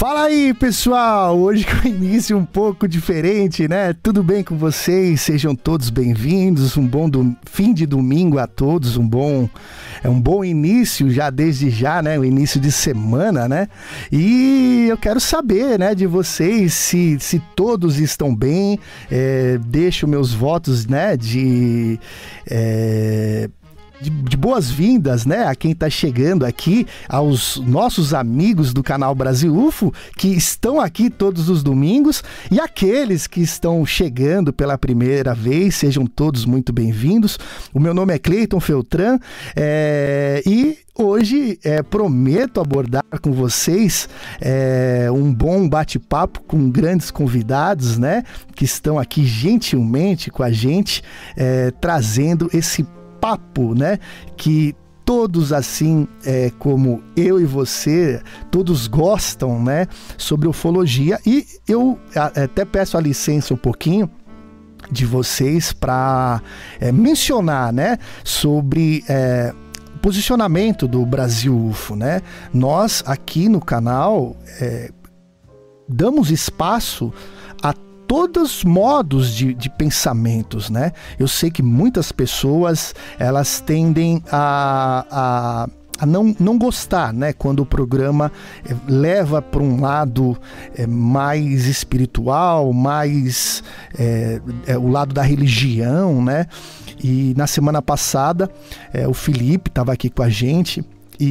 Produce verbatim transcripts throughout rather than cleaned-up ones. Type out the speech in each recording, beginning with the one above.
Fala aí, pessoal! Hoje com o início um pouco diferente, né? Tudo bem com vocês? Sejam todos bem-vindos. Um bom do... fim de domingo a todos. Um bom... É um bom início já desde já, né? O início de semana, né? E eu quero saber, né, de vocês se, se todos estão bem. É, deixo meus votos, né, de... É... De, de boas-vindas, né, a quem está chegando aqui, aos nossos amigos do canal Brasil U F O, que estão aqui todos os domingos, e aqueles que estão chegando pela primeira vez, sejam todos muito bem-vindos. O meu nome é Cleiton Feltran, é, e hoje é, prometo abordar com vocês é, um bom bate-papo com grandes convidados, né, que estão aqui gentilmente com a gente, é, trazendo esse papo, né, que todos assim, é, como eu e você, todos gostam, né, sobre ufologia. E eu até peço a licença um pouquinho de vocês para é, mencionar, né, sobre é, o posicionamento do Brasil U F O, né. Nós aqui no canal é, damos espaço a todos os modos de, de pensamentos, né? Eu sei que muitas pessoas, elas tendem a, a, a não, não gostar, né? Quando o programa é, leva para um lado é, mais espiritual, mais é, é, o lado da religião, né? E na semana passada, é, o Felipe estava aqui com a gente,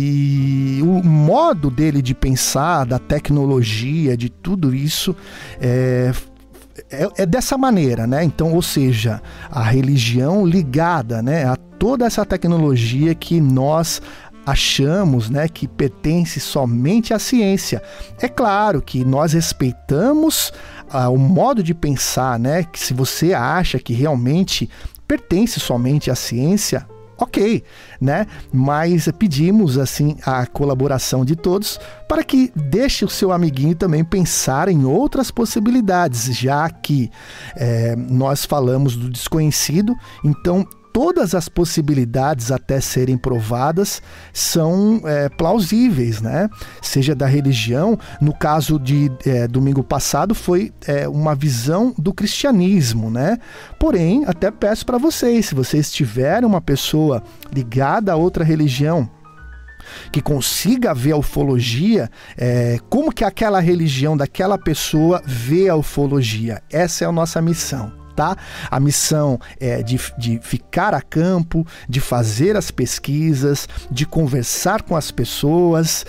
e o modo dele de pensar, da tecnologia, de tudo isso, é, É, é dessa maneira, né? Então, ou seja, a religião ligada, né, a toda essa tecnologia que nós achamos, né, que pertence somente à ciência. É claro que nós respeitamos ah, o modo de pensar, né? Que se você acha que realmente pertence somente à ciência, ok, né? Mas pedimos assim a colaboração de todos para que deixe o seu amiguinho também pensar em outras possibilidades, já que é, nós falamos do desconhecido, então todas as possibilidades até serem provadas são é, plausíveis, né? Seja da religião, no caso de é, domingo passado foi é, uma visão do cristianismo, né? Porém, até peço para vocês, se vocês tiverem uma pessoa ligada a outra religião, que consiga ver a ufologia, é, como que aquela religião daquela pessoa vê a ufologia. Essa é a nossa missão. Tá? A missão é de, de ficar a campo, de fazer as pesquisas, de conversar com as pessoas,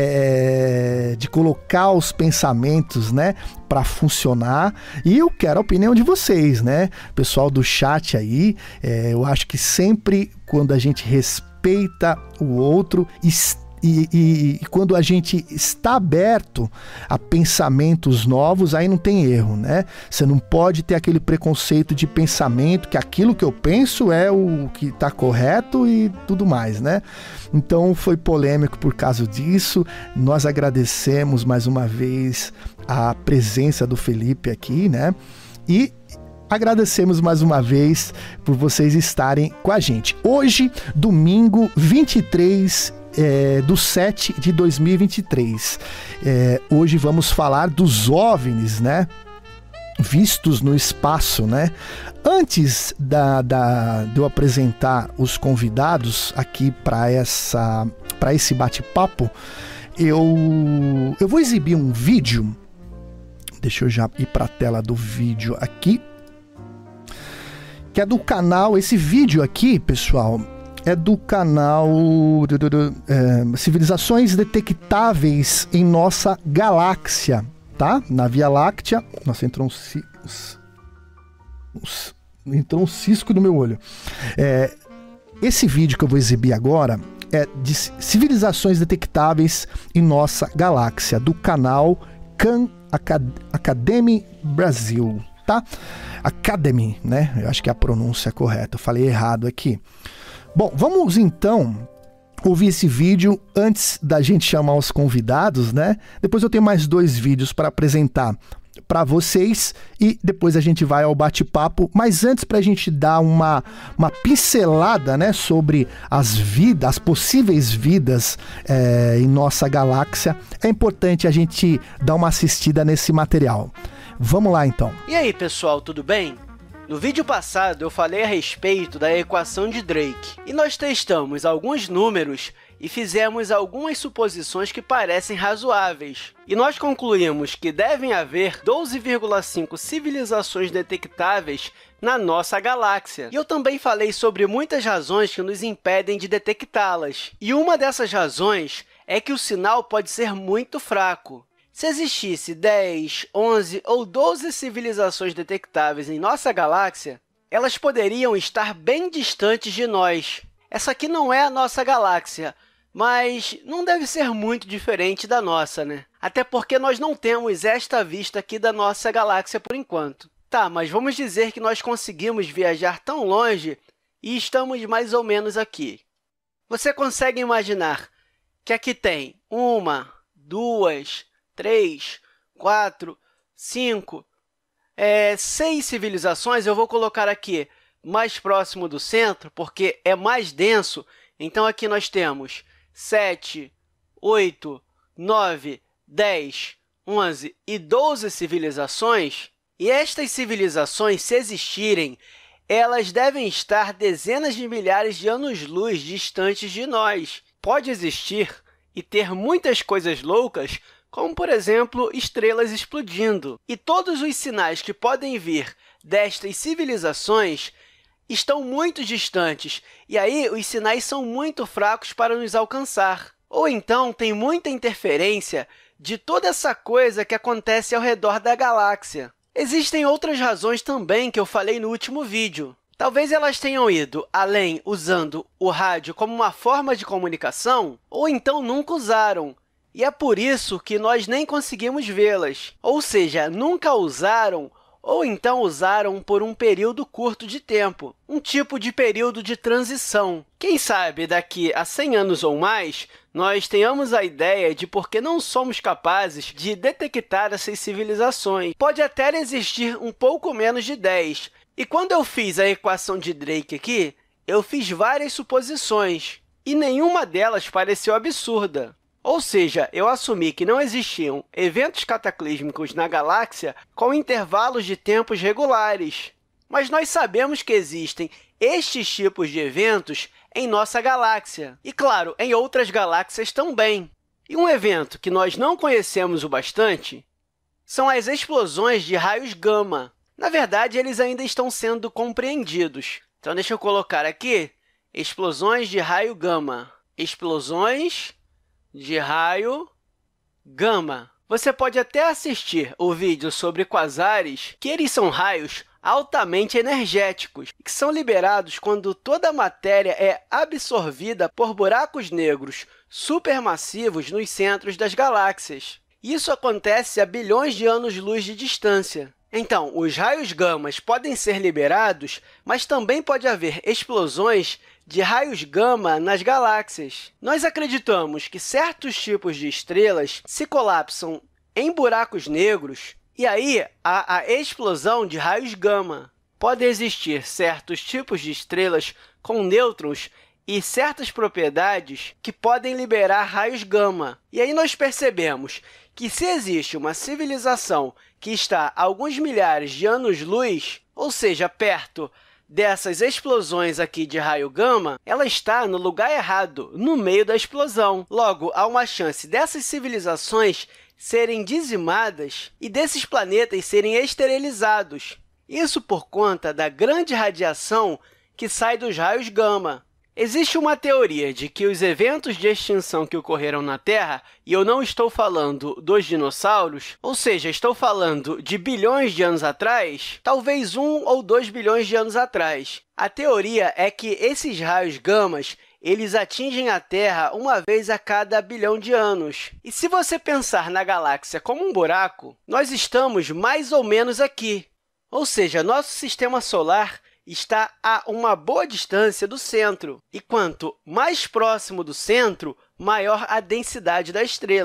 é, de colocar os pensamentos, né, para funcionar. E eu quero a opinião de vocês, né? Pessoal do chat aí, é, eu acho que sempre quando a gente respeita o outro, está E, e, e quando a gente está aberto a pensamentos novos, aí não tem erro, né? Você não pode ter aquele preconceito de pensamento, que aquilo que eu penso é o que está correto e tudo mais, né? Então foi polêmico por causa disso. Nós agradecemos mais uma vez a presença do Felipe aqui, né? E agradecemos mais uma vez por vocês estarem com a gente. Hoje, domingo vinte e três É, do sete de dois mil e vinte e três. É, hoje vamos falar dos OVNIs, né? Vistos no espaço, né? Antes da, da, de eu apresentar os convidados aqui para essa, para esse bate-papo, eu, eu vou exibir um vídeo. Deixa eu já ir para a tela do vídeo aqui, que é do canal. Esse vídeo aqui, pessoal, é do canal é, Civilizações Detectáveis em Nossa Galáxia, tá? Na Via Láctea. Nossa, entrou um, entrou um cisco no meu olho. É, esse vídeo que eu vou exibir agora é de Civilizações Detectáveis em Nossa Galáxia, do canal Khan Academy Brasil, tá? Academy, né? Eu acho que é a pronúncia correta, eu falei errado aqui. Bom, vamos então ouvir esse vídeo antes da gente chamar os convidados, né? Depois eu tenho mais dois vídeos para apresentar para vocês e depois a gente vai ao bate-papo. Mas antes, para a gente dar uma, uma pincelada, né, sobre as vidas, as possíveis vidas é, em nossa galáxia, é importante a gente dar uma assistida nesse material. Vamos lá, então. E aí, pessoal, tudo bem? No vídeo passado, eu falei a respeito da equação de Drake, e nós testamos alguns números e fizemos algumas suposições que parecem razoáveis. E nós concluímos que devem haver doze vírgula cinco civilizações detectáveis na nossa galáxia. E eu também falei sobre muitas razões que nos impedem de detectá-las. E uma dessas razões é que o sinal pode ser muito fraco. Se existisse dez, onze ou doze civilizações detectáveis em nossa galáxia, elas poderiam estar bem distantes de nós. Essa aqui não é a nossa galáxia, mas não deve ser muito diferente da nossa, né? Até porque nós não temos esta vista aqui da nossa galáxia por enquanto. Tá, mas vamos dizer que nós conseguimos viajar tão longe e estamos mais ou menos aqui. Você consegue imaginar que aqui tem uma, duas, três, quatro, cinco, é, seis civilizações. Eu vou colocar aqui mais próximo do centro, porque é mais denso. Então, aqui nós temos sete, oito, nove, dez, onze e doze civilizações. E estas civilizações, se existirem, elas devem estar dezenas de milhares de anos-luz distantes de nós. Pode existir e ter muitas coisas loucas, como, por exemplo, estrelas explodindo. E todos os sinais que podem vir destas civilizações estão muito distantes, e aí os sinais são muito fracos para nos alcançar. Ou então, tem muita interferência de toda essa coisa que acontece ao redor da galáxia. Existem outras razões também que eu falei no último vídeo. Talvez elas tenham ido além usando o rádio como uma forma de comunicação, ou então nunca usaram. E é por isso que nós nem conseguimos vê-las. Ou seja, nunca usaram ou então usaram por um período curto de tempo, um tipo de período de transição. Quem sabe, daqui a cem anos ou mais, nós tenhamos a ideia de por que não somos capazes de detectar essas civilizações. Pode até existir um pouco menos de dez. E quando eu fiz a equação de Drake aqui, eu fiz várias suposições, e nenhuma delas pareceu absurda. Ou seja, eu assumi que não existiam eventos cataclísmicos na galáxia com intervalos de tempos regulares. Mas nós sabemos que existem estes tipos de eventos em nossa galáxia. E, claro, em outras galáxias também. E um evento que nós não conhecemos o bastante são as explosões de raios gama. Na verdade, eles ainda estão sendo compreendidos. Então, deixa eu colocar aqui explosões de raio gama. Explosões de raio gama. Você pode até assistir o vídeo sobre quasares, que eles são raios altamente energéticos, que são liberados quando toda a matéria é absorvida por buracos negros supermassivos nos centros das galáxias. Isso acontece a bilhões de anos-luz de distância. Então, os raios gamas podem ser liberados, mas também pode haver explosões de raios gama nas galáxias. Nós acreditamos que certos tipos de estrelas se colapsam em buracos negros, e aí há a explosão de raios gama. Podem existir certos tipos de estrelas com nêutrons e certas propriedades que podem liberar raios gama. E aí nós percebemos que se existe uma civilização que está a alguns milhares de anos-luz, ou seja, perto dessas explosões aqui de raio gama, ela está no lugar errado, no meio da explosão. Logo, há uma chance dessas civilizações serem dizimadas e desses planetas serem esterilizados. Isso por conta da grande radiação que sai dos raios gama. Existe uma teoria de que os eventos de extinção que ocorreram na Terra, e eu não estou falando dos dinossauros, ou seja, estou falando de bilhões de anos atrás, talvez um ou dois bilhões de anos atrás. A teoria é que esses raios gamas eles atingem a Terra uma vez a cada bilhão de anos. E se você pensar na galáxia como um buraco, nós estamos mais ou menos aqui. Ou seja, nosso sistema solar está a uma boa distância do centro. E quanto mais próximo do centro, maior a densidade da estrela.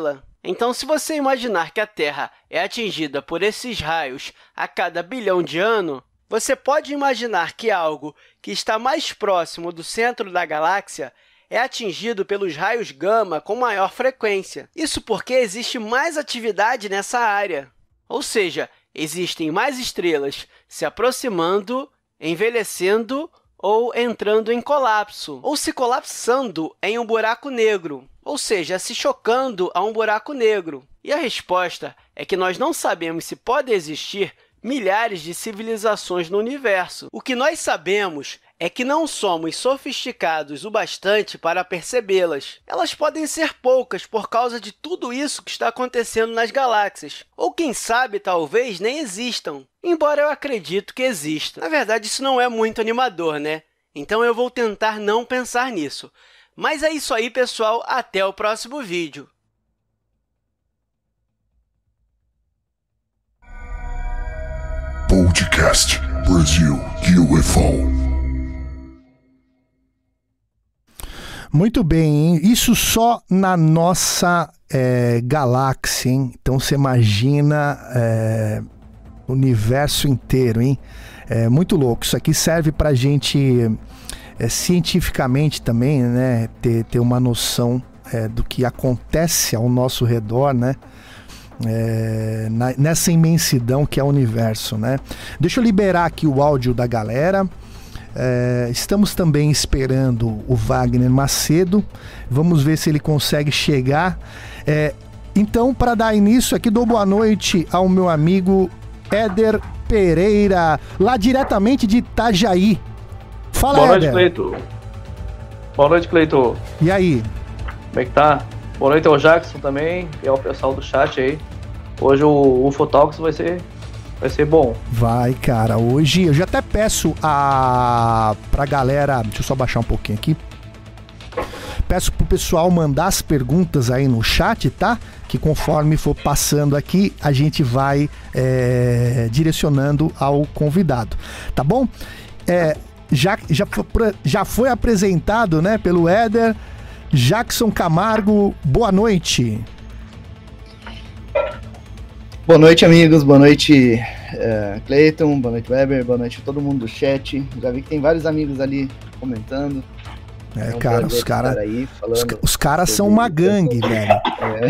Então, se você imaginar que a Terra é atingida por esses raios a cada bilhão de anos, você pode imaginar que algo que está mais próximo do centro da galáxia é atingido pelos raios gama com maior frequência. Isso porque existe mais atividade nessa área. Ou seja, existem mais estrelas se aproximando, envelhecendo ou entrando em colapso, ou se colapsando em um buraco negro, ou seja, se chocando a um buraco negro. E a resposta é que nós não sabemos se pode existir milhares de civilizações no universo. O que nós sabemos é que não somos sofisticados o bastante para percebê-las. Elas podem ser poucas por causa de tudo isso que está acontecendo nas galáxias. Ou, quem sabe, talvez nem existam, embora eu acredito que existam. Na verdade, isso não é muito animador, né? Então eu vou tentar não pensar nisso. Mas é isso aí, pessoal. Até o próximo vídeo. Podcast Brasil U F O. Muito bem, hein? Isso só na nossa é, galáxia, hein? Então você imagina é, o universo inteiro, hein? É muito louco. Isso aqui serve para a gente é, cientificamente também, né? Ter, ter uma noção é, do que acontece ao nosso redor, né? É, na, nessa imensidão que é o universo, né? Deixa eu liberar aqui o áudio da galera. É, estamos também esperando o Wagner Macedo. Vamos ver se ele consegue chegar. É, então, para dar início aqui, dou boa noite ao meu amigo Éder Pereira, lá diretamente de Itajaí. Fala, Boa noite, Éder. Cleito. Boa noite, Cleito. E aí? Como é que tá? Boa noite ao Jackson também e ao pessoal do chat aí. Hoje o UFO Talks vai ser, vai ser bom. Vai, cara. Hoje eu já até peço a pra galera... Deixa eu só baixar um pouquinho aqui. Peço pro pessoal mandar as perguntas aí no chat, tá? Que conforme for passando aqui, a gente vai é, direcionando ao convidado. Tá bom? É, já, já, já foi apresentado, né, pelo Éder. Jackson Camargo, boa noite. Boa noite, amigos. Boa noite, uh, Cleiton. Boa noite, Weber. Boa noite a todo mundo do chat. Já vi que tem vários amigos ali comentando. É, é um cara, os caras os, os caras são uma gangue, velho. É.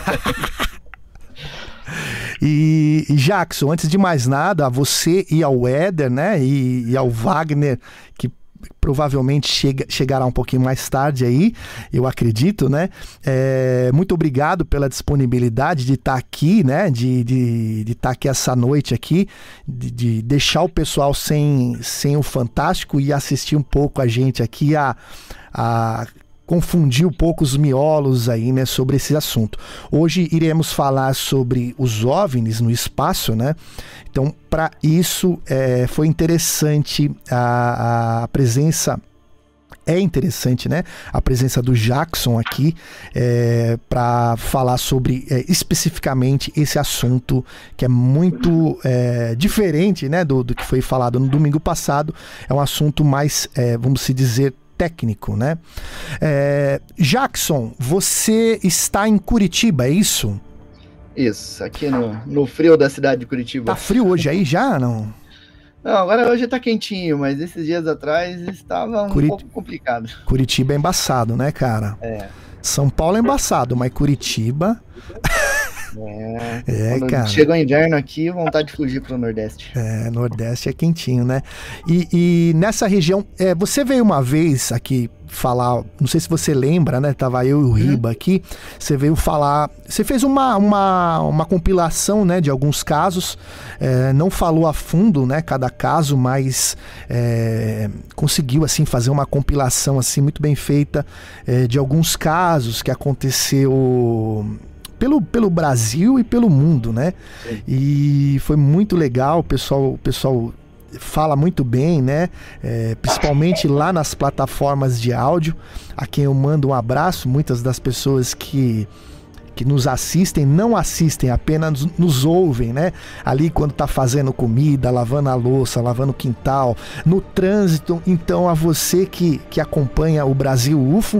E, e Jackson, antes de mais nada, a você e ao Éder, né, e, e ao Wagner, que provavelmente chega, chegará um pouquinho mais tarde aí, eu acredito, né? É, muito obrigado pela disponibilidade de estar aqui, né? De de de estar aqui essa noite aqui, de, de deixar o pessoal sem, sem o Fantástico e assistir um pouco a gente aqui a, a confundir um pouco os miolos aí, né, sobre esse assunto. Hoje iremos falar sobre os OVNIs no espaço, né? Então, para isso, é, foi interessante a, a presença... É interessante, né? A presença do Jackson aqui é, para falar sobre é, especificamente esse assunto que é muito é, diferente, né, do, do que foi falado no domingo passado. É um assunto mais, é, vamos se dizer, técnico, né? É, Jackson, você está em Curitiba, é isso? Isso, aqui no, no frio da cidade de Curitiba. Tá frio hoje aí já, não? Não, agora hoje tá quentinho, mas esses dias atrás estava um Curit... pouco complicado. Curitiba é embaçado, né, cara? É. São Paulo é embaçado, mas Curitiba... É, é, quando cara. Chega o inverno aqui, vontade de fugir pro Nordeste. É, Nordeste é quentinho, né? E, e nessa região, é, você veio uma vez aqui falar, não sei se você lembra, né? Tava eu e o Riba hum. aqui, você veio falar, você fez uma, uma, uma compilação, né, de alguns casos, é, não falou a fundo, né, cada caso, mas é, conseguiu, assim, fazer uma compilação, assim, muito bem feita, é, de alguns casos que aconteceu... Pelo, pelo Brasil e pelo mundo, né? Sim. E foi muito legal, o pessoal, o pessoal fala muito bem, né? É, principalmente lá nas plataformas de áudio, a quem eu mando um abraço. Muitas das pessoas que, que nos assistem não assistem, apenas nos ouvem, né? Ali quando tá fazendo comida, lavando a louça, lavando o quintal, no trânsito. Então, a você que, que acompanha o Brasil U F O,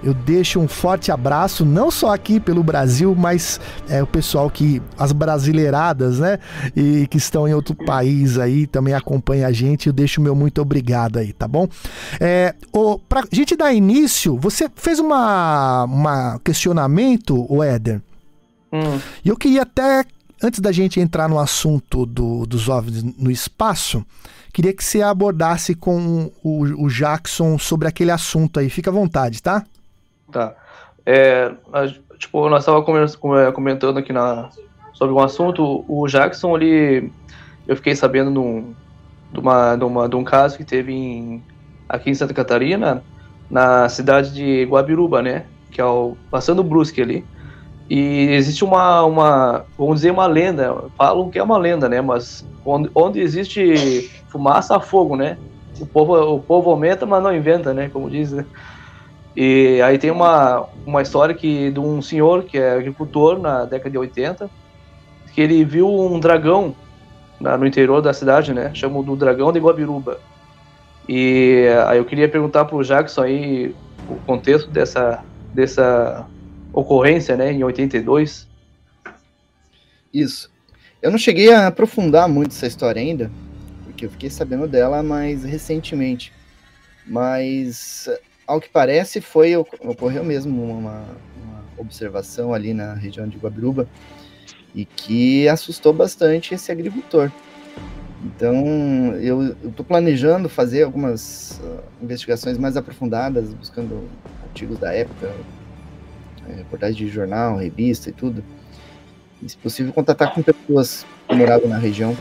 eu deixo um forte abraço, não só aqui pelo Brasil, mas é, o pessoal que, as brasileiradas, né, e que estão em outro país aí, também acompanha a gente, eu deixo o meu muito obrigado aí, tá bom? É, o, pra gente dar início, você fez uma, uma questionamento, o Éder, Hum. e eu queria até, antes da gente entrar no assunto do, dos OVNIs no espaço, queria que você abordasse com o, o Jackson sobre aquele assunto aí. Fica à vontade, tá? Tá. É, a- tipo, nós estávamos comentando aqui na, sobre um assunto, o Jackson, ele, eu fiquei sabendo de um, de uma, de uma, de um caso que teve em, aqui em Santa Catarina, na cidade de Guabiruba, né, que é o, passando o Brusque ali, e existe uma, uma, vamos dizer, uma lenda, falam que é uma lenda, né, mas onde, onde existe fumaça, há fogo, né, o povo, o povo aumenta, mas não inventa, né, como diz, né. E aí tem uma, uma história que, de um senhor que é agricultor na década de oitenta, que ele viu um dragão na, no interior da cidade, né? Chamam do dragão de Guabiruba. E aí eu queria perguntar pro Jackson aí o contexto dessa, dessa ocorrência, né, em oitenta e dois. Isso. Eu não cheguei a aprofundar muito essa história ainda, porque eu fiquei sabendo dela mais recentemente. Mas, ao que parece, foi ocorreu mesmo uma, uma observação ali na região de Guabiruba e que assustou bastante esse agricultor. Então, eu estou planejando fazer algumas uh, investigações mais aprofundadas, buscando artigos da época, é, reportagens de jornal, revista e tudo. E, se possível, contatar com pessoas que moravam na região.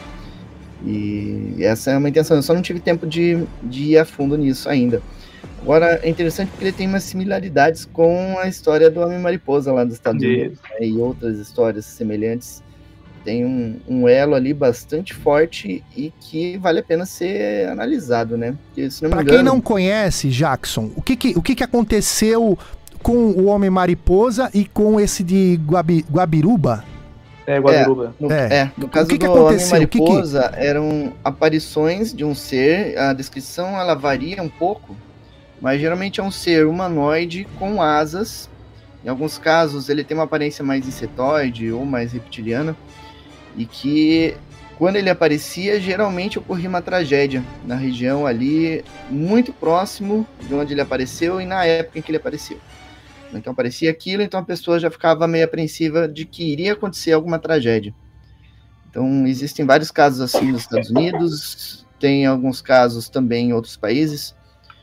E essa é uma intenção. Eu só não tive tempo de, de ir a fundo nisso ainda. Agora, é interessante porque ele tem umas similaridades com a história do Homem-Mariposa lá dos Estados Unidos, né, e outras histórias semelhantes. Tem um, um elo ali bastante forte e que vale a pena ser analisado, né? Porque, se não me Pra engano, quem não conhece, Jackson, o que que, o que, que aconteceu com o Homem-Mariposa e com esse de Guabi, Guabiruba? É, Guabiruba. No, É. é, no caso que que do aconteceu? O que que- Homem-Mariposa, eram aparições de um ser, a descrição ela varia um pouco, mas geralmente é um ser humanoide com asas. Em alguns casos ele tem uma aparência mais insetoide ou mais reptiliana, e que quando ele aparecia, geralmente ocorria uma tragédia na região ali, muito próximo de onde ele apareceu e na época em que ele apareceu. Então aparecia aquilo, então a pessoa já ficava meio apreensiva de que iria acontecer alguma tragédia. Então existem vários casos assim nos Estados Unidos, tem alguns casos também em outros países,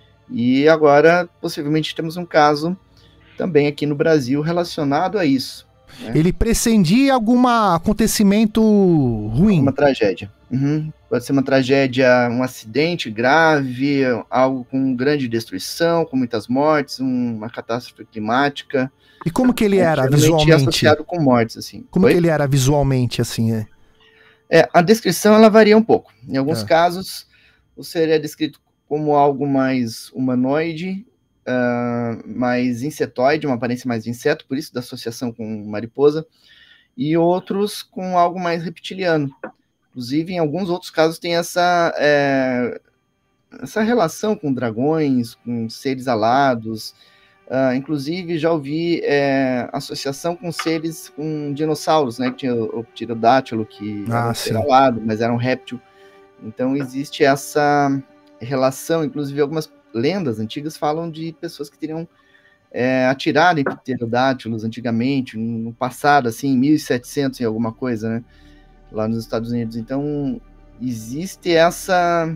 e agora possivelmente temos um caso também aqui no Brasil relacionado a isso. Ele prescendia algum acontecimento ruim. Uma tragédia. Uhum. Pode ser uma tragédia, um acidente grave, algo com grande destruição, com muitas mortes, um- uma catástrofe climática. E como que ele era Geralmente visualmente? associado com mortes, assim. Como Oi? que ele era visualmente, assim? É? É, a descrição ela varia um pouco. Em alguns É. casos, o ser é descrito como algo mais humanoide, ah, mais insetoide, uma aparência mais de inseto, por isso da associação com mariposa, e outros com algo mais reptiliano. Inclusive, em alguns outros casos, tem essa, é, essa relação com dragões, com seres alados. Ah, inclusive, já ouvi é, associação com seres, com dinossauros, né? Que tinha o, o pterodátilo, que Ah, era um ser sim. alado, mas era um réptil. Então, existe essa relação. Inclusive, algumas lendas antigas falam de pessoas que teriam é, atirado em pterodátilos antigamente, no passado, assim, em mil e setecentos, em alguma coisa, né? Lá nos Estados Unidos. Então, existe essa...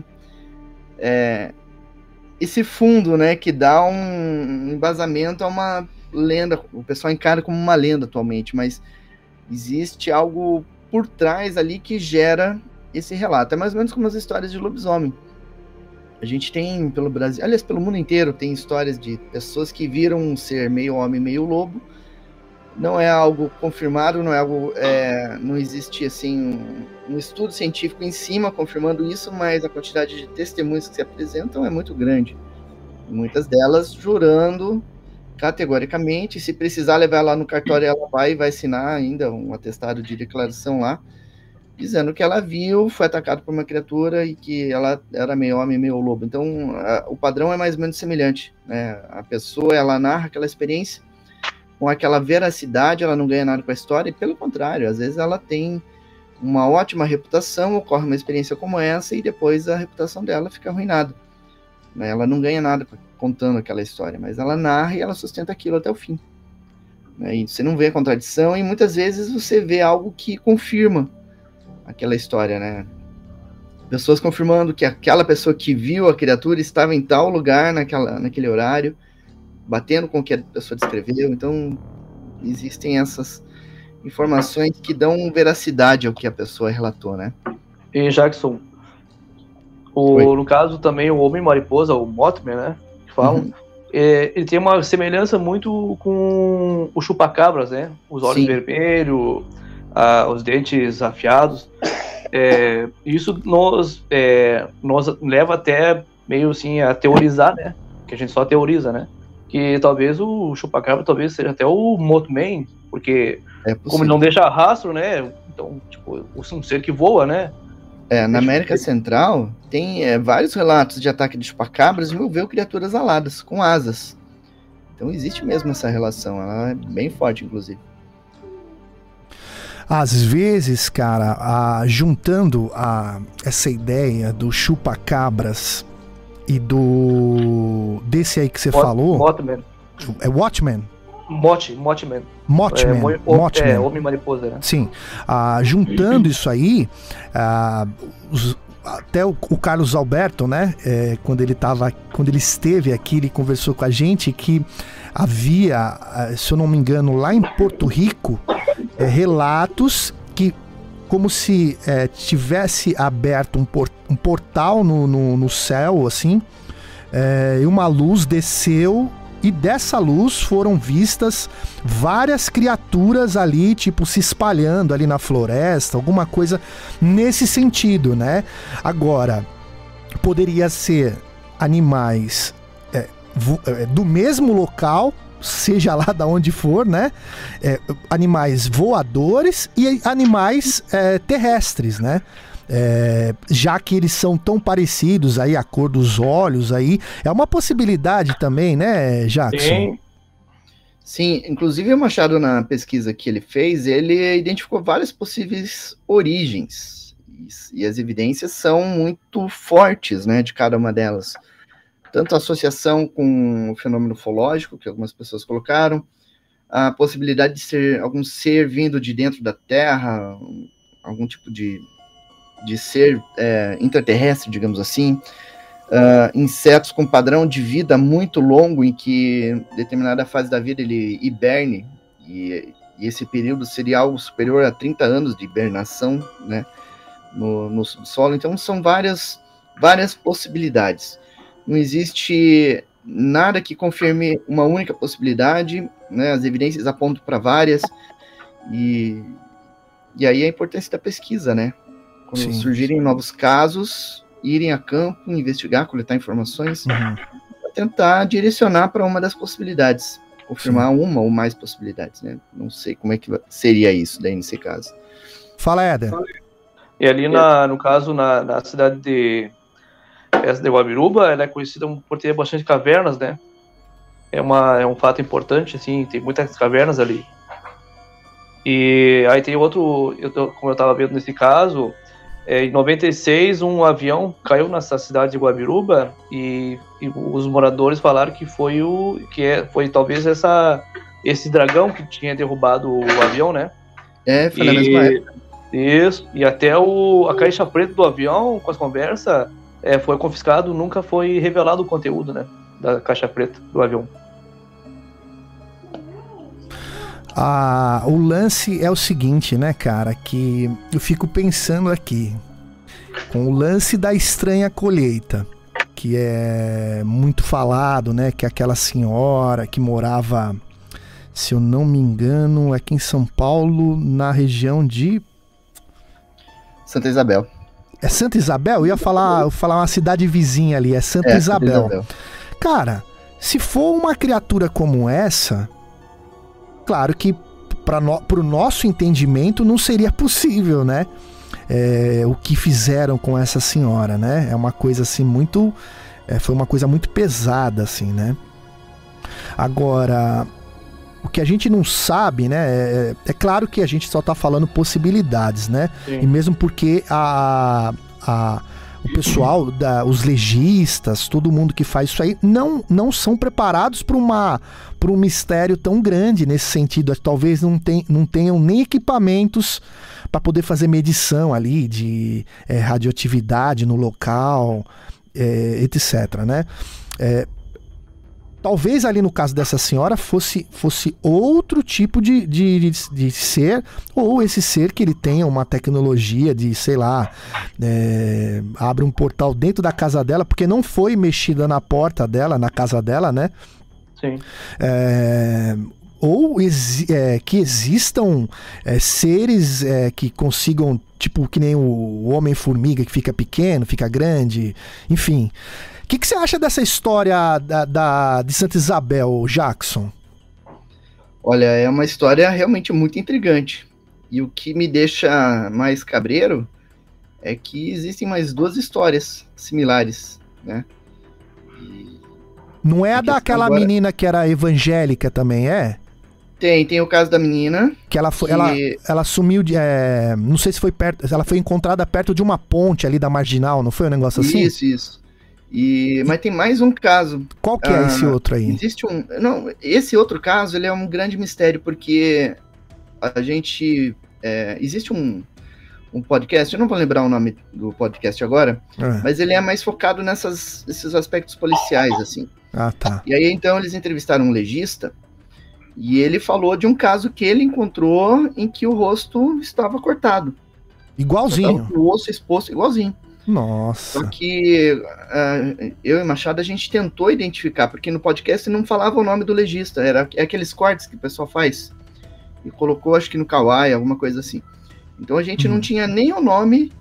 é, esse fundo, né, que dá um embasamento a uma lenda. O pessoal encara como uma lenda atualmente, mas existe algo por trás ali que gera esse relato. É mais ou menos como as histórias de lobisomem. A gente tem pelo Brasil, aliás, pelo mundo inteiro, tem histórias de pessoas que viram um ser meio homem, meio lobo. Não é algo confirmado, não é algo, é, não existe assim um, um estudo científico em cima confirmando isso, mas a quantidade de testemunhas que se apresentam é muito grande. Muitas delas jurando categoricamente, se precisar levar lá no cartório, ela vai e vai assinar ainda um atestado de declaração lá. dizendo que ela viu, foi atacada por uma criatura e que ela era meio homem, meio lobo. Então, a, o padrão é mais ou menos semelhante, né? A pessoa, ela narra aquela experiência com aquela veracidade, ela não ganha nada com a história, e pelo contrário, às vezes ela tem uma ótima reputação, ocorre uma experiência como essa, e depois a reputação dela fica arruinada, né? Ela não ganha nada contando aquela história, mas ela narra e ela sustenta aquilo até o fim, né? E você não vê a contradição, e muitas vezes você vê algo que confirma aquela história, né? Pessoas confirmando que aquela pessoa que viu a criatura estava em tal lugar, naquela, naquele horário, batendo com o que a pessoa descreveu. Então, existem essas informações que dão veracidade ao que a pessoa relatou, né? E Jackson, o, no caso também o Homem-Mariposa, o Mothman, né, que falam, uhum. é, ele tem uma semelhança muito com o Chupacabras, né? Os olhos Sim. vermelhos, a, os dentes afiados. É, isso nos, é, nos leva até meio assim a teorizar, né? Que a gente só teoriza, né? Que talvez o Chupacabra talvez seja até o Mothman, porque é como ele não deixa rastro, né? Então, tipo, um ser que voa, né? É, na América Central tem é, vários relatos de ataque de chupacabras e envolveu criaturas aladas, com asas. Então existe mesmo essa relação, ela é bem forte, inclusive. Às vezes, cara, a, juntando a, essa ideia do chupacabras e do desse aí que você Mot falou, Mothman. É Watchmen? Mot Mothman. Mothman. É, Mothman. É, Homem-Mariposa, né? Sim. Ah, juntando isso aí, ah, os, até o, o Carlos Alberto, né, é, quando ele tava, quando ele esteve aqui, ele conversou com a gente que havia, se eu não me engano, lá em Porto Rico, é, relatos que como se é, tivesse aberto um, por, um portal no, no, no céu, assim, é, e uma luz desceu, e dessa luz foram vistas várias criaturas ali, tipo, se espalhando ali na floresta, alguma coisa nesse sentido, né? Agora, poderia ser animais é, é, do mesmo local, seja lá da onde for, né? É, animais voadores e animais é, terrestres, né? É, já que eles são tão parecidos aí, a cor dos olhos aí, é uma possibilidade também, né, Jackson? Sim, Sim, inclusive o Machado, na pesquisa que ele fez, ele identificou várias possíveis origens, e as evidências são muito fortes, né, de cada uma delas. Tanto a associação com o fenômeno ufológico, que algumas pessoas colocaram, a possibilidade de ser algum ser vindo de dentro da Terra, algum tipo de, de ser é, intraterrestre, digamos assim, uh, insetos com padrão de vida muito longo, em que em determinada fase da vida ele hiberne, e, e esse período seria algo superior a trinta anos de hibernação, né, no, no subsolo. Então são várias, várias possibilidades. Não existe nada que confirme uma única possibilidade, né? As evidências apontam para várias, e, e aí a importância da pesquisa, né? Quando Sim. surgirem novos casos, irem a campo, investigar, coletar informações, uhum. para tentar direcionar para uma das possibilidades, confirmar Sim. uma ou mais possibilidades, né? Não sei como é que seria isso daí nesse caso. Fala, Éder. E ali, na, no caso, na, na cidade de essa de Guabiruba, ela é conhecida por ter bastante cavernas, né? É, uma, é um fato importante, assim, tem muitas cavernas ali. E aí tem outro, eu tô, como eu estava vendo nesse caso, é, em noventa e seis um avião caiu nessa cidade de Guabiruba e, e os moradores falaram que foi o que é, foi talvez essa esse dragão que tinha derrubado o avião, né? É, foi na mesma época. Isso, e até o, a caixa preta do avião, com as conversas, É, foi confiscado, nunca foi revelado o conteúdo, né, da caixa preta do avião. Ah, o lance é o seguinte, né, cara, que eu fico pensando aqui, com o lance da estranha colheita, que é muito falado, né, que aquela senhora que morava, se eu não me engano, aqui em São Paulo, na região de Santa Isabel. É Santa Isabel? Eu ia falar, eu ia falar uma cidade vizinha ali, é Santa é, Isabel. Santa Isabel. Cara, se for uma criatura como essa, claro que para no, pro nosso entendimento não seria possível, né? é, o que fizeram com essa senhora, né? É uma coisa assim muito... É, foi uma coisa muito pesada, assim, né? Agora, o que a gente não sabe, né? É, é claro que a gente só tá falando possibilidades, né? Sim. E mesmo porque a... a o pessoal, da, os legistas, todo mundo que faz isso aí, não, não são preparados para uma para um mistério tão grande nesse sentido. Talvez não, tem, não tenham nem equipamentos para poder fazer medição ali de é, radioatividade no local, é, etcétera, né? É, talvez ali no caso dessa senhora fosse, fosse outro tipo de, de, de, de ser, ou esse ser que ele tenha uma tecnologia de, sei lá, é, abre um portal dentro da casa dela, porque não foi mexida na porta dela, na casa dela, né? Sim. É, ou exi- é, que existam é, seres é, que consigam, tipo, que nem o, o Homem-Formiga, que fica pequeno, fica grande, enfim... O que, que você acha dessa história da, da, de Santa Isabel, Jackson? Olha, é uma história realmente muito intrigante. E o que me deixa mais cabreiro é que existem mais duas histórias similares, né? E Não é a a questão daquela agora- menina que era evangélica também, é? Tem, tem o caso da menina, Que ela foi, que ela, ela sumiu de, é, não sei se foi perto, ela foi encontrada perto de uma ponte ali da Marginal, não foi um negócio assim? isso, isso. E, mas tem mais um caso. Qual que é Ah, esse outro aí? Existe um. Não, esse outro caso ele é um grande mistério, porque a gente. É, existe um, um podcast, eu não vou lembrar o nome do podcast agora, É. mas ele é mais focado nessas, nesses aspectos policiais, assim. Ah, tá. E aí, então, eles entrevistaram um legista e ele falou de um caso que ele encontrou em que o rosto estava cortado. Igualzinho. Estava com o osso exposto igualzinho. Só Nossa. que uh, eu e Machado, a gente tentou identificar, porque no podcast não falava o nome do legista, era aqueles cortes que o pessoal faz, e colocou, acho que no Kawaii, alguma coisa assim. Então a gente Uhum. não tinha nem o nome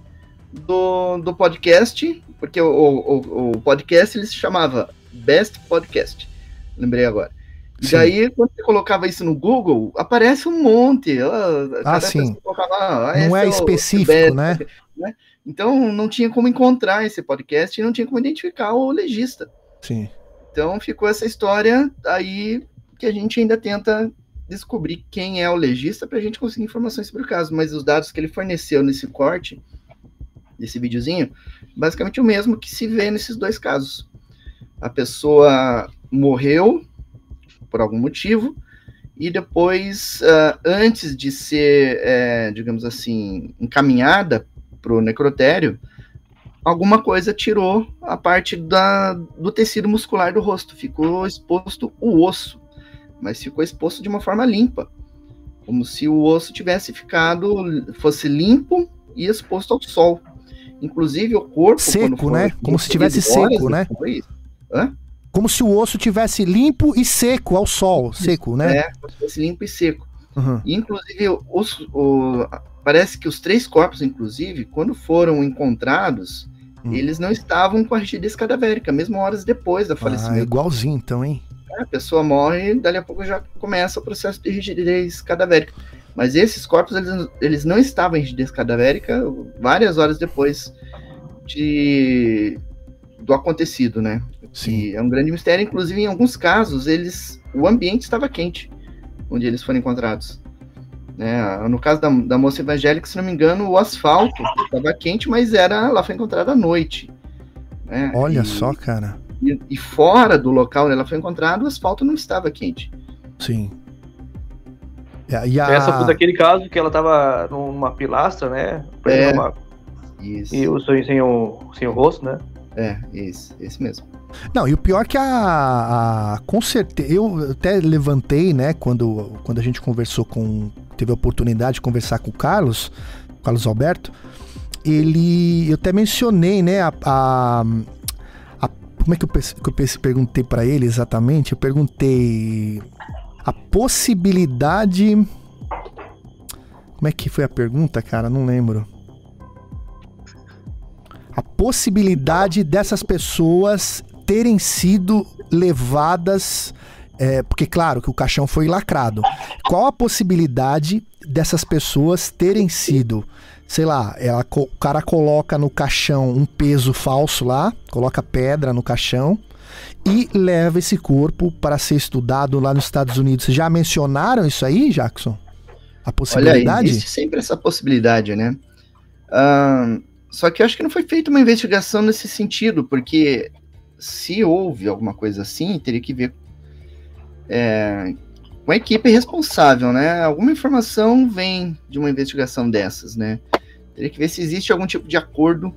do, do podcast, porque o, o, o podcast ele se chamava Best Podcast, lembrei agora. E Sim. daí, quando você colocava isso no Google, aparece um monte. Ah, cada sim. pessoa colocava, ah, Não esse é o específico, Best né? né? Então não tinha como encontrar esse podcast e não tinha como identificar o legista. Sim. Então ficou essa história aí que a gente ainda tenta descobrir quem é o legista para a gente conseguir informações sobre o caso. Mas os dados que ele forneceu nesse corte, nesse videozinho, basicamente o mesmo que se vê nesses dois casos. A pessoa morreu por algum motivo e depois, uh, antes de ser, é, digamos assim, encaminhada para o necrotério, alguma coisa tirou a parte da, do tecido muscular do rosto, ficou exposto o osso, mas ficou exposto de uma forma limpa, como se o osso tivesse ficado, fosse limpo e exposto ao sol. Inclusive o corpo... Seco, né? Como se tivesse seco, né? Depois, hã? Como se o osso tivesse limpo e seco ao sol, seco, né? É, como se fosse limpo e seco. Uhum. E, inclusive, os, o, parece que os três corpos, inclusive, quando foram encontrados, hum. eles não estavam com a rigidez cadavérica, mesmo horas depois da falecimento. Ah, igualzinho, então, hein? A pessoa morre e dali a pouco já começa o processo de rigidez cadavérica. Mas esses corpos, eles, eles não estavam em rigidez cadavérica várias horas depois de, do acontecido, né? Sim. E é um grande mistério. Inclusive, em alguns casos, eles, o ambiente estava quente, onde eles foram encontrados. Né? No caso da, da moça evangélica, se não me engano, o asfalto estava quente, mas era, ela foi encontrada à noite. Né? Olha e, só, cara. E, e fora do local onde ela foi encontrada, o asfalto não estava quente. Sim. E a... Essa foi daquele caso que ela tava numa pilastra, né? É, uma... isso. E o, sem, o, sem o rosto, né? É, esse, esse mesmo. Não, e o pior que a, a... Com certeza... Eu até levantei, né? Quando, quando a gente conversou com... Teve a oportunidade de conversar com o Carlos, Carlos Alberto. Ele... Eu até mencionei, né? A... a, a como é que eu, que eu perguntei pra ele exatamente? Eu perguntei... A possibilidade... Como é que foi a pergunta, cara? Não lembro. A possibilidade dessas pessoas terem sido levadas... É, porque, claro, que o caixão foi lacrado. Qual a possibilidade dessas pessoas terem sido sei lá, ela, o cara coloca no caixão um peso falso lá, coloca pedra no caixão e leva esse corpo para ser estudado lá nos Estados Unidos. Vocês já mencionaram isso aí, Jackson? A possibilidade? Olha, existe sempre essa possibilidade, né? Uh, só que eu acho que não foi feita uma investigação nesse sentido, porque se houve alguma coisa assim, teria que ver é, com a equipe responsável, né? Alguma informação vem de uma investigação dessas, né? Teria que ver se existe algum tipo de acordo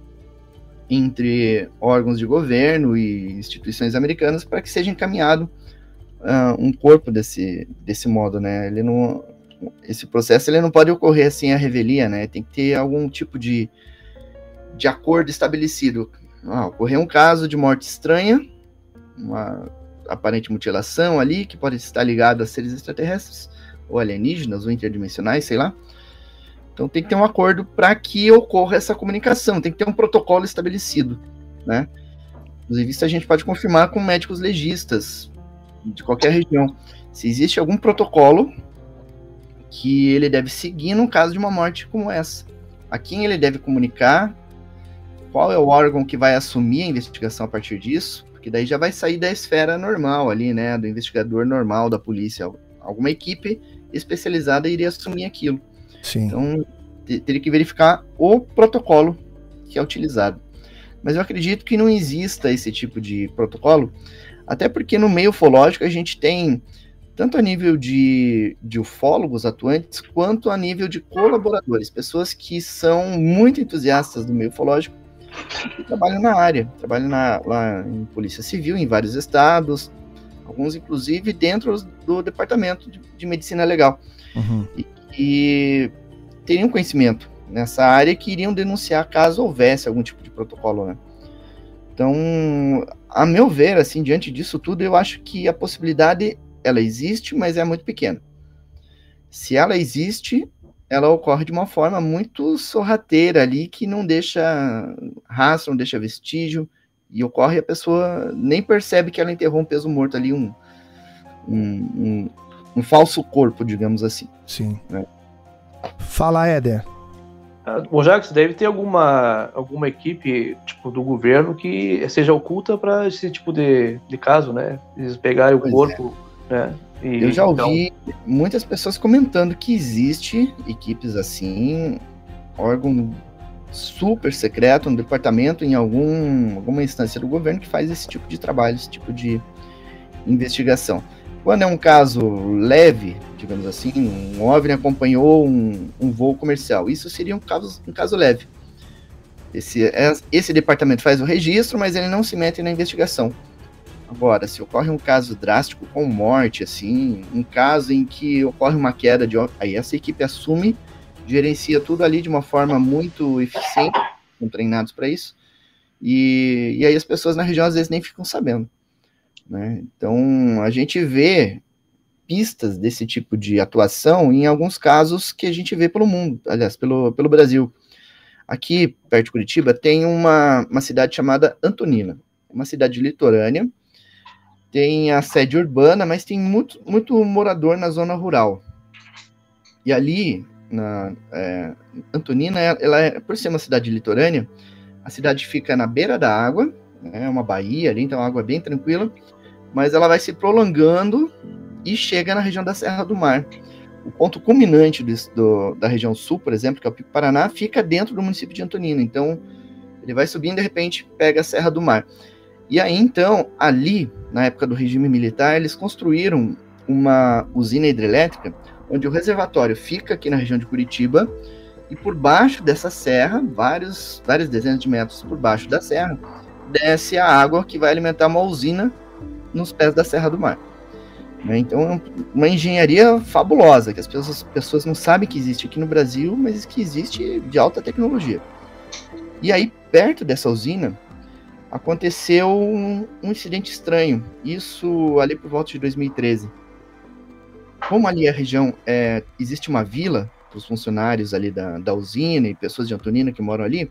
entre órgãos de governo e instituições americanas para que seja encaminhado uh, um corpo desse, desse modo, né? Ele não, esse processo ele não pode ocorrer assim à revelia, né? Tem que ter algum tipo de, de acordo estabelecido. Ah, ocorreu um caso de morte estranha, uma aparente mutilação ali, que pode estar ligado a seres extraterrestres, ou alienígenas, ou interdimensionais, sei lá. Então tem que ter um acordo para que ocorra essa comunicação, tem que ter um protocolo estabelecido, né? Inclusive isso a gente pode confirmar com médicos legistas de qualquer região. Se existe algum protocolo que ele deve seguir no caso de uma morte como essa. A quem ele deve comunicar, qual é o órgão que vai assumir a investigação a partir disso, porque daí já vai sair da esfera normal ali, né, do investigador normal da polícia. Alguma equipe especializada iria assumir aquilo. Sim. Então, teria que verificar o protocolo que é utilizado. Mas eu acredito que não exista esse tipo de protocolo, até porque no meio ufológico a gente tem, tanto a nível de, de ufólogos atuantes, quanto a nível de colaboradores, pessoas que são muito entusiastas do meio ufológico e trabalham na área, trabalham na, lá em Polícia Civil, em vários estados, alguns inclusive dentro do Departamento de, de Medicina Legal. Uhum. E, e teriam conhecimento nessa área que iriam denunciar caso houvesse algum tipo de protocolo, né? Então, a meu ver, assim, diante disso tudo, eu acho que a possibilidade, ela existe, mas é muito pequena. Se ela existe, ela ocorre de uma forma muito sorrateira ali, que não deixa rastro, não deixa vestígio, e ocorre, a pessoa nem percebe que ela enterrou um peso morto ali, um, um, um, um falso corpo, digamos assim. Sim. Né? Fala, Éder. O Jax, deve ter alguma, alguma equipe tipo, do governo que seja oculta para esse tipo de, de caso, né? Eles pegarem Pois o corpo, é. né? E, Eu já ouvi então... muitas pessoas comentando que existe equipes assim, órgão super secreto, um departamento em algum, alguma instância do governo que faz esse tipo de trabalho, esse tipo de investigação. Quando é um caso leve, digamos assim, um OVNI acompanhou um, um voo comercial, isso seria um caso, um caso leve. Esse, esse departamento faz o registro, mas ele não se mete na investigação. Agora, se ocorre um caso drástico com morte, assim, um caso em que ocorre uma queda de OVNI, aí essa equipe assume, gerencia tudo ali de uma forma muito eficiente, são treinados para isso, e, e aí as pessoas na região às vezes nem ficam sabendo. Né? Então, a gente vê pistas desse tipo de atuação em alguns casos que a gente vê pelo mundo, aliás, pelo, pelo Brasil. Aqui, perto de Curitiba, tem uma, uma cidade chamada Antonina, uma cidade litorânea, tem a sede urbana, mas tem muito, muito morador na zona rural. E ali, na é, Antonina, ela é, por ser uma cidade litorânea, a cidade fica na beira da água, é né, uma baía ali, então a água é bem tranquila, mas ela vai se prolongando e chega na região da Serra do Mar. O ponto culminante do, do, da região sul, por exemplo, que é o Pico Paraná, fica dentro do município de Antonina. Então, ele vai subindo e, de repente, pega a Serra do Mar. E aí, então, ali, na época do regime militar, eles construíram uma usina hidrelétrica, onde o reservatório fica aqui na região de Curitiba, e por baixo dessa serra, vários, várias dezenas de metros por baixo da serra, desce a água que vai alimentar uma usina nos pés da Serra do Mar. Então, uma engenharia fabulosa, que as pessoas, pessoas não sabem que existe aqui no Brasil, mas que existe de alta tecnologia. E aí, perto dessa usina, aconteceu um, um incidente estranho, isso ali por volta de dois mil e treze. Como ali a região, é, existe uma vila, os funcionários ali da, da usina e pessoas de Antonina que moram ali,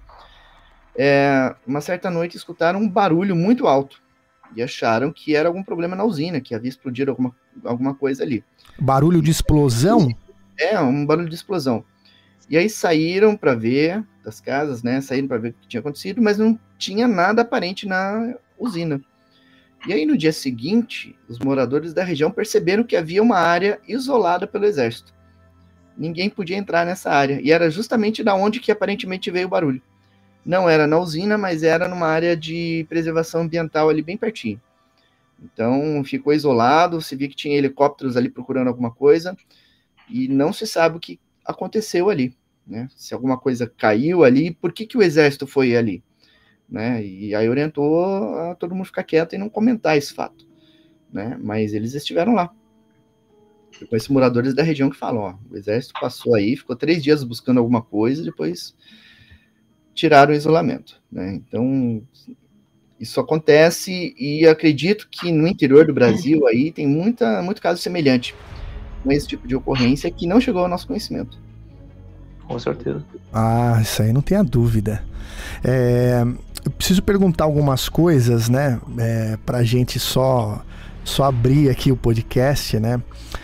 é, uma certa noite escutaram um barulho muito alto e acharam que era algum problema na usina, que havia explodido alguma, alguma coisa ali. Barulho de explosão? É, um barulho de explosão. E aí saíram para ver das casas, né? Saíram para ver o que tinha acontecido, mas não tinha nada aparente na usina. E aí no dia seguinte, os moradores da região perceberam que havia uma área isolada pelo exército. Ninguém podia entrar nessa área, e era justamente da onde que aparentemente veio o barulho. Não era na usina, mas era numa área de preservação ambiental ali bem pertinho. Então ficou isolado, se via que tinha helicópteros ali procurando alguma coisa, e não se sabe o que aconteceu ali, né? Se alguma coisa caiu ali, por que que o exército foi ali? Né? E aí orientou a todo mundo ficar quieto e não comentar esse fato, né? Mas eles estiveram lá. Depois esses moradores da região que falam, ó, o exército passou aí, ficou três dias buscando alguma coisa, depois tiraram o isolamento, né? Então isso acontece, e acredito que no interior do Brasil aí tem muita, muito caso semelhante com esse tipo de ocorrência que não chegou ao nosso conhecimento. Com certeza. Ah, isso aí não tenha dúvida. É, eu preciso perguntar algumas coisas, né? É, pra gente só, só abrir aqui o podcast, né?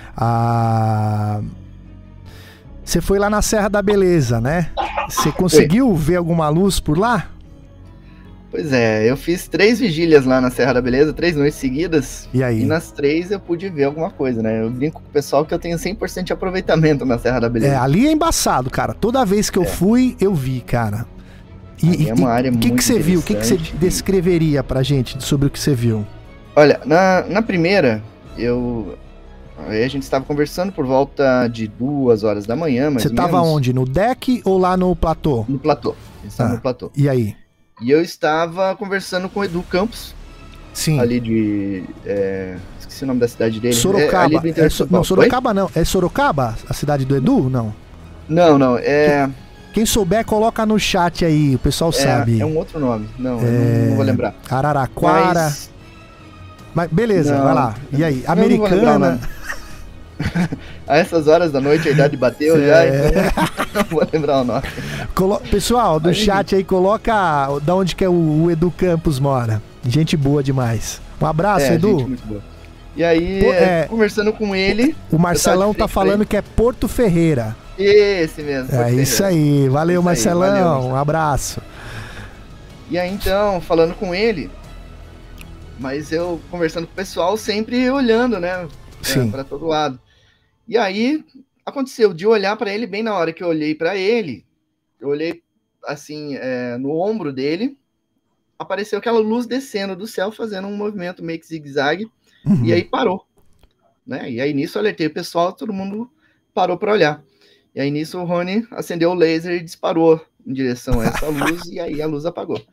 Ah, você foi lá na Serra da Beleza, né? Você conseguiu Oi. ver alguma luz por lá? Pois é, eu fiz três vigílias lá na Serra da Beleza, três noites seguidas. E aí? E nas três eu pude ver alguma coisa, né? Eu brinco com o pessoal que eu tenho cem por cento de aproveitamento na Serra da Beleza. É, ali é embaçado, cara. Toda vez que eu é. fui, eu vi, cara. E é uma área o que, que você viu? O que, que você e... descreveria pra gente sobre o que você viu? Olha, na, na primeira, eu... Aí a gente estava conversando por volta de duas horas da manhã, mais Você ou tava menos. onde? No deck ou lá no platô? No platô. Estava Ah, no platô. E aí? E eu estava conversando com o Edu Campos. Sim. Ali de... É... Esqueci o nome da cidade dele. Sorocaba. É, ali do é so... Não, Sorocaba Oi? não. É Sorocaba? A cidade do Edu? Não. Não, não. É... Quem souber, coloca no chat aí. O pessoal é, sabe. É um outro nome. Não, é... eu não, não vou lembrar. Araraquara. Mas... Mas beleza, não, vai lá. E aí? Americana... A essas horas da noite a idade bateu é. já, então não vou lembrar o nome. Colo... Pessoal, do aí, chat aí, coloca da onde que é o, o Edu Campos mora. Gente boa demais. Um abraço, é, Edu. Gente muito boa. E aí, Pô, é... conversando com ele... O Marcelão tá falando que é Porto Ferreira. Esse mesmo. Porto é Ferreira. Isso aí. Valeu, isso Marcelão. Aí, valeu, Marcelão. Um abraço. E aí, então, falando com ele... Mas eu, conversando com o pessoal, sempre olhando, né? Sim. Pra todo lado. E aí, aconteceu de olhar para ele, bem na hora que eu olhei para ele, eu olhei, assim, é, no ombro dele, apareceu aquela luz descendo do céu, fazendo um movimento meio que zigue-zague, uhum. E aí parou. Né? E aí, nisso, eu alertei o pessoal, todo mundo parou para olhar. E aí, nisso, o Rony acendeu o laser e disparou em direção a essa luz, e aí a luz apagou.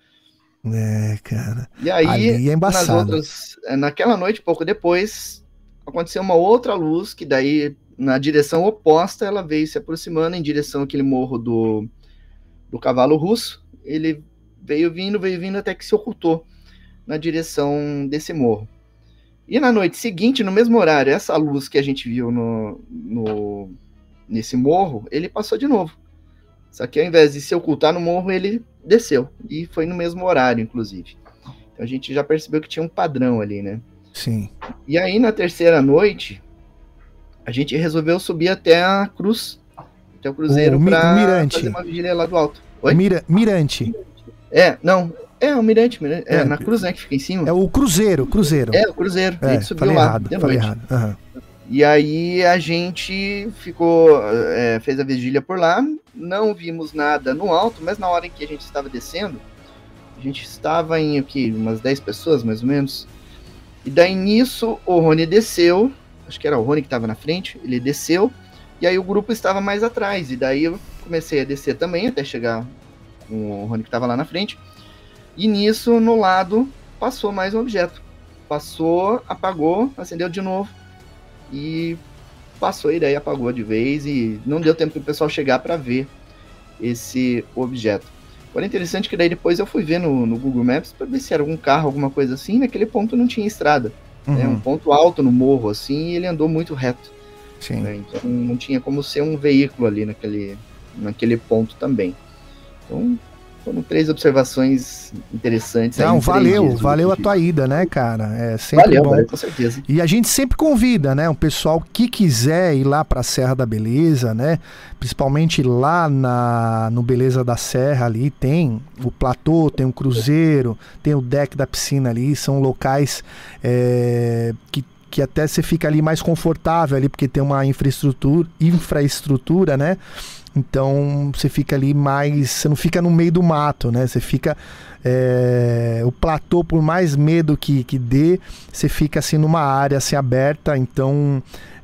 É, cara. E aí, é nas outras, naquela noite, pouco depois, aconteceu uma outra luz, que daí, na direção oposta, ela veio se aproximando em direção àquele morro do, do Cavalo Russo. Ele veio vindo, veio vindo, até que se ocultou na direção desse morro. E na noite seguinte, no mesmo horário, essa luz que a gente viu no, no, nesse morro, ele passou de novo. Só que ao invés de se ocultar no morro, ele desceu. E foi no mesmo horário, inclusive. Então a gente já percebeu que tinha um padrão ali, né? Sim. E aí, na terceira noite, a gente resolveu subir até a cruz, até o cruzeiro, para fazer uma vigília lá do alto. Oi? Mira, mirante. É, não, é o mirante, mirante é, é na cruz, né, que fica em cima. É o cruzeiro, cruzeiro. É, o cruzeiro, é, a gente subiu falei lá, errado, de falei noite. Errado. Uhum. E aí a gente ficou, é, fez a vigília por lá, não vimos nada no alto, mas na hora em que a gente estava descendo, a gente estava em, o quê, umas dez pessoas, mais ou menos. E daí nisso o Rony desceu, acho que era o Rony que estava na frente, ele desceu, e aí o grupo estava mais atrás, e daí eu comecei a descer também, até chegar com o Rony que estava lá na frente, e nisso, no lado, passou mais um objeto. Passou, apagou, acendeu de novo, e passou e daí apagou de vez, e não deu tempo para o pessoal chegar para ver esse objeto. Agora é interessante que daí depois eu fui ver no, no Google Maps para ver se era algum carro, alguma coisa assim. Naquele ponto não tinha estrada, uhum. né? Um ponto alto no morro assim, e ele andou muito reto. Sim. Né? Então não tinha como ser um veículo ali naquele, naquele ponto também. Então foram três observações interessantes. Não, aí, valeu, dias, valeu a tua ida, né, cara? É sempre valeu, bom. valeu, com certeza. E a gente sempre convida, né, o pessoal que quiser ir lá pra Serra da Beleza, né, principalmente lá na, no Beleza da Serra ali, tem o platô, tem o cruzeiro, tem o deck da piscina ali, são locais é, que que até você fica ali mais confortável ali, porque tem uma infraestrutura, infraestrutura, né? Então você fica ali mais, você não fica no meio do mato, né? Você fica é, o platô, por mais medo que, que dê, você fica assim numa área assim aberta. Então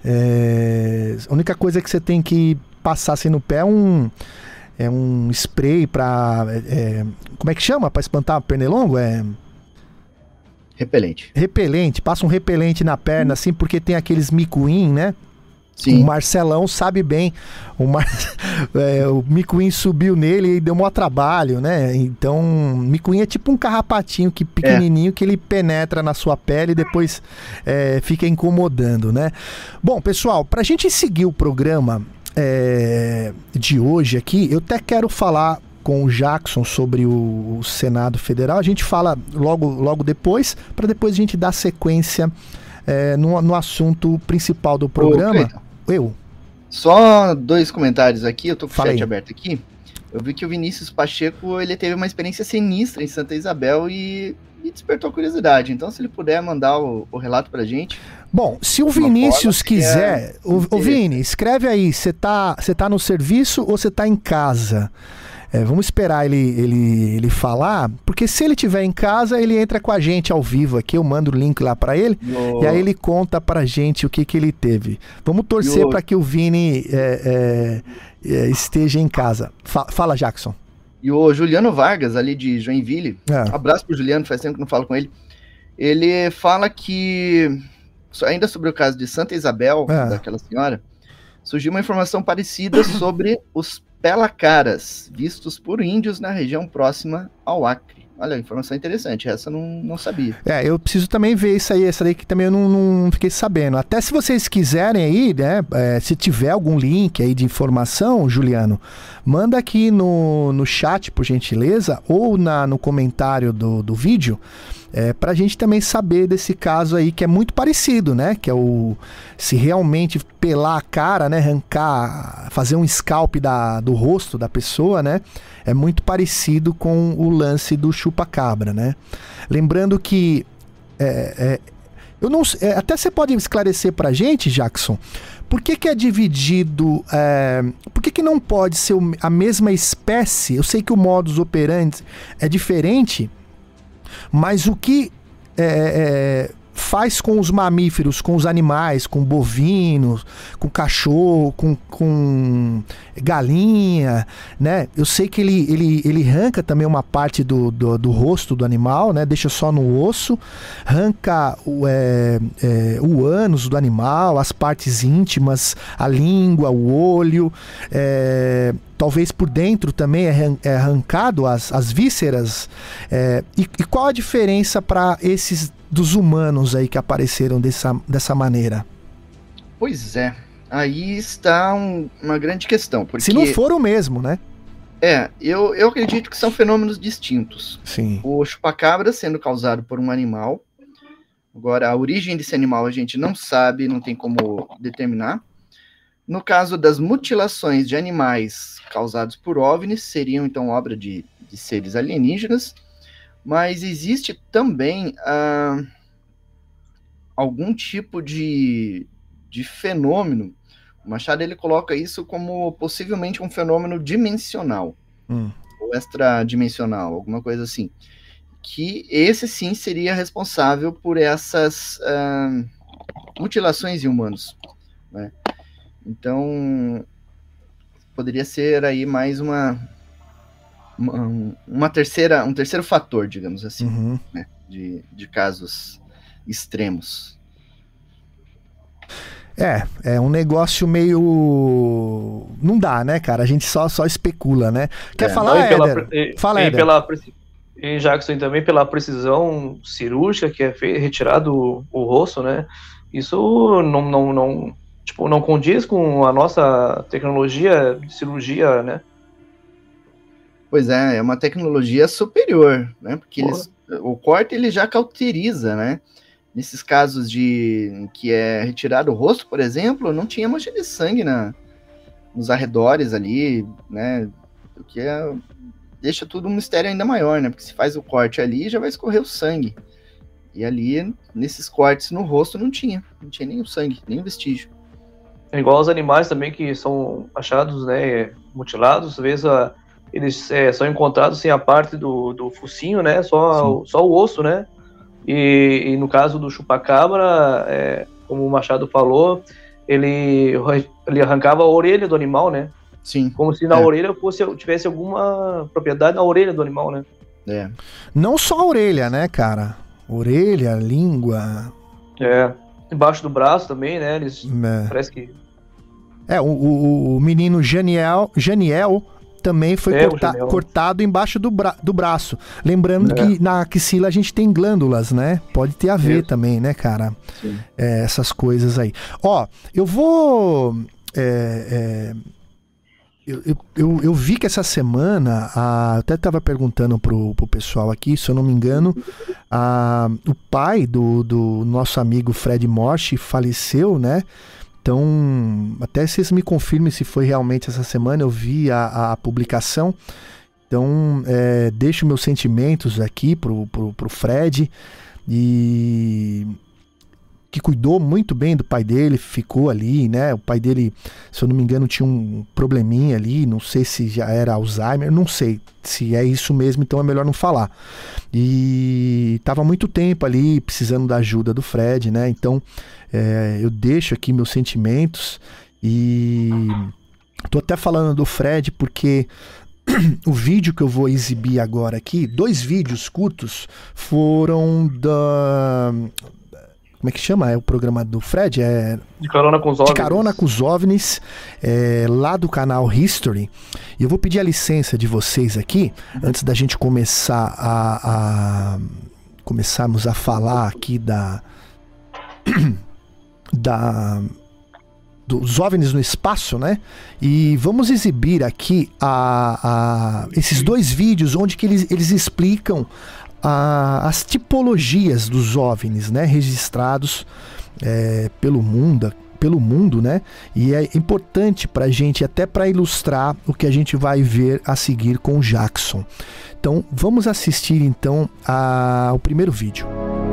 é, a única coisa que você tem que passar assim no pé é um é um spray para é, como é que chama para espantar pernilongo? É repelente. Repelente, passa um repelente na perna, assim, porque tem aqueles micuim, né? Sim. O Marcelão sabe bem. O, Mar... é, o micuim subiu nele e deu maior trabalho, né? Então, micuim é tipo um carrapatinho que, pequenininho, é. que ele penetra na sua pele e depois é, fica incomodando, né? Bom, pessoal, pra gente seguir o programa é, de hoje aqui, eu até quero falar com o Jackson sobre o, o Senado Federal. A gente fala logo, logo depois, para depois a gente dar sequência é, no, no assunto principal do programa. Ô, eu. Só dois comentários aqui, eu tô com o Fala chat aí. aberto aqui. Eu vi que o Vinícius Pacheco, ele teve uma experiência sinistra em Santa Isabel e, e despertou curiosidade. Então, se ele puder mandar o, o relato pra gente. Bom, se o Vinícius forma, quiser... O, o Vini, escreve aí, você tá, você tá no serviço ou você tá em casa? É, vamos esperar ele, ele, ele falar, porque se ele estiver em casa, ele entra com a gente ao vivo aqui, eu mando o link lá pra ele, No... e aí ele conta pra gente o que, que ele teve. Vamos torcer No... para que o Vini é, é, é, esteja em casa. Fa- fala, Jackson. E o Juliano Vargas, ali de Joinville, É. um abraço pro Juliano, faz tempo que não falo com ele, ele fala que, ainda sobre o caso de Santa Isabel, É. daquela senhora, surgiu uma informação parecida sobre os pelacaras, vistos por índios na região próxima ao Acre. Olha, informação interessante, essa eu não, não sabia. É, eu preciso também ver isso aí, essa daí que também eu não, não fiquei sabendo. Até se vocês quiserem aí, né, é, se tiver algum link aí de informação, Juliano, manda aqui no, no chat, por gentileza, ou na, no comentário do, do vídeo, é, pra gente também saber desse caso aí, que é muito parecido, né, que é o, se realmente pelar a cara, né, arrancar, fazer um scalp da, do rosto da pessoa, né, é muito parecido com o lance do chupa-cabra, né? Lembrando que é, é, eu não, é, até você pode esclarecer pra gente, Jackson, por que que é dividido, é, por que que não pode ser a mesma espécie? Eu sei que o modus operandi é diferente, mas o que é, é, faz com os mamíferos, com os animais, com bovinos, com cachorro, com, com galinha, né? Eu sei que ele, ele, ele arranca também uma parte do, do, do rosto do animal, né? Deixa só no osso, arranca o, é, é, o ânus do animal, as partes íntimas, a língua, o olho, é, talvez por dentro também é arrancado as, as vísceras. É, e, e qual a diferença para esses dos humanos aí que apareceram dessa, dessa maneira? Pois é, aí está um, uma grande questão. Porque, se não for o mesmo, né? É, eu, eu acredito que são fenômenos distintos. Sim. O chupacabra sendo causado por um animal. Agora, a origem desse animal a gente não sabe, não tem como determinar. No caso das mutilações de animais causados por OVNIs, seriam então obra de, de seres alienígenas. Mas existe também ah, algum tipo de, de fenômeno. O Machado ele coloca isso como possivelmente um fenômeno dimensional, hum. ou extradimensional, alguma coisa assim. Que esse sim seria responsável por essas ah, mutilações em humanos, né? Então, poderia ser aí mais uma... Uma, uma terceira, um terceiro fator, digamos assim, uhum. né, de, de casos extremos. É, é um negócio meio... Não dá, né, cara? A gente só, só especula, né? Quer É, falar, e pela, Éder? e, Fala, e Éder. pela, e Jackson, também pela precisão cirúrgica que é feita, retirado o, o rosto, né? Isso não, não, não, tipo, não condiz com a nossa tecnologia de cirurgia, né? Pois é, é uma tecnologia superior, né? Porque eles, o corte ele já cauteriza, né? Nesses casos de que é retirado o rosto, por exemplo, não tinha mancha de sangue na, nos arredores ali, né? O que é, deixa tudo um mistério ainda maior, né? Porque se faz o corte ali, já vai escorrer o sangue. E ali, nesses cortes no rosto, não tinha. Não tinha nem o sangue, nem o vestígio. É igual os animais também que são achados, né, mutilados, às vezes a, eles é, são encontrados sem a parte do, do focinho, né, só, só o osso, né, e, e no caso do chupacabra, é, como o Machado falou, ele, ele arrancava a orelha do animal, né, Sim. como se na é. orelha fosse, tivesse alguma propriedade na orelha do animal, né. É. Não só a orelha, né, cara? Orelha, língua... É, embaixo do braço também, né, eles, É. parece que... É, o, o, o menino Janiel, Janiel também foi É, o corta, Janiel. cortado embaixo do, bra, do braço. Lembrando É. que na axila a gente tem glândulas, né? Pode ter a ver Isso. também, né, cara? Sim. É, essas coisas aí. Ó, eu vou... é, é, eu, eu, eu, eu vi que essa semana, a, eu até estava perguntando pro, pro pessoal aqui, se eu não me engano, a, o pai do, do nosso amigo Fred Morsch faleceu, né? Então, até vocês me confirmem se foi realmente essa semana, eu vi a, a publicação. Então, é, deixo meus sentimentos aqui pro, pro, pro Fred, e que cuidou muito bem do pai dele, ficou ali, né? O pai dele, se eu não me engano, tinha um probleminha ali, não sei se já era Alzheimer, não sei se é isso mesmo, então é melhor não falar. E tava muito tempo ali precisando da ajuda do Fred, né? Então, é, eu deixo aqui meus sentimentos, e tô até falando do Fred porque o vídeo que eu vou exibir agora aqui, dois vídeos curtos, foram da... Como é que chama? É o programa do Fred? É... De carona com os ovnis. De carona com os ovnis, é, lá do canal History. E eu vou pedir a licença de vocês aqui, antes da gente começar a, a começarmos a falar aqui da da dos OVNIs no espaço, né? E vamos exibir aqui a, a, esses dois vídeos onde que eles, eles explicam a, as tipologias dos OVNIs, né? Registrados é, pelo mundo, pelo mundo, né? E é importante para a gente, até para ilustrar o que a gente vai ver a seguir com o Jackson. Então, vamos assistir então a, ao primeiro vídeo.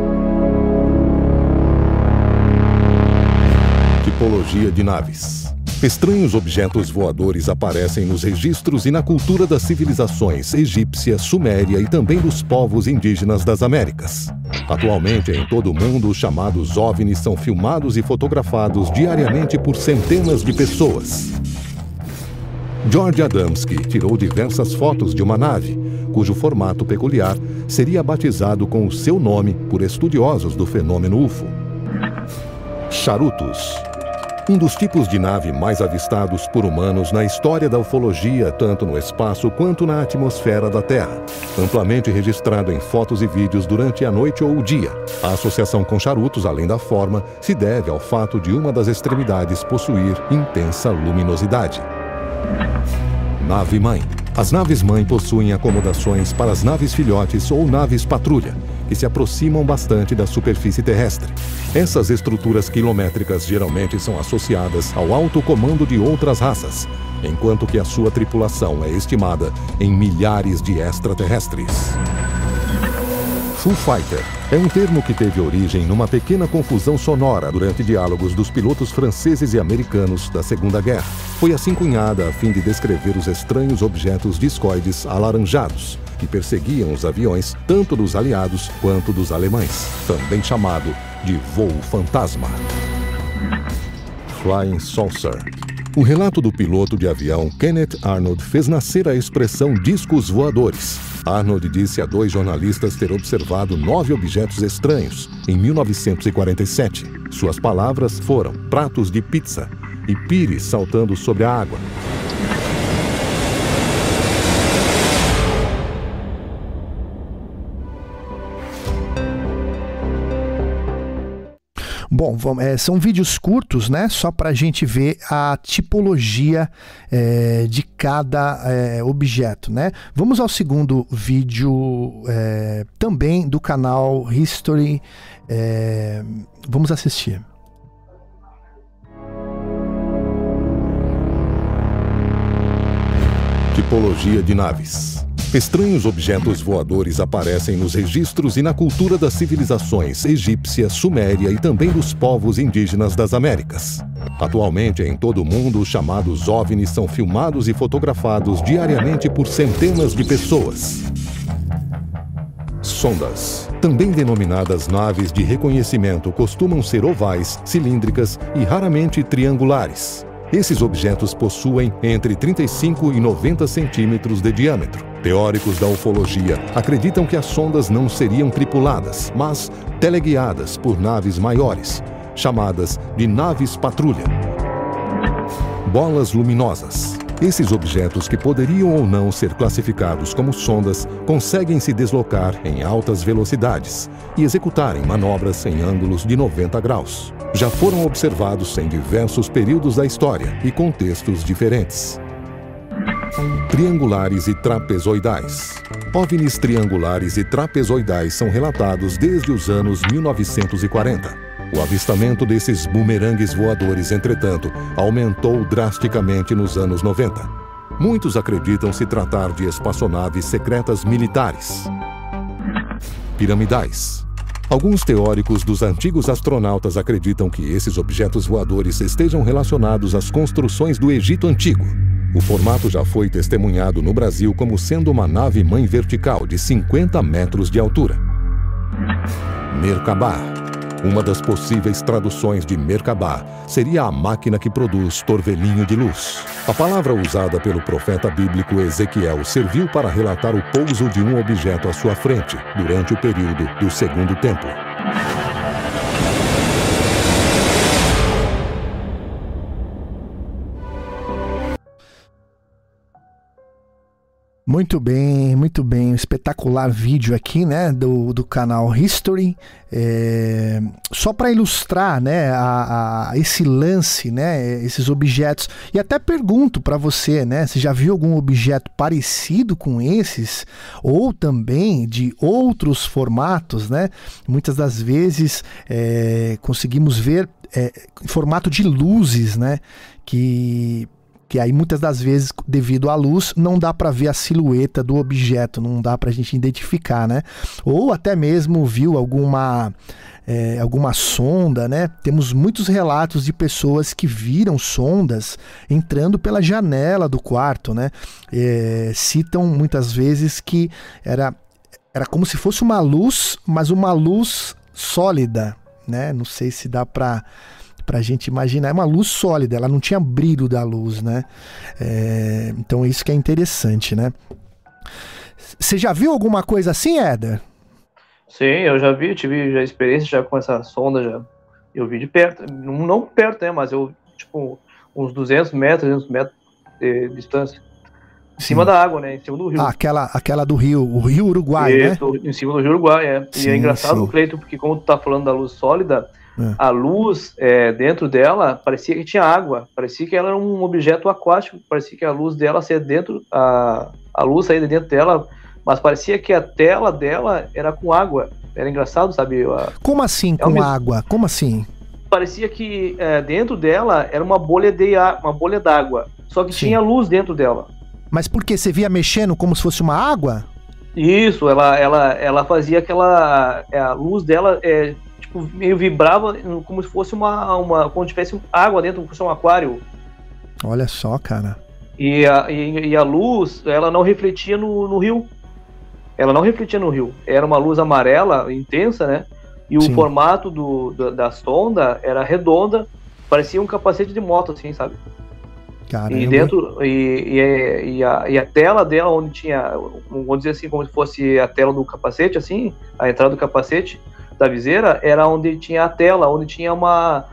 Tipologia de naves. Estranhos objetos voadores aparecem nos registros e na cultura das civilizações egípcia, suméria e também dos povos indígenas das Américas. Atualmente, em todo o mundo, os chamados OVNIs são filmados e fotografados diariamente por centenas de pessoas. George Adamski tirou diversas fotos de uma nave, cujo formato peculiar seria batizado com o seu nome por estudiosos do fenômeno U F O. Charutos. Um dos tipos de nave mais avistados por humanos na história da ufologia, tanto no espaço quanto na atmosfera da Terra. Amplamente registrado em fotos e vídeos durante a noite ou o dia. A associação com charutos, além da forma, se deve ao fato de uma das extremidades possuir intensa luminosidade. Nave-mãe. As naves-mãe possuem acomodações para as naves filhotes ou naves patrulha, que se aproximam bastante da superfície terrestre. Essas estruturas quilométricas geralmente são associadas ao alto comando de outras raças, enquanto que a sua tripulação é estimada em milhares de extraterrestres. Foo Fighter é um termo que teve origem numa pequena confusão sonora durante diálogos dos pilotos franceses e americanos da Segunda Guerra. Foi assim cunhada a fim de descrever os estranhos objetos discoides alaranjados que perseguiam os aviões, tanto dos aliados quanto dos alemães, também chamado de voo fantasma. Flying Saucer. O relato do piloto de avião Kenneth Arnold fez nascer a expressão discos voadores. Arnold disse a dois jornalistas ter observado nove objetos estranhos em mil novecentos e quarenta e sete. Suas palavras foram pratos de pizza e pires saltando sobre a água. Bom, vamos, é, são vídeos curtos, né? Só para a gente ver a tipologia é, de cada é, objeto, né? Vamos ao segundo vídeo é, também do canal History. É, vamos assistir. Tipologia de naves. Estranhos objetos voadores aparecem nos registros e na cultura das civilizações egípcia, suméria e também dos povos indígenas das Américas. Atualmente, em todo o mundo, os chamados OVNIs são filmados e fotografados diariamente por centenas de pessoas. Sondas, também denominadas naves de reconhecimento, costumam ser ovais, cilíndricas e raramente triangulares. Esses objetos possuem entre trinta e cinco e noventa centímetros de diâmetro. Teóricos da ufologia acreditam que as sondas não seriam tripuladas, mas teleguiadas por naves maiores, chamadas de naves patrulha. Bolas luminosas. Esses objetos, que poderiam ou não ser classificados como sondas, conseguem se deslocar em altas velocidades e executarem manobras em ângulos de noventa graus. Já foram observados em diversos períodos da história e contextos diferentes. Triangulares e trapezoidais. OVNIs triangulares e trapezoidais são relatados desde os anos mil novecentos e quarenta. O avistamento desses bumerangues voadores, entretanto, aumentou drasticamente nos anos noventa. Muitos acreditam se tratar de espaçonaves secretas militares. Piramidais. Alguns teóricos dos antigos astronautas acreditam que esses objetos voadores estejam relacionados às construções do Egito Antigo. O formato já foi testemunhado no Brasil como sendo uma nave-mãe vertical de cinquenta metros de altura. Merkabah. Uma das possíveis traduções de Merkabah seria a máquina que produz torvelinho de luz. A palavra usada pelo profeta bíblico Ezequiel serviu para relatar o pouso de um objeto à sua frente durante o período do Segundo Templo. Muito bem, muito bem. Um espetacular vídeo aqui, né, do, do canal History. É, só para ilustrar, né, a, a, esse lance, né, esses objetos. E até pergunto para você, né, você já viu algum objeto parecido com esses? Ou também de outros formatos, né? Muitas das vezes é, conseguimos ver é, em formato de luzes, né, que... que aí muitas das vezes, devido à luz, não dá para ver a silhueta do objeto, não dá para a gente identificar, né? Ou até mesmo viu alguma, é, alguma sonda, né? Temos muitos relatos de pessoas que viram sondas entrando pela janela do quarto, né? É, citam muitas vezes que era, era como se fosse uma luz, mas uma luz sólida, né? Não sei se dá para... pra gente imaginar, é uma luz sólida, ela não tinha brilho da luz, né? É, então isso que é interessante, né? Você já viu alguma coisa assim, Éder? Sim, eu já vi, tive já experiência já com essa sonda, já. Eu vi de perto, não, não perto, né, mas eu, tipo, uns duzentos metros, trezentos metros de distância. Em cima da água, né, em cima do rio. Ah, aquela, aquela do rio, o rio Uruguai, Isso, né? Em cima do rio Uruguai, é. Sim, e é engraçado, sim. Cleiton, porque como tu tá falando da luz sólida, É. a luz é, dentro dela parecia que tinha água, parecia que ela era um objeto aquático, parecia que a luz dela saía dentro, a, a luz saía de dentro dela, mas parecia que a tela dela era com água. Era engraçado, sabe? A, Como assim é um com mis- água? Como assim? Parecia que é, dentro dela era uma bolha de a- uma bolha d'água, só que Sim. tinha luz dentro dela. Mas por que você via mexendo como se fosse uma água? Isso, ela, ela, ela fazia aquela, a luz dela é, tipo, meio vibrava como se fosse uma, uma como se tivesse água dentro, como se fosse um aquário. Olha só, cara. E a, e, e a luz, ela não refletia no, no rio. Ela não refletia no rio. Era uma luz amarela, intensa, né? E o Sim. formato do, da, da sonda era redonda, parecia um capacete de moto, assim, sabe? Caramba. E dentro, e, e, e, a, e a tela dela, onde tinha, vamos dizer assim, como se fosse a tela do capacete, assim, a entrada do capacete, da viseira, era onde tinha a tela, onde tinha uma...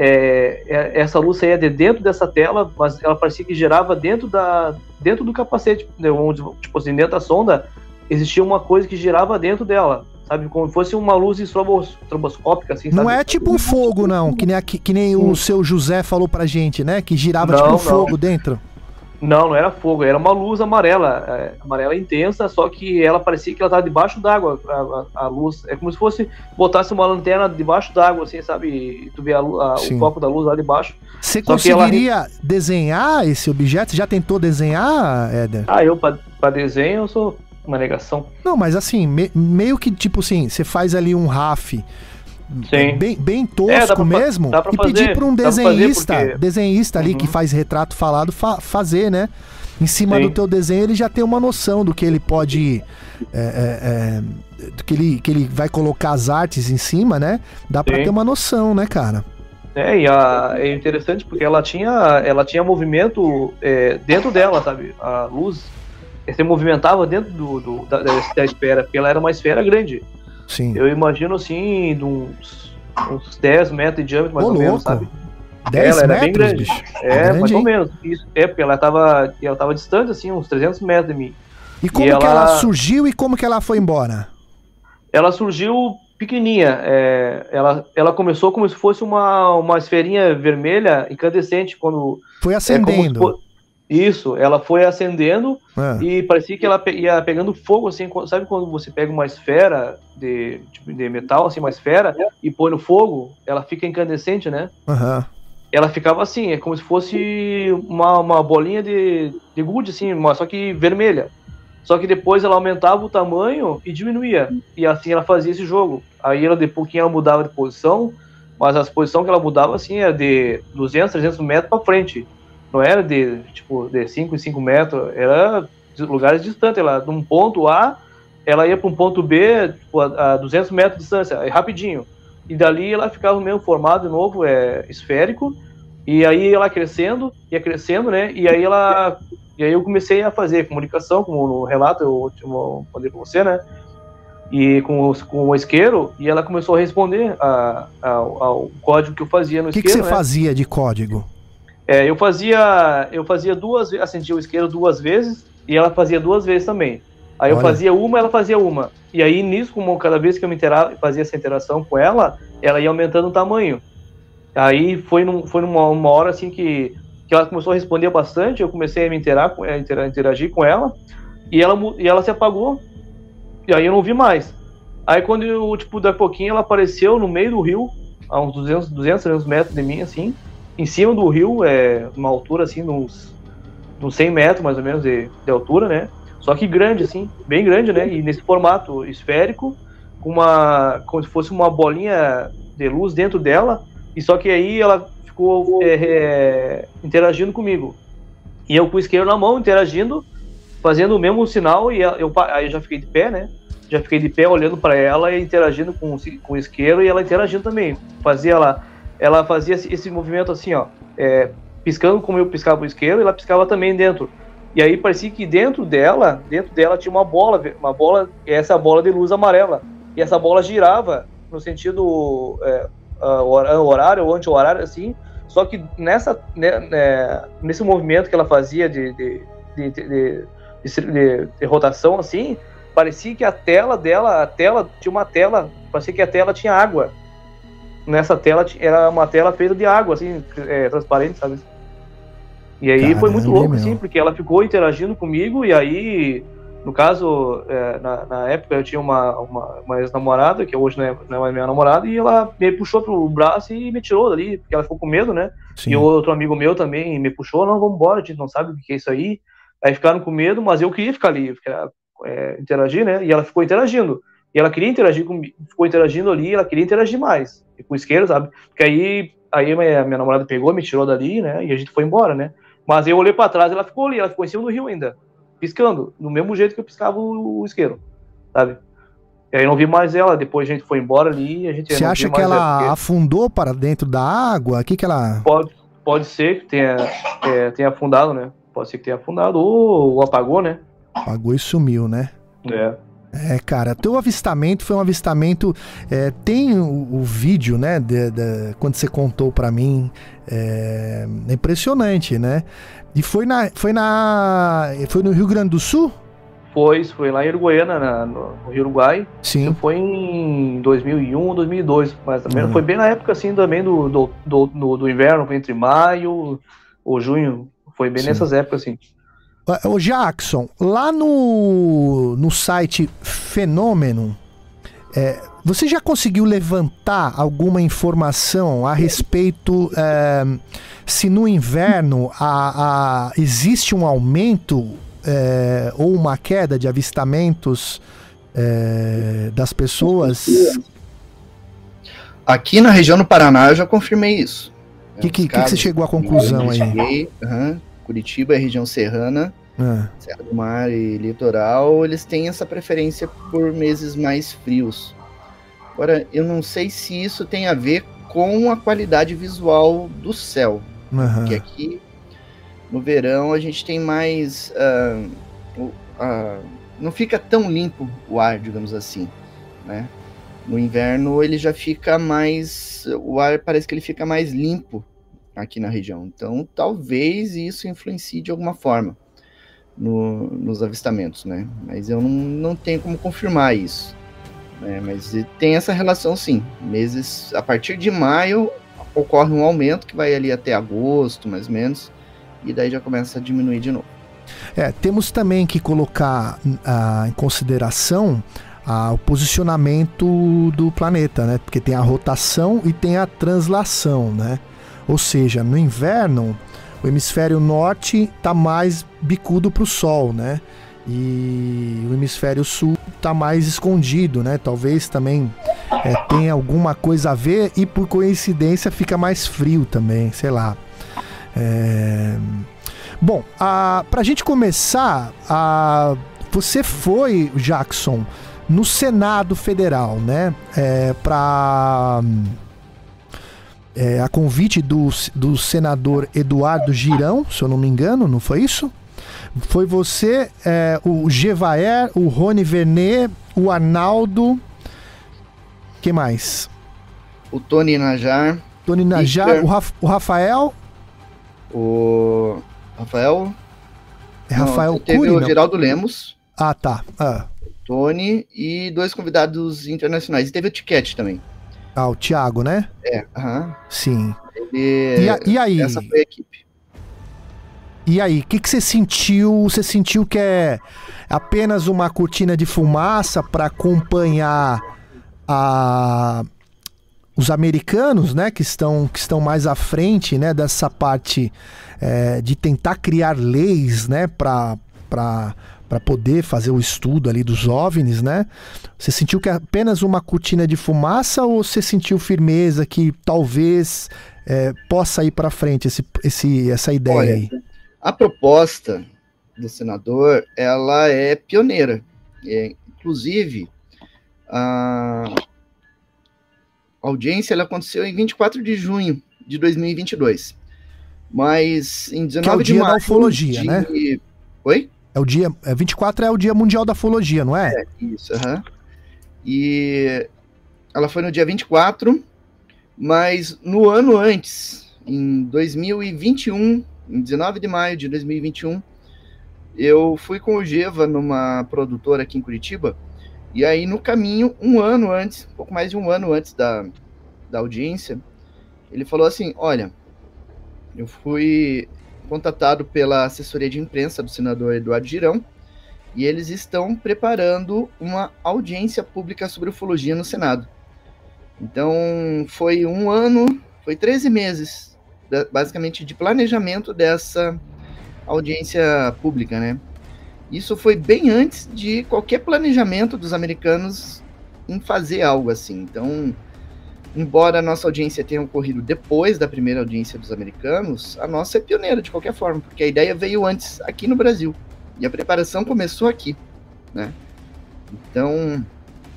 É, essa luz saía de dentro dessa tela, mas ela parecia que girava dentro, da, dentro do capacete, né, onde, tipo assim, dentro da sonda, existia uma coisa que girava dentro dela. sabe? Como se fosse uma luz estrobos, estroboscópica, assim, Não sabe? é tipo um fogo, não, que nem, aqui, que nem o seu José falou pra gente, né? Que girava Não, tipo um não. fogo dentro. Não, não era fogo, era uma luz amarela, é, amarela intensa, só que ela parecia que ela estava debaixo d'água, a, a, a luz. É como se fosse, botasse uma lanterna debaixo d'água, assim, sabe? E tu vê a, a, o foco da luz lá debaixo. Você Só que ela- conseguiria desenhar esse objeto? Você já tentou desenhar, Éder? Ah, eu, pra, pra desenho, eu sou uma negação. Não, mas assim, me- meio que tipo assim, você faz ali um R A F Sim. bem, bem tosco É, dá pra fa- mesmo dá pra e pedir fazer, para um dá pra fazer desenhista, porque- desenhista ali Uhum. que faz retrato falado fa- fazer, né? Em cima Sim. do teu desenho ele já tem uma noção do que ele pode, é, é, é, do que ele, que ele vai colocar as artes em cima, né? Dá pra Sim. ter uma noção, né, cara? É, e a, é interessante porque ela tinha, ela tinha movimento é, dentro dela, sabe? A luz se movimentava dentro do, do- da, da esfera, porque ela era uma esfera grande. Sim. Eu imagino assim, de uns, uns dez metros de diâmetro, mais Ô, ou menos, louco. sabe? dez ela era bem metros, grande. bicho. É, Grande, mais ou hein? menos. Isso, é, porque ela tava, ela tava distante, assim, uns trezentos metros de mim. E como E que ela ela- surgiu e como que ela foi embora? Ela surgiu pequenininha. é, ela, ela começou como se fosse uma, uma esferinha vermelha incandescente. Quando, Foi é como se acendendo. fo- Isso, ela foi acendendo Ah, e parecia que ela pe- ia pegando fogo, assim, quando- sabe quando você pega uma esfera de, tipo, de metal, assim, uma esfera, e põe no fogo, ela fica incandescente, né? aham. Ela ficava assim, é como se fosse uma, uma bolinha de, de gude, assim, uma- só que vermelha. Só que depois ela aumentava o tamanho e diminuía. E assim ela fazia esse jogo. Aí ela de pouquinho ela mudava de posição, mas as posições que ela mudava assim era de duzentos, trezentos metros para frente. Não era de tipo de cinco em cinco metros, era de lugares distantes. Ela de um ponto A, ela ia para um ponto B, tipo, a, a duzentos metros de distância, aí rapidinho. E dali ela ficava no mesmo formato de novo, é esférico. E aí ela crescendo, ia crescendo, né? E aí ela E aí eu comecei a fazer comunicação, como no relato eu, eu falei com você, né? E com, os, com o isqueiro, e ela começou a responder a, a, ao código que eu fazia no O que, isqueiro. que você né? fazia de código? É, eu fazia, eu fazia duas vezes, acendia o isqueiro duas vezes, e ela fazia duas vezes também. Aí eu Olha. fazia uma, ela fazia uma. E aí nisso, como cada vez que eu me intera- fazia essa interação com ela, ela ia aumentando o tamanho. Aí foi, num, foi numa uma hora assim que, que ela começou a responder bastante, eu comecei a me interar, com- a intera- interagir com ela, e ela, mu- e ela se apagou, e aí eu não vi mais. Aí quando eu, tipo, daqui a pouquinho ela apareceu no meio do rio, a uns duzentos, duzentos, trezentos metros de mim, assim, em cima do rio, é, uma altura assim, uns, uns cem metros mais ou menos de, de altura, né? Só que grande, assim, bem grande, né? E nesse formato esférico, com uma, como se fosse uma bolinha de luz dentro dela, e só que aí ela ficou é, é, interagindo comigo. E eu com o isqueiro na mão, interagindo, fazendo o mesmo sinal, e eu, aí eu já fiquei de pé, né? Já fiquei de pé olhando para ela e interagindo com, com o isqueiro, e ela interagindo também. Fazia ela, ela fazia esse, esse movimento assim, ó, é, piscando como eu piscava o isqueiro, e ela piscava também dentro. E aí parecia que dentro dela, dentro dela tinha uma bola, uma bola, essa bola de luz amarela. E essa bola girava no sentido é, horário ou anti-horário, assim. Só que nessa, né, né, nesse movimento que ela fazia de, de, de, de, de, de, de rotação, assim, parecia que a tela dela, a tela tinha uma tela, parecia que a tela tinha água. Nessa tela era uma tela feita de água, assim, é, transparente, sabe? E aí Caramba, foi muito louco, meu. assim, porque ela ficou interagindo comigo, e aí, no caso, é, na, na época eu tinha uma, uma, uma ex-namorada, que hoje não é, não é minha namorada, e ela me puxou pro braço e me tirou dali, porque ela ficou com medo, né? Sim. E outro amigo meu também me puxou, não, vamos embora, a gente não sabe o que é isso aí. Aí ficaram com medo, mas eu queria ficar ali, ficar, é, interagir, né? E ela ficou interagindo. E ela queria interagir comigo, ficou interagindo ali, ela queria interagir mais, e com o isqueiro, sabe? Porque aí, aí minha, minha namorada pegou, me tirou dali, né? E a gente foi embora, né? Mas eu olhei pra trás, ela ficou ali, ela ficou em cima do rio ainda, piscando, do mesmo jeito que eu piscava o, o isqueiro, sabe? E aí não vi mais ela, depois a gente foi embora ali e a gente Você não acha viu que mais ela porque afundou para dentro da água? O que que ela... Pode, pode ser que tenha, é, tenha afundado, né? Pode ser que tenha afundado ou, ou apagou, né? Apagou e sumiu, né? É. É, cara, teu avistamento foi um avistamento. É, tem o, o vídeo, né? De, de- quando você contou pra mim, é, é impressionante, né? E foi na, foi na, foi no Rio Grande do Sul? Foi, isso foi lá em Uruguaiana, na, no, no Rio Uruguai. Sim. Isso foi em dois mil e um, dois mil e dois, mas também Uhum. foi bem na época assim também do, do, do, do, do inverno, entre maio ou junho, foi bem Sim. nessas épocas assim. Ô Jackson, lá no, no site Fenômeno, é, você já conseguiu levantar alguma informação a respeito é, se no inverno a, a, existe um aumento é, ou uma queda de avistamentos é, das pessoas? Aqui na região do Paraná eu já confirmei isso. O que, que, que você chegou à conclusão aí? Cheguei, uhum, Curitiba é região serrana, Ah. Serra do Mar e litoral, eles têm essa preferência por meses mais frios. Agora, eu não sei se isso tem a ver com a qualidade visual do céu. Uhum. Porque aqui, no verão, a gente tem mais... Uh, uh, uh, não fica tão limpo o ar, digamos assim, né? No inverno, ele já fica mais... O ar parece que ele fica mais limpo aqui na região. Então, talvez isso influencie de alguma forma no, nos avistamentos, né? Mas eu não, não tenho como confirmar isso. Né? Mas tem essa relação, sim. Meses... A partir de maio, ocorre um aumento que vai ali até agosto, mais ou menos. E daí já começa a diminuir de novo. É, temos também que colocar uh, em consideração uh, o posicionamento do planeta, né? Porque tem a rotação e tem a translação, né? Ou seja, no inverno, o hemisfério norte está mais bicudo para o sol, né? E o hemisfério sul está mais escondido, né? Talvez também é, tenha alguma coisa a ver e por coincidência fica mais frio também, sei lá. É... Bom, a, pra gente começar, a, você foi, Jackson, no Senado Federal, né? É, pra, é, a convite do, do senador Eduardo Girão, se eu não me engano, não foi isso? Foi você, é, o Gevaer, o Rony Vernet, o Arnaldo, que mais? O Tony Najar. Tony Najar, o, Raf, o Rafael... O Rafael... É Rafael não, teve Cury, o não? Geraldo Lemos. Ah, tá. Ah. Tony e dois convidados internacionais. E teve o Tiquete também. Ah, o Thiago, né? É, aham. Uh-huh. Sim. Ele, e, a, e aí? Essa foi a equipe. E aí, o que, que você sentiu? Você sentiu que é apenas uma cortina de fumaça para acompanhar a... os americanos, né, que estão, que estão mais à frente, né, dessa parte é, de tentar criar leis, né, para para poder fazer o estudo ali dos OVNIs, né? Você sentiu que é apenas uma cortina de fumaça ou você sentiu firmeza que talvez é, possa ir para frente esse, esse, essa ideia? Olha, aí? A proposta do senador, ela é pioneira. É, inclusive, a A audiência ela aconteceu em vinte e quatro de junho de dois mil e vinte e dois. Mas em dezenove de maio... Que é o dia da ufologia, de... né? Oi? É o dia... É vinte e quatro é o dia mundial da ufologia, não é? É, isso, aham. Uhum. E ela foi no dia vinte e quatro, mas no ano antes, em dois mil e vinte e um, em dezenove de maio de dois mil e vinte e um, eu fui com o Geva numa produtora aqui em Curitiba. E aí, no caminho, um ano antes, um pouco mais de um ano antes da, da audiência, ele falou assim, olha, eu fui contatado pela assessoria de imprensa do senador Eduardo Girão, e eles estão preparando uma audiência pública sobre ufologia no Senado. Então, foi um ano, foi treze meses, basicamente, de planejamento dessa audiência pública, né? Isso foi bem antes de qualquer planejamento dos americanos em fazer algo assim. Então, embora a nossa audiência tenha ocorrido depois da primeira audiência dos americanos, a nossa é pioneira de qualquer forma, porque a ideia veio antes aqui no Brasil. E a preparação começou aqui, né? Então,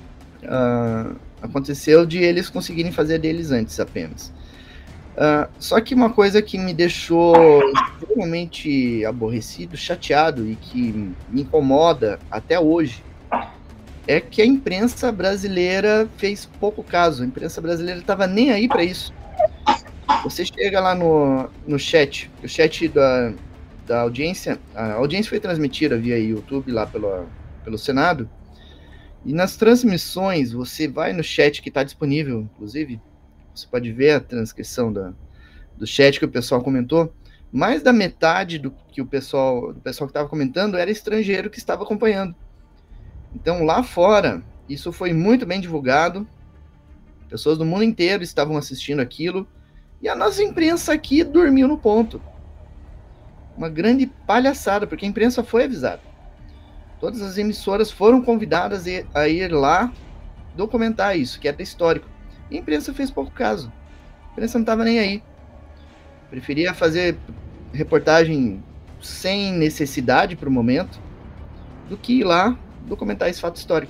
uh, aconteceu de eles conseguirem fazer deles antes apenas. Uh, só que uma coisa que me deixou extremamente aborrecido, chateado e que me incomoda até hoje é que a imprensa brasileira fez pouco caso. A imprensa brasileira estava nem aí para isso. Você chega lá no, no chat, o chat da, da audiência, a audiência foi transmitida via YouTube lá pela, pelo Senado. E nas transmissões, você vai no chat que está disponível, inclusive, você pode ver a transcrição da, do chat que o pessoal comentou. Mais da metade do que o pessoal, do pessoal que estava comentando era estrangeiro que estava acompanhando. Então, lá fora, isso foi muito bem divulgado. Pessoas do mundo inteiro estavam assistindo aquilo. E a nossa imprensa aqui dormiu no ponto. Uma grande palhaçada, porque a imprensa foi avisada. Todas as emissoras foram convidadas a ir lá documentar isso, que era histórico. E a imprensa fez pouco caso. A imprensa não estava nem aí. Preferia fazer reportagem sem necessidade para o momento do que ir lá documentar esse fato histórico.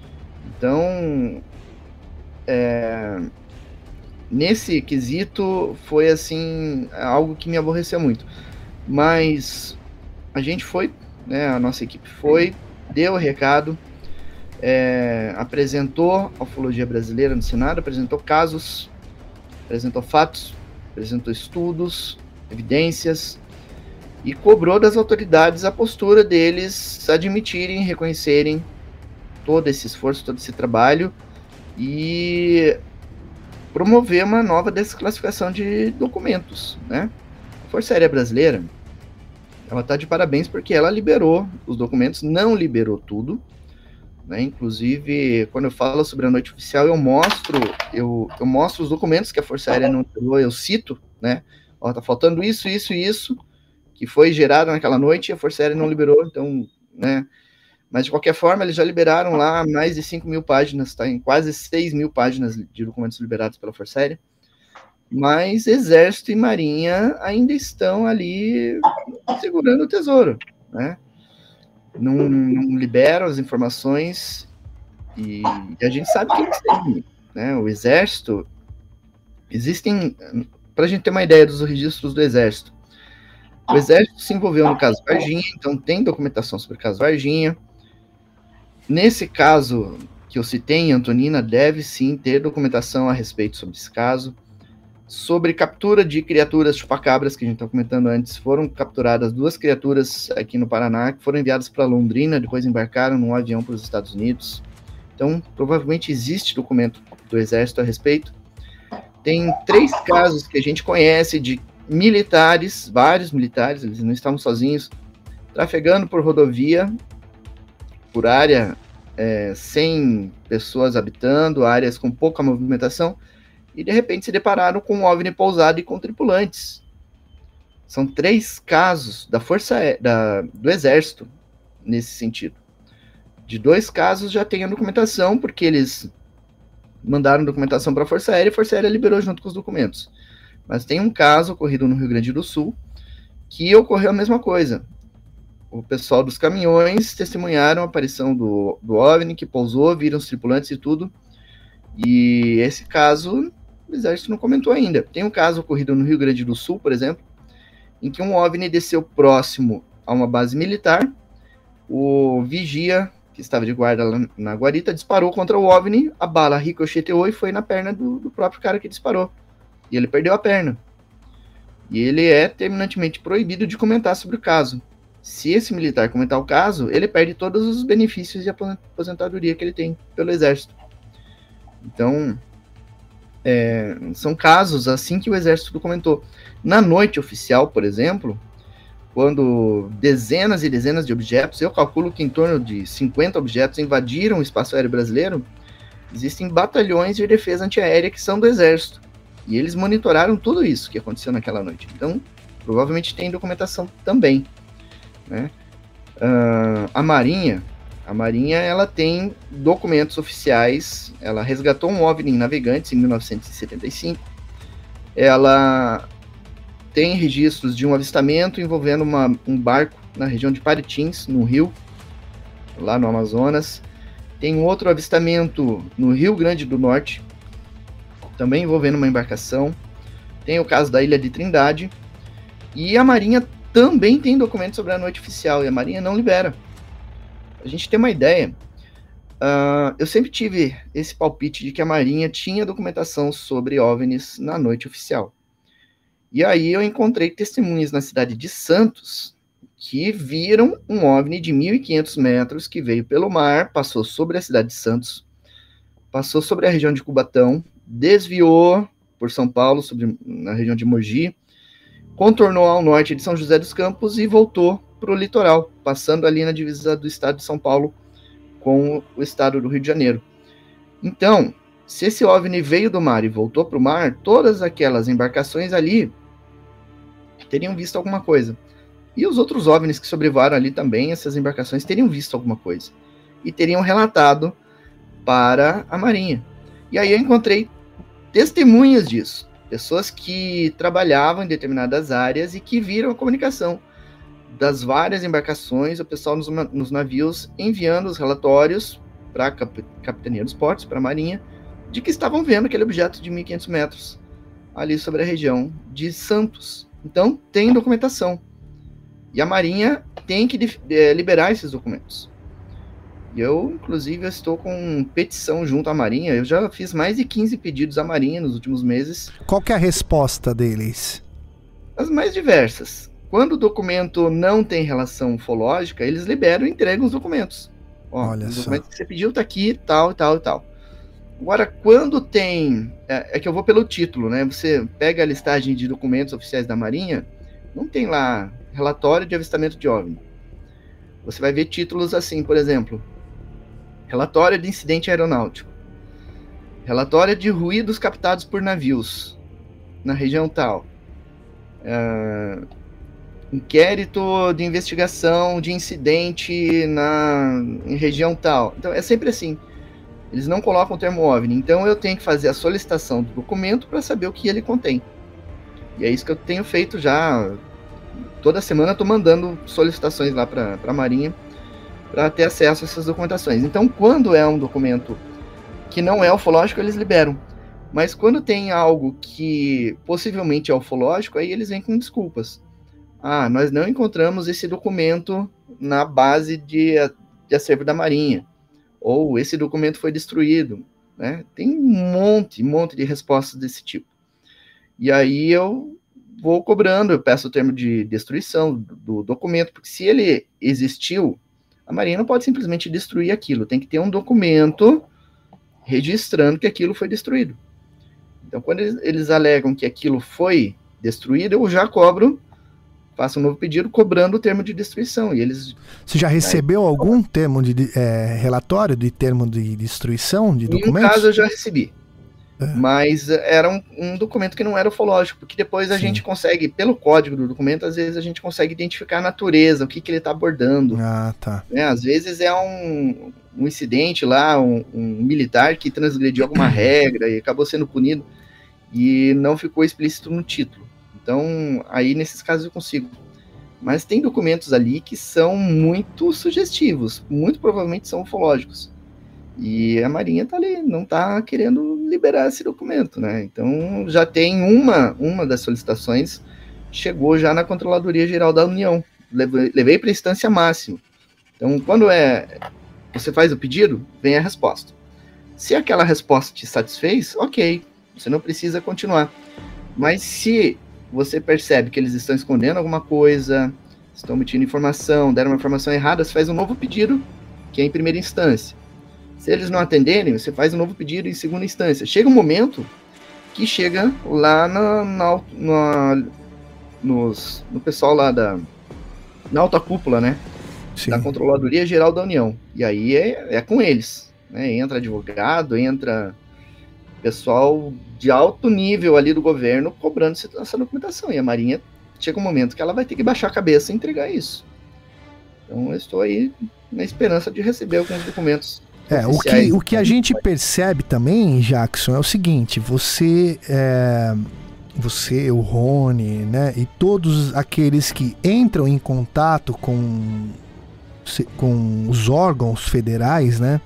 Então, é, nesse quesito, foi assim, algo que me aborreceu muito. Mas a gente foi, né, a nossa equipe foi, deu o recado, é, apresentou a ufologia brasileira no Senado, apresentou casos, apresentou fatos, apresentou estudos, evidências, e cobrou das autoridades a postura deles admitirem, reconhecerem todo esse esforço, todo esse trabalho, e promover uma nova desclassificação de documentos, né? A Força Aérea Brasileira, ela está de parabéns porque ela liberou os documentos, não liberou tudo, né? Inclusive, quando eu falo sobre a noite oficial, eu mostro, eu, eu mostro os documentos que a Força Aérea não liberou, eu cito, né? Ó, tá faltando isso, isso e isso, que foi gerado naquela noite e a Força Aérea não liberou, então, né? Mas, de qualquer forma, eles já liberaram lá mais de cinco mil páginas, está em quase seis mil páginas de documentos liberados pela Força Aérea. Mas Exército e Marinha ainda estão ali segurando o tesouro, né? Não, não liberam as informações e, e a gente sabe que eles têm, né? O Exército, existem, para a gente ter uma ideia dos registros do Exército, o Exército se envolveu no caso Varginha, então tem documentação sobre o caso Varginha. Nesse caso que eu citei em Antonina, deve sim ter documentação a respeito sobre esse caso. Sobre captura de criaturas chupacabras, que a gente estava comentando antes, foram capturadas duas criaturas aqui no Paraná, que foram enviadas para Londrina, depois embarcaram num avião para os Estados Unidos. Então, provavelmente existe documento do Exército a respeito. Tem três casos que a gente conhece de militares, vários militares, eles não estavam sozinhos, trafegando por rodovia, por área é, sem pessoas habitando, áreas com pouca movimentação, e de repente se depararam com um OVNI pousado e com tripulantes. São três casos da Força da, do Exército nesse sentido. De dois casos já tem a documentação, porque eles mandaram documentação para a Força Aérea e a Força Aérea liberou junto com os documentos. Mas tem um caso ocorrido no Rio Grande do Sul que ocorreu a mesma coisa. O pessoal dos caminhões testemunharam a aparição do, do OVNI que pousou, viram os tripulantes e tudo. E esse caso o Exército não comentou ainda. Tem um caso ocorrido no Rio Grande do Sul, por exemplo, em que um OVNI desceu próximo a uma base militar, o vigia, que estava de guarda lá na guarita, disparou contra o OVNI, a bala ricocheteou e foi na perna do, do próprio cara que disparou. E ele perdeu a perna. E ele é terminantemente proibido de comentar sobre o caso. Se esse militar comentar o caso, ele perde todos os benefícios de aposentadoria que ele tem pelo Exército. Então, é, são casos assim que o Exército documentou. Na noite oficial, por exemplo, quando dezenas e dezenas de objetos, eu calculo que em torno de cinquenta objetos invadiram o espaço aéreo brasileiro, existem batalhões de defesa antiaérea que são do Exército. E eles monitoraram tudo isso que aconteceu naquela noite. Então, provavelmente tem documentação também, né? Uh, a Marinha, a Marinha, ela tem documentos oficiais. Ela resgatou um OVNI em Navegantes em mil novecentos e setenta e cinco. Ela tem registros de um avistamento envolvendo uma, um barco na região de Paritins, no Rio, lá no Amazonas. Tem um outro avistamento no Rio Grande do Norte, também envolvendo uma embarcação. Tem o caso da Ilha de Trindade. E a Marinha também tem documentos sobre a noite oficial, e a Marinha não libera. A gente tem uma ideia. Uh, eu sempre tive esse palpite de que a Marinha tinha documentação sobre OVNIs na noite oficial. E aí eu encontrei testemunhas na cidade de Santos que viram um OVNI de mil e quinhentos metros que veio pelo mar, passou sobre a cidade de Santos, passou sobre a região de Cubatão, desviou por São Paulo, sobre, na região de Mogi, contornou ao norte de São José dos Campos e voltou para o litoral, passando ali na divisa do estado de São Paulo com o estado do Rio de Janeiro. Então, se esse OVNI veio do mar e voltou para o mar, todas aquelas embarcações ali teriam visto alguma coisa. E os outros OVNIs que sobrevoaram ali também, essas embarcações, teriam visto alguma coisa. E teriam relatado para a Marinha. E aí eu encontrei testemunhas disso. Pessoas que trabalhavam em determinadas áreas e que viram a comunicação das várias embarcações, o pessoal nos, nos navios enviando os relatórios para a cap, Capitania dos Portos, para a Marinha, de que estavam vendo aquele objeto de mil e quinhentos metros ali sobre a região de Santos. Então, tem documentação. E a Marinha tem que é, liberar esses documentos. E eu, inclusive, eu estou com petição junto à Marinha. Eu já fiz mais de quinze pedidos à Marinha nos últimos meses. Qual que é a resposta deles? As mais diversas. Quando o documento não tem relação ufológica, eles liberam e entregam os documentos. Ó, Olha os só. documentos que você pediu tá aqui, tal, tal e tal. Agora, quando tem... É, é que eu vou pelo título, né? Você pega a listagem de documentos oficiais da Marinha, não tem lá relatório de avistamento de OVNI. Você vai ver títulos assim, por exemplo, relatório de incidente aeronáutico, relatório de ruídos captados por navios na região tal, uh, inquérito de investigação de incidente na em região tal. Então é sempre assim. Eles não colocam o termo OVNI. Então eu tenho que fazer a solicitação do documento para saber o que ele contém. E é isso que eu tenho feito já. Toda semana eu estou mandando solicitações lá para a Marinha para ter acesso a essas documentações. Então, quando é um documento que não é ufológico, eles liberam. Mas quando tem algo que possivelmente é ufológico, aí eles vêm com desculpas. Ah, nós não encontramos esse documento na base de, de acervo da Marinha. Ou esse documento foi destruído. Né? Tem um monte, um monte de respostas desse tipo. E aí eu vou cobrando, eu peço o termo de destruição do documento, porque se ele existiu, a Marinha não pode simplesmente destruir aquilo, tem que ter um documento registrando que aquilo foi destruído. Então, quando eles, eles alegam que aquilo foi destruído, eu já cobro, faço um novo pedido cobrando o termo de destruição. E eles... Você já recebeu aí, algum termo de é, relatório de termo de destruição de documentos? Em um caso eu já recebi. Mas era um, um documento que não era ufológico, porque depois a Sim. gente consegue, pelo código do documento, às vezes a gente consegue identificar a natureza, o que, que ele está abordando. Ah, tá. Né? Às vezes é um, um incidente lá, um, um militar que transgrediu alguma regra e acabou sendo punido e não ficou explícito no título. Então, aí nesses casos eu consigo. Mas tem documentos ali que são muito sugestivos, muito provavelmente são ufológicos. E a Marinha tá ali, não tá querendo liberar esse documento, né? Então já tem uma, uma das solicitações, chegou já na Controladoria Geral da União. Levei, levei para a instância máxima. Então, quando é você faz o pedido, vem a resposta. Se aquela resposta te satisfez, ok, você não precisa continuar. Mas se você percebe que eles estão escondendo alguma coisa, estão omitindo informação, deram uma informação errada, você faz um novo pedido, que é em primeira instância. Se eles não atenderem, você faz um novo pedido em segunda instância. Chega um momento que chega lá na, na, na, nos, no pessoal lá da na alta cúpula, né? Sim. Da Controladoria Geral da União. E aí é, é com eles. Né? Entra advogado, entra pessoal de alto nível ali do governo cobrando essa documentação. E a Marinha chega um momento que ela vai ter que baixar a cabeça e entregar isso. Então eu estou aí na esperança de receber alguns documentos. É, o que, o que a gente percebe também, Jackson, é o seguinte, você, é, você, o Rony, né, e todos aqueles que entram em contato com, com os órgãos federais, né,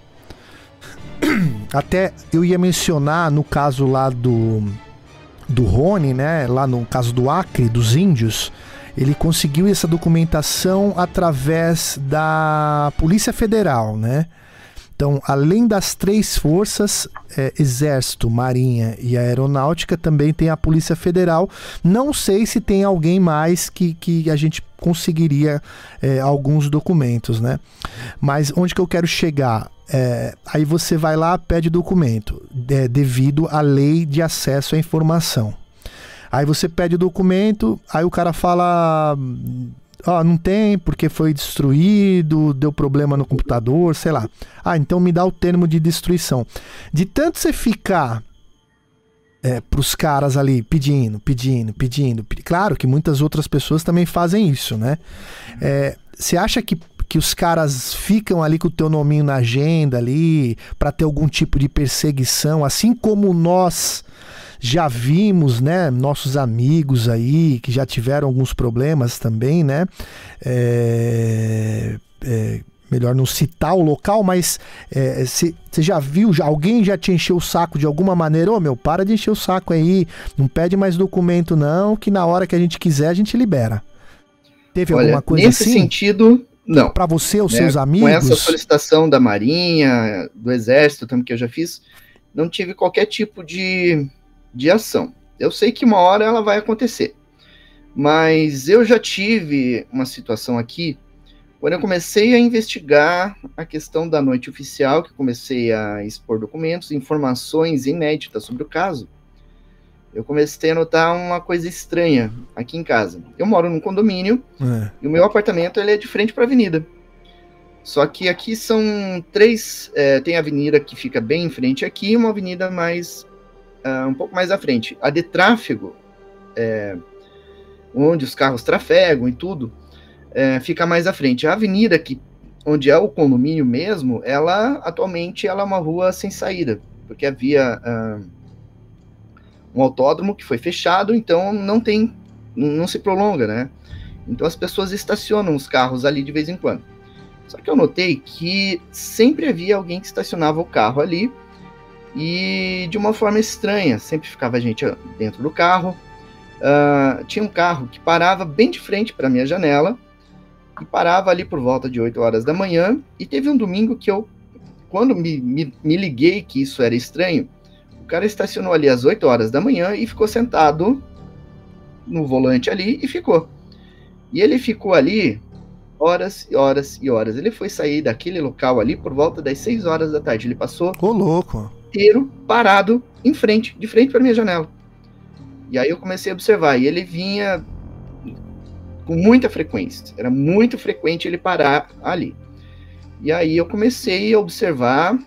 até eu ia mencionar no caso lá do, do Rony, né, lá no caso do Acre, dos índios, ele conseguiu essa documentação através da Polícia Federal, né, Então, além das três forças, é, Exército, Marinha e Aeronáutica, também tem a Polícia Federal. Não sei se tem alguém mais que, que a gente conseguiria é, alguns documentos, né? Mas onde que eu quero chegar? É, aí você vai lá, pede documento, é, devido à lei de acesso à informação. Aí você pede o documento, aí o cara fala... Ah, não tem porque foi destruído, deu problema no computador, sei lá. Ah, então me dá o termo de destruição. De tanto você ficar é, pros caras ali pedindo, pedindo, pedindo, pedindo. Claro que muitas outras pessoas também fazem isso, né? É, você acha que, que os caras ficam ali com o teu nominho na agenda ali para ter algum tipo de perseguição, assim como nós... Já vimos, né, nossos amigos aí que já tiveram alguns problemas também, né? É, é, melhor não citar o local, mas você é, já viu, já, alguém já te encheu o saco de alguma maneira? Ô, meu, para de encher o saco aí, não pede mais documento não, que na hora que a gente quiser a gente libera. Teve Olha, alguma coisa nesse assim? Nesse sentido, não. Para você, os né? seus amigos? Com essa solicitação da Marinha, do Exército também que eu já fiz, não tive qualquer tipo de... de ação. Eu sei que uma hora ela vai acontecer, mas eu já tive uma situação aqui, quando eu comecei a investigar a questão da noite oficial, que comecei a expor documentos, informações inéditas sobre o caso, eu comecei a notar uma coisa estranha aqui em casa. Eu moro num condomínio, é. e o meu apartamento ele é de frente para a avenida. Só que aqui são três, é, tem a avenida que fica bem em frente aqui, e uma avenida mais Uh, um pouco mais à frente. A de tráfego, é, onde os carros trafegam e tudo, é, fica mais à frente. A avenida, que, onde é o condomínio mesmo, ela, atualmente, ela é uma rua sem saída, porque havia uh, um autódromo que foi fechado, então não tem, não, não se prolonga, né? Então as pessoas estacionam os carros ali de vez em quando. Só que eu notei que sempre havia alguém que estacionava o carro ali, e de uma forma estranha, sempre ficava a gente dentro do carro, uh, tinha um carro que parava bem de frente para a minha janela, e parava ali por volta de oito horas da manhã, e teve um domingo que eu, quando me, me, me liguei que isso era estranho, o cara estacionou ali às oito horas da manhã e ficou sentado no volante ali, e ficou. E ele ficou ali horas e horas e horas, ele foi sair daquele local ali por volta das seis horas da tarde, ele passou... Ô, louco! inteiro parado em frente, de frente para minha janela. E aí eu comecei a observar, e ele vinha com muita frequência, era muito frequente ele parar ali. E aí eu comecei a observar,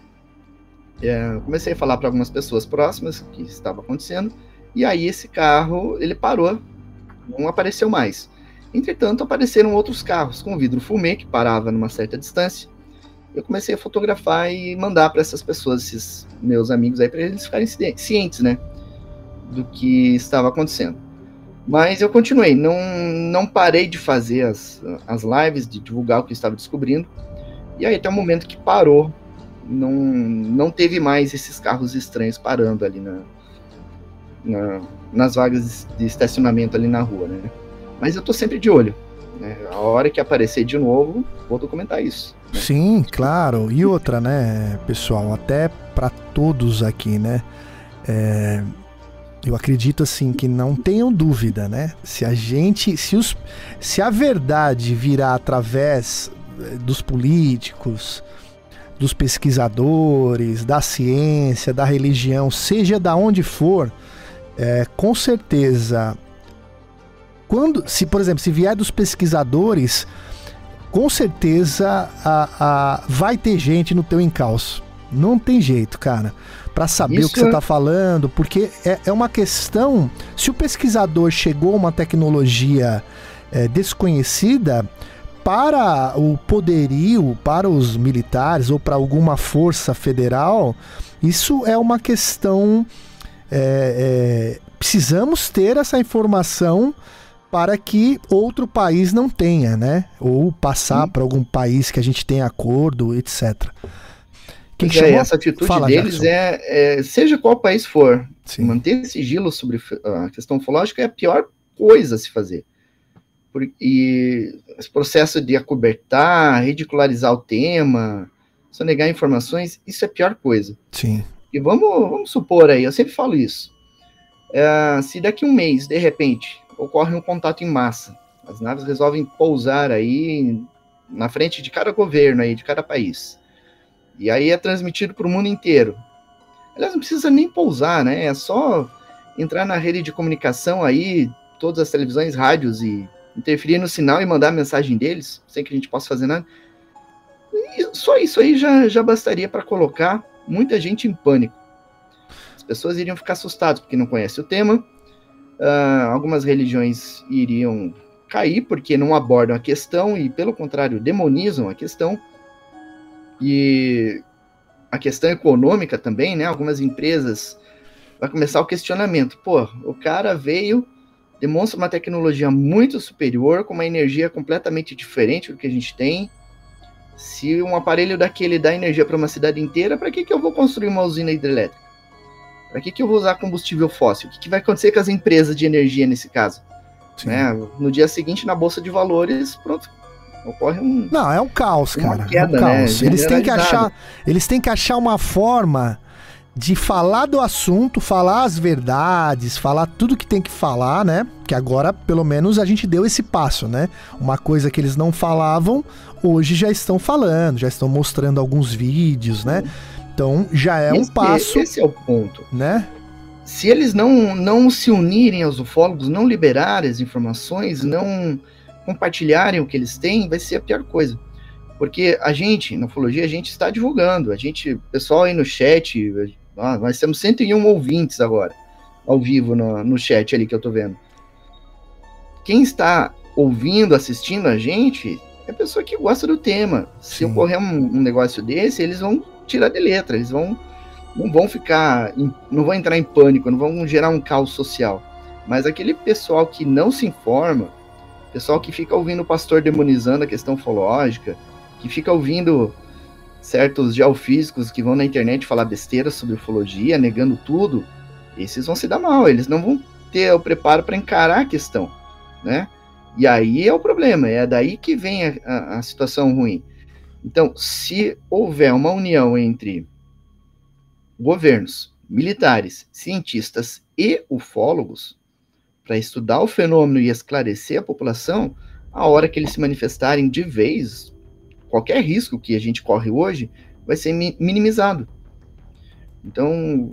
é, comecei a falar para algumas pessoas próximas que estava acontecendo, e aí esse carro, ele parou, não apareceu mais. Entretanto, apareceram outros carros com vidro fumê, que parava numa certa distância. Eu comecei a fotografar e mandar para essas pessoas, esses meus amigos aí, para eles ficarem cientes, né, do que estava acontecendo. Mas eu continuei, não, não parei de fazer as, as lives, de divulgar o que eu estava descobrindo, e aí até o momento que parou, não, não teve mais esses carros estranhos parando ali na, na, nas vagas de estacionamento ali na rua, né. Mas eu tô sempre de olho. A hora que aparecer de novo, vou documentar isso. Né? Sim, claro. E outra, né, pessoal, até para todos aqui, né, é, eu acredito assim que não tenham dúvida, né, se a gente, se, os, se a verdade virá através dos políticos, dos pesquisadores, da ciência, da religião, seja da onde for, é, com certeza... Quando, se, por exemplo, se vier dos pesquisadores, com certeza a, a, vai ter gente no teu encalço. Não tem jeito, cara, para saber Isso o que é... você tá falando, porque é, é uma questão... Se o pesquisador chegou a uma tecnologia é, desconhecida, para o poderio, para os militares ou para alguma força federal, isso é uma questão... É, é, precisamos ter essa informação para que outro país não tenha, né? Ou passar para algum país que a gente tenha acordo, etcétera. Quem é, chamou? Essa atitude Fala, deles é, é, seja qual país for, Sim. manter sigilo sobre a questão ufológica é a pior coisa a se fazer. Por, e esse processo de acobertar, ridicularizar o tema, sonegar informações, isso é a pior coisa. Sim. E vamos, vamos supor aí, eu sempre falo isso, é, se daqui a um mês, de repente, ocorre um contato em massa, as naves resolvem pousar aí na frente de cada governo aí, de cada país, e aí é transmitido para o mundo inteiro. Aliás, não precisa nem pousar, né? É só entrar na rede de comunicação aí, todas as televisões, rádios, e interferir no sinal e mandar a mensagem deles, sem que a gente possa fazer nada. E só isso aí já, já bastaria para colocar muita gente em pânico. As pessoas iriam ficar assustadas porque não conhecem o tema, uh, algumas religiões iriam cair porque não abordam a questão e, pelo contrário, demonizam a questão. E a questão econômica também, né? Algumas empresas vai começar o questionamento. Pô, o cara veio, demonstra uma tecnologia muito superior, com uma energia completamente diferente do que a gente tem. Se um aparelho daquele dá energia para uma cidade inteira, para que, que eu vou construir uma usina hidrelétrica? Para que, que eu vou usar combustível fóssil? O que, que vai acontecer com as empresas de energia nesse caso? Né? No dia seguinte, na Bolsa de Valores, pronto, ocorre um... Não, é um caos, cara. Queda, é um caos. Né? Eles têm que achar, eles têm que achar uma forma de falar do assunto, falar as verdades, falar tudo que tem que falar, né? Que agora, pelo menos, a gente deu esse passo, né? Uma coisa que eles não falavam, hoje já estão falando, já estão mostrando alguns vídeos, né? Então, já é esse, um passo... Esse é o ponto. Né? Se eles não, não se unirem aos ufólogos, não liberarem as informações, não compartilharem o que eles têm, vai ser a pior coisa. Porque a gente, na ufologia, a gente está divulgando. A gente, pessoal aí no chat, ah, nós temos cento e um ouvintes agora, ao vivo no, no chat ali que eu tô vendo. Quem está ouvindo, assistindo a gente, é a pessoa que gosta do tema. Se Sim. ocorrer um, um negócio desse, eles vão tirar de letra, eles vão, não vão ficar, em, não vão entrar em pânico, não vão gerar um caos social. Mas aquele pessoal que não se informa, pessoal que fica ouvindo o pastor demonizando a questão ufológica, que fica ouvindo certos geofísicos que vão na internet falar besteira sobre ufologia, negando tudo, esses vão se dar mal, eles não vão ter o preparo para encarar a questão, né? E aí é o problema, é daí que vem a, a, a situação ruim. Então, se houver uma união entre governos, militares, cientistas e ufólogos, para estudar o fenômeno e esclarecer a população, a hora que eles se manifestarem de vez, qualquer risco que a gente corre hoje vai ser mi- minimizado. Então,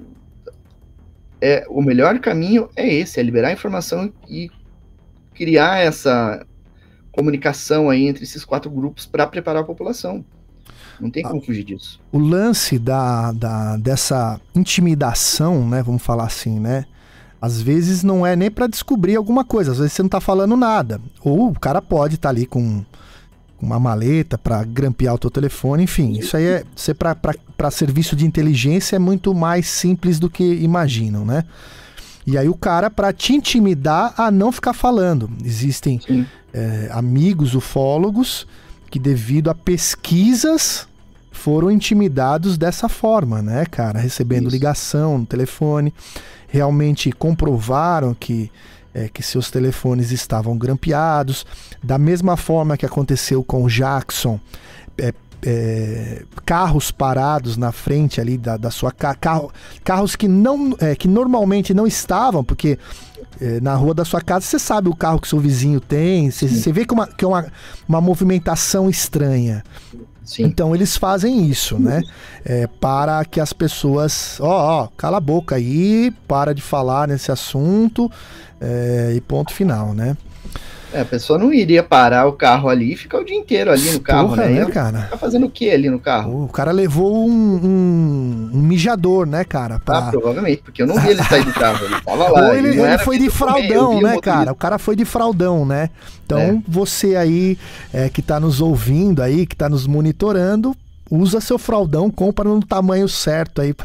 é, o melhor caminho é esse, é liberar a informação e criar essa comunicação aí entre esses quatro grupos para preparar a população. Não tem como fugir disso. O lance da, da, dessa intimidação, né, vamos falar assim, né, às vezes não é nem para descobrir alguma coisa, às vezes você não tá falando nada, ou o cara pode estar tá ali com uma maleta para grampear o teu telefone, enfim, isso aí é, isso é para serviço de inteligência é muito mais simples do que imaginam, né? E aí o cara, para te intimidar a não ficar falando, existem é, amigos ufólogos que devido a pesquisas foram intimidados dessa forma, né, cara? Recebendo Isso. ligação no telefone, realmente comprovaram que, é, que seus telefones estavam grampeados, da mesma forma que aconteceu com o Jackson, é, é, carros parados na frente ali da, da sua casa, carro, carros que, não, é, que normalmente não estavam, porque é, na rua da sua casa você sabe o carro que seu vizinho tem, você vê que, uma, que é uma, uma movimentação estranha. Sim. Então eles fazem isso, né? É, para que as pessoas, ó, ó, cala a boca aí, para de falar nesse assunto, é, e ponto final, né? É, a pessoa não iria parar o carro ali e ficar o dia inteiro ali no carro, Porra, né? né, cara? Tá fazendo o que ali no carro? O cara levou um, um, um mijador, né, cara? Pra... Ah, provavelmente, porque eu não vi ele sair do carro, ele tava lá. Ou ele, ele, ele foi de fraldão, comer, né, cara? O cara foi de fraldão, né? Então, é. você aí é, que tá nos ouvindo aí, que tá nos monitorando, usa seu fraldão, compra no tamanho certo aí.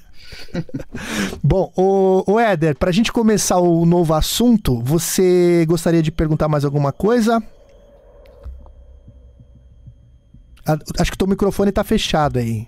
Bom, o, o Éder, pra gente começar o novo assunto, você gostaria de perguntar mais alguma coisa? Ah, acho que o teu microfone tá fechado aí.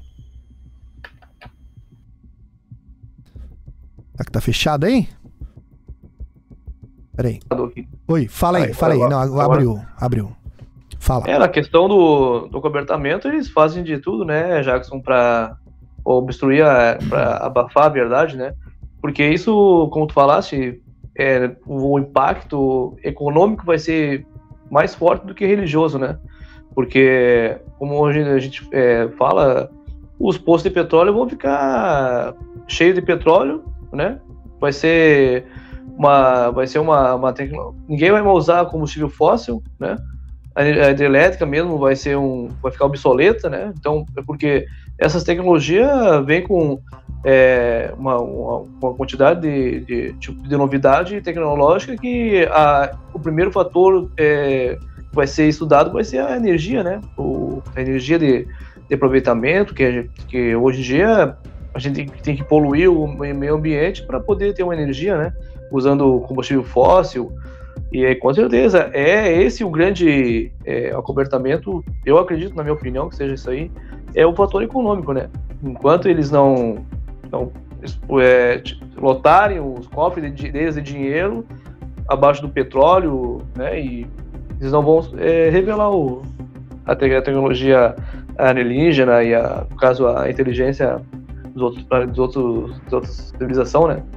Tá que tá fechado aí? Peraí. Oi, fala aí, aí fala aí. agora, Não, agora. abriu, abriu. Fala. É, na questão do, do cobertamento, eles fazem de tudo, né, Jackson, para obstruir, para abafar a verdade, né? Porque isso, como tu falaste, é, o impacto econômico vai ser mais forte do que religioso, né? Porque, como hoje a gente é, fala, os postos de petróleo vão ficar cheios de petróleo, né? Vai ser uma, vai ser uma, uma tecnologia. Ninguém vai mais usar combustível fóssil, né? A hidrelétrica mesmo vai ser um, vai ficar obsoleta, né? Então, é porque essas tecnologias vêm com é, uma, uma, uma quantidade de, de, tipo, de novidade tecnológica que a, o primeiro fator é, vai ser estudado vai ser a energia, né? O, a energia de, de aproveitamento, que, que hoje em dia a gente tem, tem que poluir o meio ambiente para poder ter uma energia, né? Usando combustível fóssil. E com certeza é esse o grande é, acobertamento, eu acredito, na minha opinião, que seja isso aí, é o fator econômico, né? Enquanto eles não, não é, lotarem os cofres deles de dinheiro abaixo do petróleo, né? E eles não vão é, revelar o, a, te a tecnologia alienígena e, a, no caso, a inteligência dos outros, dos outros, das outras civilizações, né?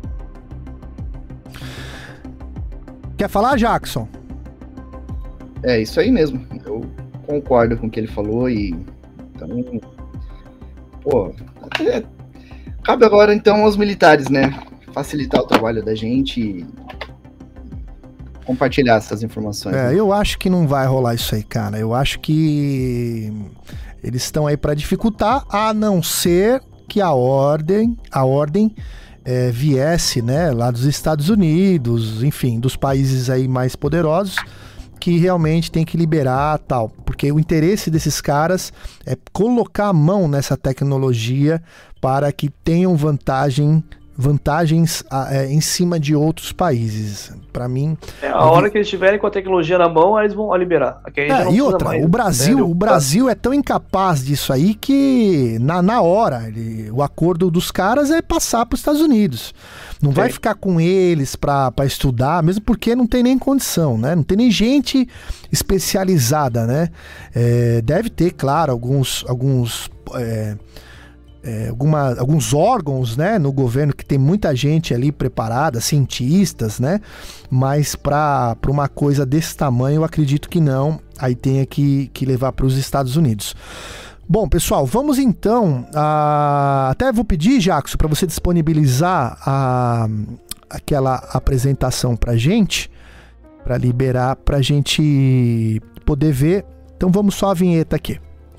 Quer falar, Jackson? É isso aí mesmo. Eu concordo com o que ele falou e então, pô, é, cabe agora então aos militares, né, facilitar o trabalho da gente e compartilhar essas informações. É, né? eu acho que não vai rolar isso aí, cara. Eu acho que eles estão aí para dificultar, a não ser que a ordem, a ordem É, viesse, né, lá dos Estados Unidos, enfim, dos países aí mais poderosos, que realmente tem que liberar tal, porque o interesse desses caras é colocar a mão nessa tecnologia para que tenham vantagem, vantagens é, em cima de outros países. Para mim, é, a hora vi... que eles estiverem com a tecnologia na mão, aí eles vão liberar. Aqui aí é, já não e outra, mais, o Brasil, né? o Brasil é tão incapaz disso aí que na, na hora ele, o acordo dos caras é passar para os Estados Unidos. Não Sim. vai ficar com eles para estudar, mesmo porque não tem nem condição, né? Não tem nem gente especializada, né? É, deve ter, claro, alguns alguns é, É, alguma, alguns órgãos, né, no governo que tem muita gente ali preparada, cientistas, né, mas para uma coisa desse tamanho eu acredito que não, aí tenha que, que levar para os Estados Unidos. Bom, pessoal, vamos então, a... até vou pedir, Jackson, para você disponibilizar a... aquela apresentação para gente, para liberar, para a gente poder ver. Então vamos só a vinheta aqui.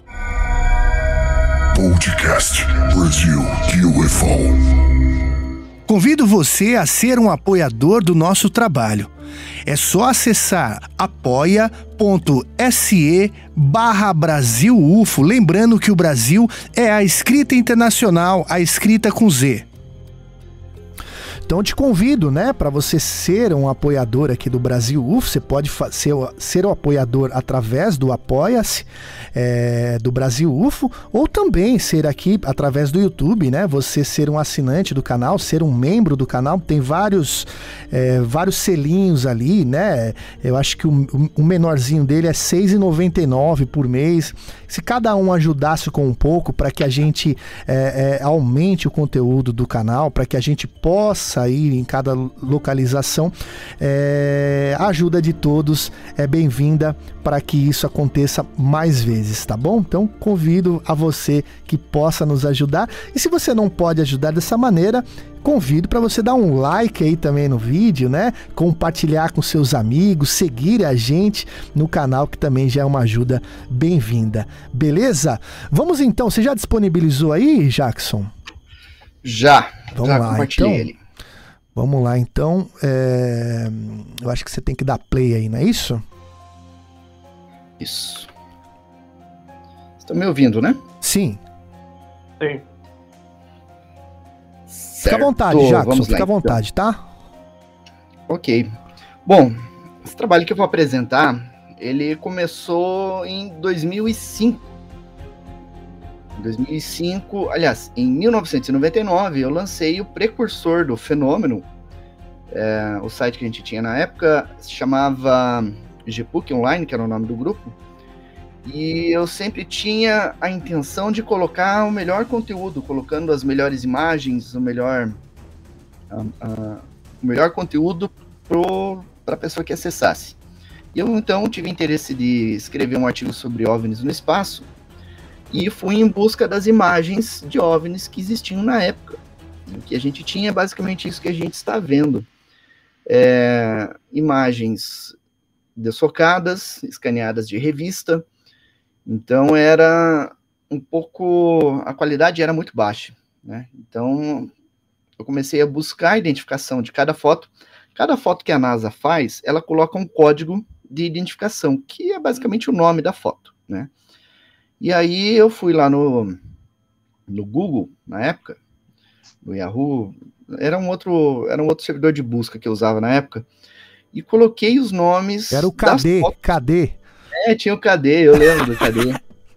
Podcast Brasil U F O. Convido você a ser um apoiador do nosso trabalho. É só acessar apoia.se barra Brasil U F O. Lembrando que o Brasil é a escrita internacional, a escrita com Z. Então te convido, né, para você ser um apoiador aqui do Brasil U F O. Você pode ser, ser um apoiador através do Apoia-se é, do Brasil U F O, ou também ser aqui através do YouTube, né? Você ser um assinante do canal, ser um membro do canal. Tem vários, é, vários selinhos ali, né? Eu acho que o, o menorzinho dele é seis reais e noventa e nove centavos por mês. Se cada um ajudasse com um pouco para que a gente é, é, aumente o conteúdo do canal, para que a gente possa ir em cada localização, é, a ajuda de todos é bem-vinda para que isso aconteça mais vezes, tá bom? Então convido a você que possa nos ajudar, e se você não pode ajudar dessa maneira, convido para você dar um like aí também no vídeo, né? Compartilhar com seus amigos, seguir a gente no canal, que também já é uma ajuda bem-vinda. Beleza? Vamos então, você já disponibilizou aí, Jackson? Já, Vamos já lá, compartilhei então. ele. Vamos lá, então. É... Eu acho que você tem que dar play aí, não é isso? Isso. Estão me ouvindo, né? Sim. Sim. Fica à vontade, Jackson, Vamos fica lá, à vontade, então. tá? Ok. Bom, esse trabalho que eu vou apresentar, ele começou em dois mil e cinco. Em dois mil e cinco, aliás, em mil novecentos e noventa e nove, eu lancei o precursor do fenômeno. É, o site que a gente tinha na época se chamava G P U C Online, que era o nome do grupo, e eu sempre tinha a intenção de colocar o melhor conteúdo, colocando as melhores imagens, o melhor, a, a, o melhor conteúdo para a pessoa que acessasse. E eu, então, tive interesse de escrever um artigo sobre OVNIs no espaço, e fui em busca das imagens de OVNIs que existiam na época. O que a gente tinha é basicamente isso que a gente está vendo. É, imagens desfocadas, escaneadas de revista. Então, era um pouco... a qualidade era muito baixa, né? Então, eu comecei a buscar a identificação de cada foto. Cada foto que a NASA faz, ela coloca um código de identificação, que é basicamente o nome da foto, né? E aí eu fui lá no, no Google, na época, no Yahoo, era um, outro, era um outro servidor de busca que eu usava na época, e coloquei os nomes... Era o K D, K D. É, tinha o K D, eu lembro do K D.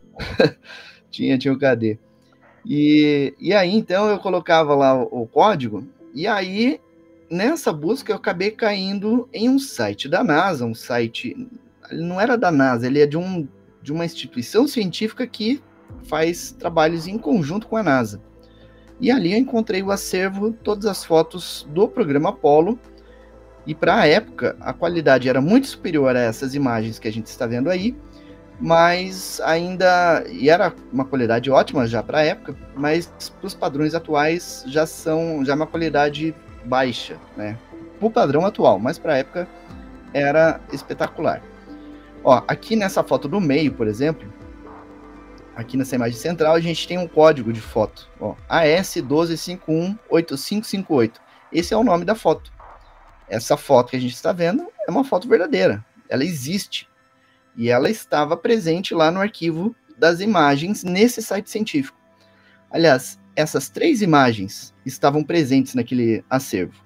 tinha, tinha o K D. E, e aí, então, eu colocava lá o, o código, e aí, nessa busca, eu acabei caindo em um site da NASA, um site... Ele não era da NASA, ele é de um... de uma instituição científica que faz trabalhos em conjunto com a NASA. E ali eu encontrei o acervo, todas as fotos do programa Apollo, e para a época a qualidade era muito superior a essas imagens que a gente está vendo aí, mas ainda, e era uma qualidade ótima já para a época, mas para os padrões atuais já são, já é uma qualidade baixa, né? Para o padrão atual, mas para a época era espetacular. Ó, aqui nessa foto do meio, por exemplo, aqui nessa imagem central, a gente tem um código de foto, ó, A S um dois cinco um oito cinco cinco oito. Esse é o nome da foto. Essa foto que a gente está vendo é uma foto verdadeira. Ela existe. E ela estava presente lá no arquivo das imagens nesse site científico. Aliás, essas três imagens estavam presentes naquele acervo.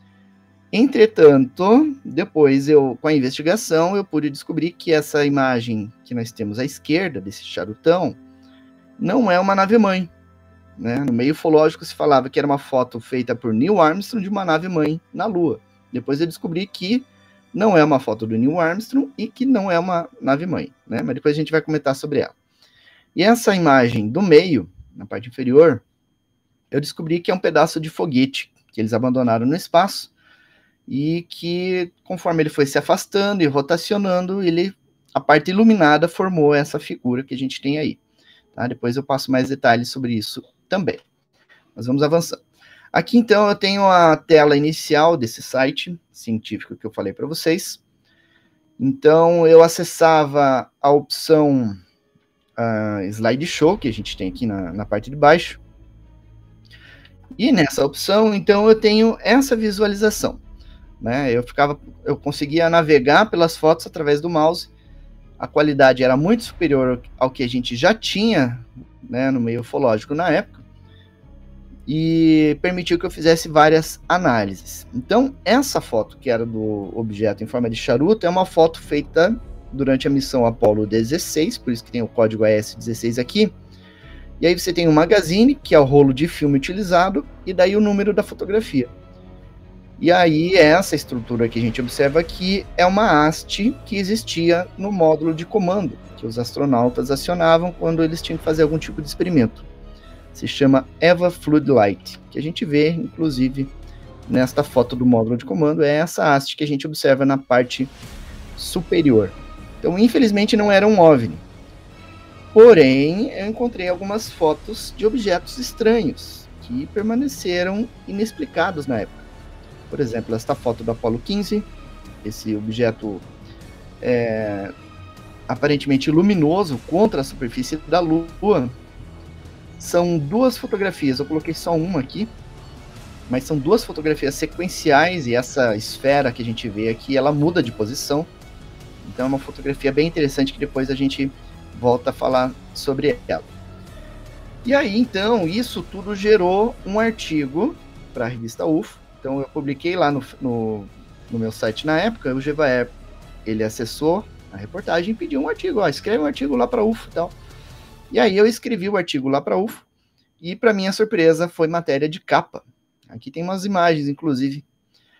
Entretanto, depois eu, com a investigação, eu pude descobrir que essa imagem que nós temos à esquerda, desse charutão, não é uma nave-mãe, né? No meio ufológico se falava que era uma foto feita por Neil Armstrong de uma nave-mãe na Lua. Depois eu descobri que não é uma foto do Neil Armstrong e que não é uma nave-mãe, né? Mas depois a gente vai comentar sobre ela. E essa imagem do meio, na parte inferior, eu descobri que é um pedaço de foguete que eles abandonaram no espaço, e que, conforme ele foi se afastando e rotacionando, ele, a parte iluminada formou essa figura que a gente tem aí. Tá? Depois eu passo mais detalhes sobre isso também. Mas vamos avançando. Aqui, então, eu tenho a tela inicial desse site científico que eu falei para vocês. Então, eu acessava a opção uh, Slideshow, que a gente tem aqui na, na parte de baixo. E nessa opção, então, eu tenho essa visualização. Né? Eu ficava, eu conseguia navegar pelas fotos através do mouse. A qualidade era muito superior ao que a gente já tinha, né, no meio ufológico na época, e permitiu que eu fizesse várias análises. Então, essa foto que era do objeto em forma de charuto é uma foto feita durante a missão Apollo dezesseis, por isso que tem o código A S dezesseis aqui. E aí você tem o magazine, que é o rolo de filme utilizado, e daí o número da fotografia. E aí, essa estrutura que a gente observa aqui é uma haste que existia no módulo de comando, que os astronautas acionavam quando eles tinham que fazer algum tipo de experimento. Se chama EVA Fluid Light, que a gente vê, inclusive, nesta foto do módulo de comando, é essa haste que a gente observa na parte superior. Então, infelizmente, não era um OVNI. Porém, eu encontrei algumas fotos de objetos estranhos, que permaneceram inexplicados na época. Por exemplo, esta foto do Apollo quinze, esse objeto é, aparentemente luminoso contra a superfície da Lua. São duas fotografias, eu coloquei só uma aqui, mas são duas fotografias sequenciais, e essa esfera que a gente vê aqui, ela muda de posição. Então é uma fotografia bem interessante que depois a gente volta a falar sobre ela. E aí, então, isso tudo gerou um artigo para a revista U F O. Então eu publiquei lá no, no, no meu site na época, o Gevaer, ele acessou a reportagem e pediu um artigo, ó, escreve um artigo lá para a U F O e tal. E aí eu escrevi o artigo lá para a U F O, e para minha surpresa foi matéria de capa. Aqui tem umas imagens, inclusive.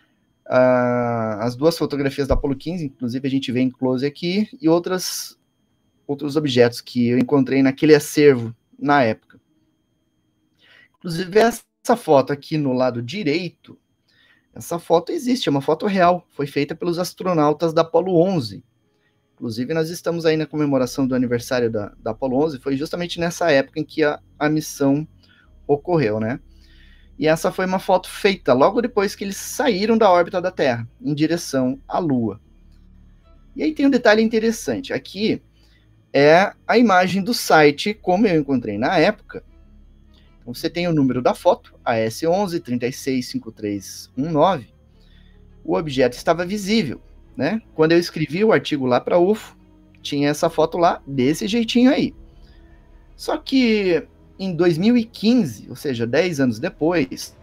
uh, as duas fotografias da Apollo quinze, inclusive a gente vê em close aqui, e outras, outros objetos que eu encontrei naquele acervo na época. Inclusive essa foto aqui no lado direito, essa foto existe, é uma foto real, foi feita pelos astronautas da Apollo onze. Inclusive, nós estamos aí na comemoração do aniversário da, da Apollo onze, foi justamente nessa época em que a, a missão ocorreu, né? E essa foi uma foto feita logo depois que eles saíram da órbita da Terra, em direção à Lua. E aí tem um detalhe interessante, aqui é a imagem do site, como eu encontrei na época. Então, você tem o número da foto, A S onze três seis cinco três um nove, o objeto estava visível, né? Quando eu escrevi o artigo lá para a U F O, tinha essa foto lá, desse jeitinho aí. Só que em dois mil e quinze, ou seja, dez anos depois,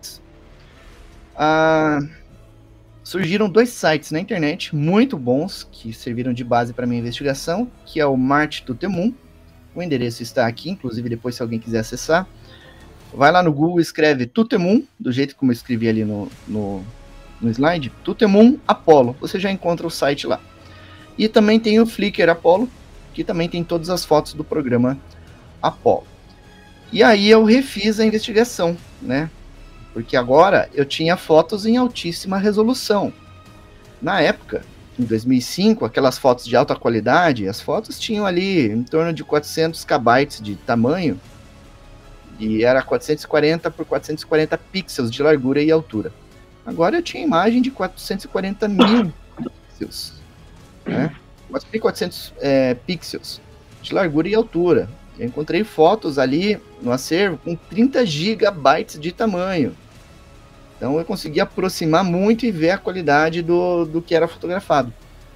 ah, surgiram dois sites na internet muito bons, que serviram de base para minha investigação, que é o Marte Tutemun, o endereço está aqui, inclusive depois se alguém quiser acessar, vai lá no Google, escreve Tutemun, do jeito como eu escrevi ali no, no, no slide, Tutemun Apollo, você já encontra o site lá. E também tem o Flickr Apollo, que também tem todas as fotos do programa Apollo. E aí eu refiz a investigação, né? Porque agora eu tinha fotos em altíssima resolução. Na época, em dois mil e cinco, aquelas fotos de alta qualidade, as fotos tinham ali em torno de quatrocentos kilobytes de tamanho, e era quatrocentos e quarenta por quatrocentos e quarenta pixels de largura e altura. Agora eu tinha imagem de quatrocentos e quarenta mil pixels, né? quatro mil e quatrocentos é, pixels de largura e altura. Eu encontrei fotos ali no acervo com trinta gigabytes de tamanho. Então eu consegui aproximar muito e ver a qualidade do, do que era fotografado.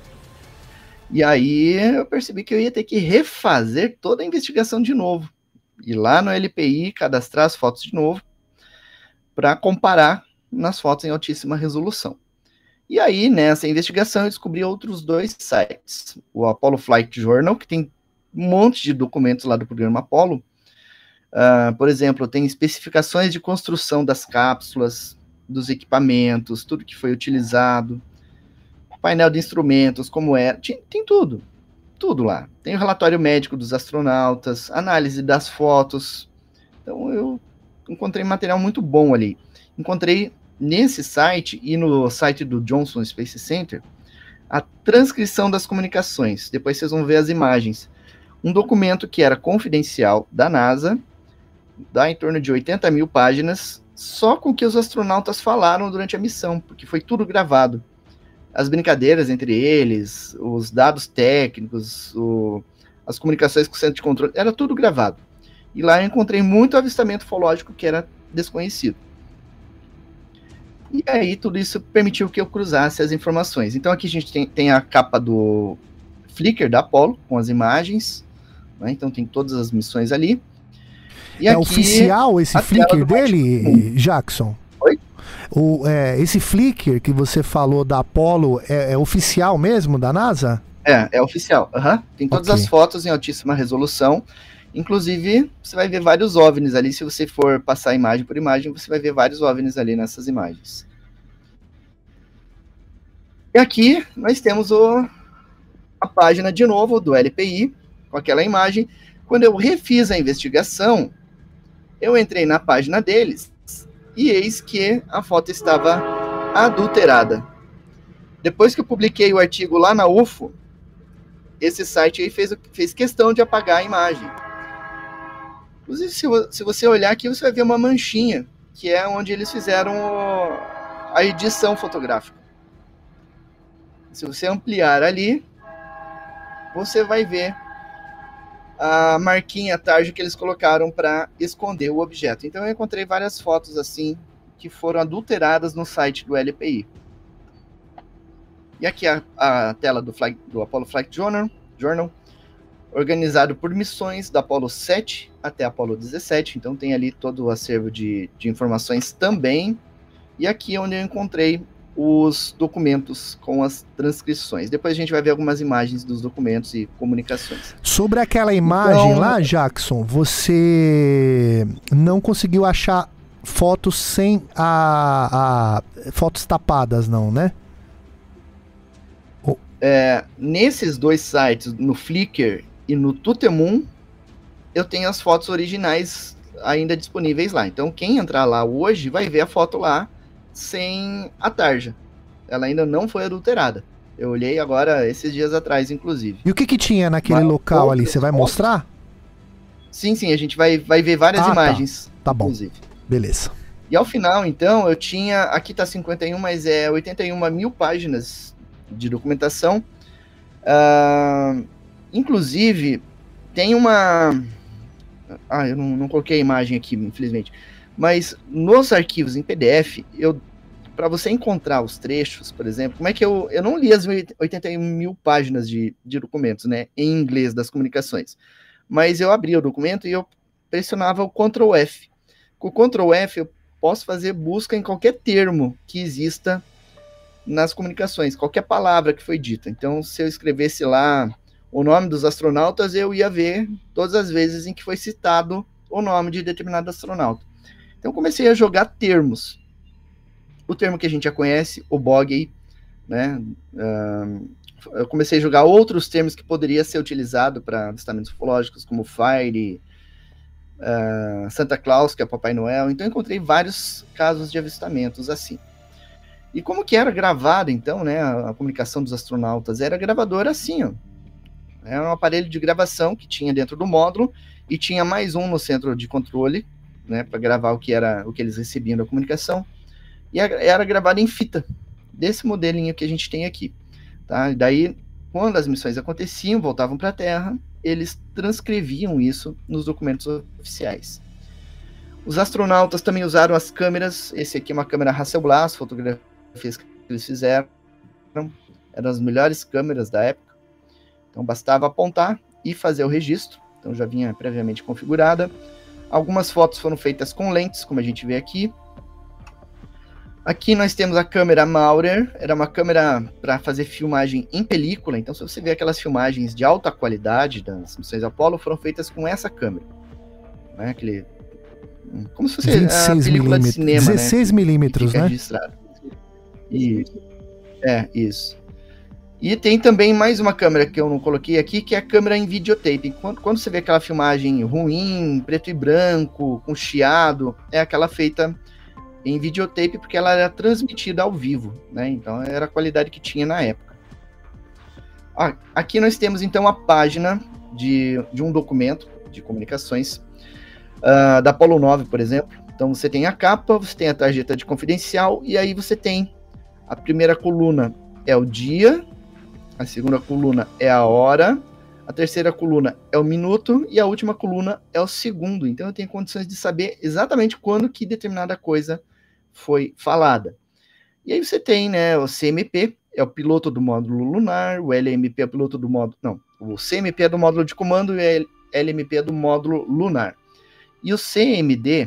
E aí eu percebi que eu ia ter que refazer toda a investigação de novo. Ir lá no L P I, cadastrar as fotos de novo, para comparar nas fotos em altíssima resolução. E aí, nessa investigação, eu descobri outros dois sites. O Apollo Flight Journal, que tem um monte de documentos lá do programa Apollo. Uh, por exemplo, tem especificações de construção das cápsulas, dos equipamentos, tudo que foi utilizado, painel de instrumentos, como é, tem, tem tudo. Tudo lá. Tem o relatório médico dos astronautas, análise das fotos. Então eu encontrei material muito bom ali. Encontrei nesse site e no site do Johnson Space Center a transcrição das comunicações. Depois vocês vão ver as imagens. Um documento que era confidencial da NASA, dá em torno de oitenta mil páginas, só com o que os astronautas falaram durante a missão, porque foi tudo gravado. As brincadeiras entre eles, os dados técnicos, o, as comunicações com o centro de controle, era tudo gravado. E lá eu encontrei muito avistamento ufológico que era desconhecido. E aí tudo isso permitiu que eu cruzasse as informações. Então aqui a gente tem, tem a capa do Flickr da Apollo, com as imagens, né? Então tem todas as missões ali. E é aqui, oficial esse Flickr dele, Jackson? Oi? O, é, esse Flickr que você falou da Apollo é, é oficial mesmo, da NASA? É, é oficial. Uhum. Tem todas okay. as fotos em altíssima resolução. Inclusive, você vai ver vários OVNIs ali. Se você for passar imagem por imagem, você vai ver vários OVNIs ali nessas imagens. E aqui nós temos o, a página de novo do L P I, com aquela imagem. Quando eu refiz a investigação, eu entrei na página deles e eis que a foto estava adulterada. Depois que eu publiquei o artigo lá na U F O, esse site aí fez, fez questão de apagar a imagem. Inclusive, se, se você olhar aqui, você vai ver uma manchinha, que é onde eles fizeram o, a edição fotográfica. Se você ampliar ali, você vai ver a marquinha, a tarja que eles colocaram para esconder o objeto. Então eu encontrei várias fotos assim, que foram adulteradas no site do L P I. E aqui a, a tela do, Flight, do Apollo Flight Journal, Journal, organizado por missões da Apollo sete até Apollo dezessete. Então tem ali todo o acervo de, de informações também. E aqui é onde eu encontrei os documentos com as transcrições. Depois a gente vai ver algumas imagens dos documentos e comunicações. Sobre aquela imagem então, lá, Jackson, você não conseguiu achar fotos sem a, a fotos tapadas, não, né? É, nesses dois sites, no Flickr e no Tutemoon, eu tenho as fotos originais ainda disponíveis lá. Então, quem entrar lá hoje vai ver a foto lá sem a tarja. Ela ainda não foi adulterada. Eu olhei agora esses dias atrás, inclusive. E o que que tinha naquele Mas local ali? Você vai fotos? mostrar? Sim, sim, a gente vai, vai ver várias Ah, tá. imagens. Tá bom. Inclusive. Beleza. E ao final, então, eu tinha... Aqui tá cinquenta e um, mas é oitenta e uma mil páginas de documentação. Uh, inclusive, tem uma... Ah, eu não, não coloquei a imagem aqui, infelizmente. Mas nos arquivos em P D F, eu... para você encontrar os trechos, por exemplo, como é que eu... Eu não li as oitenta e um mil páginas de, de documentos, né? Em inglês das comunicações. Mas eu abria o documento e eu pressionava o control F. Com o control F, eu posso fazer busca em qualquer termo que exista nas comunicações, qualquer palavra que foi dita. Então, se eu escrevesse lá o nome dos astronautas, eu ia ver todas as vezes em que foi citado o nome de determinado astronauta. Então, comecei a jogar termos. O termo que a gente já conhece, o bogey, né? Uh, eu comecei a jogar outros termos que poderia ser utilizado para avistamentos ufológicos, como Fire, uh, Santa Claus, que é Papai Noel. Então, encontrei vários casos de avistamentos assim. E como que era gravado, então, né, a, a comunicação dos astronautas? Era gravadora assim, ó. Era um aparelho de gravação que tinha dentro do módulo e tinha mais um no centro de controle, né, para gravar o que, era, o que eles recebiam da comunicação. E era gravado em fita, desse modelinho que a gente tem aqui. Tá? E daí, quando as missões aconteciam, voltavam para a Terra, eles transcreviam isso nos documentos oficiais. Os astronautas também usaram as câmeras. Esse aqui é uma câmera Hasselblad, fotografias que eles fizeram. Eram as melhores câmeras da época. Então, bastava apontar e fazer o registro. Então, já vinha previamente configurada. Algumas fotos foram feitas com lentes, como a gente vê aqui. Aqui nós temos a câmera Maurer. Era uma câmera para fazer filmagem em película. Então, se você ver aquelas filmagens de alta qualidade das missões Apollo, foram feitas com essa câmera. Né? Aquele... Como se fosse a película de cinema, dezesseis milímetros, né? Registrado. Isso. É, isso. E tem também mais uma câmera que eu não coloquei aqui, que é a câmera em videotape. Quando, quando você vê aquela filmagem ruim, preto e branco, com chiado, é aquela feita em videotape, porque ela era transmitida ao vivo, né? Então era a qualidade que tinha na época. Ah, aqui nós temos então a página de, de um documento de comunicações uh, da Apollo nove, por exemplo. Então você tem a capa, você tem a tarjeta de confidencial, e aí você tem a primeira coluna é o dia, a segunda coluna é a hora, a terceira coluna é o minuto e a última coluna é o segundo. Então eu tenho condições de saber exatamente quando que determinada coisa foi falada. E aí você tem, né, o C M P, é o piloto do módulo lunar, o L M P é o piloto do módulo... Não, o C M P é do módulo de comando e o L M P é do módulo lunar. E o C M D,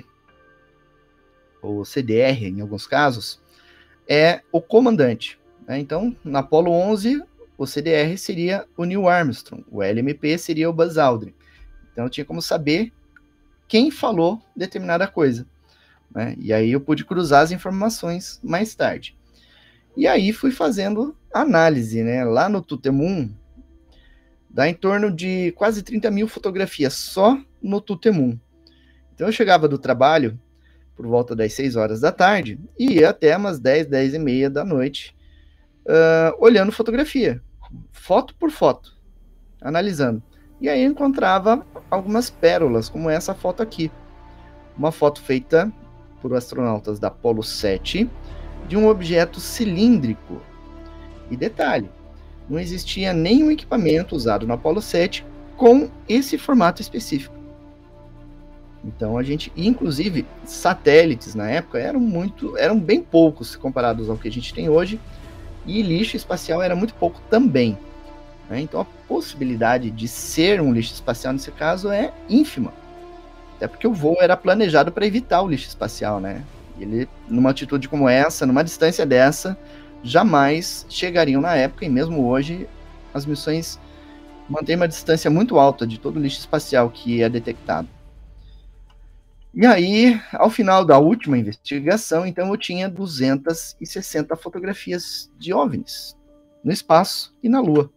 ou C D R em alguns casos, é o comandante. Né? Então, na Apollo onze, o C D R seria o Neil Armstrong, o L M P seria o Buzz Aldrin. Então eu tinha como saber quem falou determinada coisa. Né? E aí eu pude cruzar as informações mais tarde. E aí fui fazendo análise, né? Lá no Tutemoon, dá em torno de quase trinta mil fotografias só no Tutemoon. Então eu chegava do trabalho por volta das seis horas da tarde e ia até umas dez, dez e meia da noite uh, olhando fotografia, foto por foto, analisando. E aí eu encontrava algumas pérolas, como essa foto aqui. Uma foto feita por astronautas da Apollo sete de um objeto cilíndrico. E detalhe, não existia nenhum equipamento usado na Apollo sete com esse formato específico. Então a gente, inclusive, satélites na época eram muito, eram bem poucos comparados ao que a gente tem hoje, e lixo espacial era muito pouco também. Né? Então a possibilidade de ser um lixo espacial nesse caso é ínfima. Até porque o voo era planejado para evitar o lixo espacial, né? Ele, numa atitude como essa, numa distância dessa, jamais chegariam na época, e mesmo hoje as missões mantêm uma distância muito alta de todo o lixo espacial que é detectado. E aí, ao final da última investigação, então eu tinha duzentas e sessenta fotografias de OVNIs no espaço e na Lua.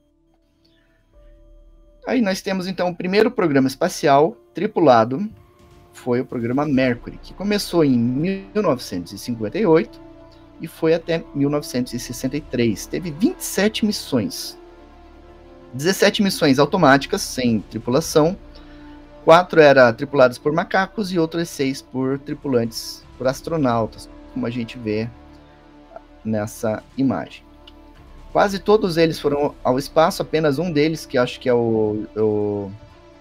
Aí nós temos então o primeiro programa espacial tripulado, foi o programa Mercury, que começou em mil novecentos e cinquenta e oito e foi até mil novecentos e sessenta e três. Teve vinte e sete missões, dezessete missões automáticas, sem tripulação, quatro eram tripuladas por macacos e outras seis por tripulantes, por astronautas, como a gente vê nessa imagem. Quase todos eles foram ao espaço, apenas um deles, que acho que é o... o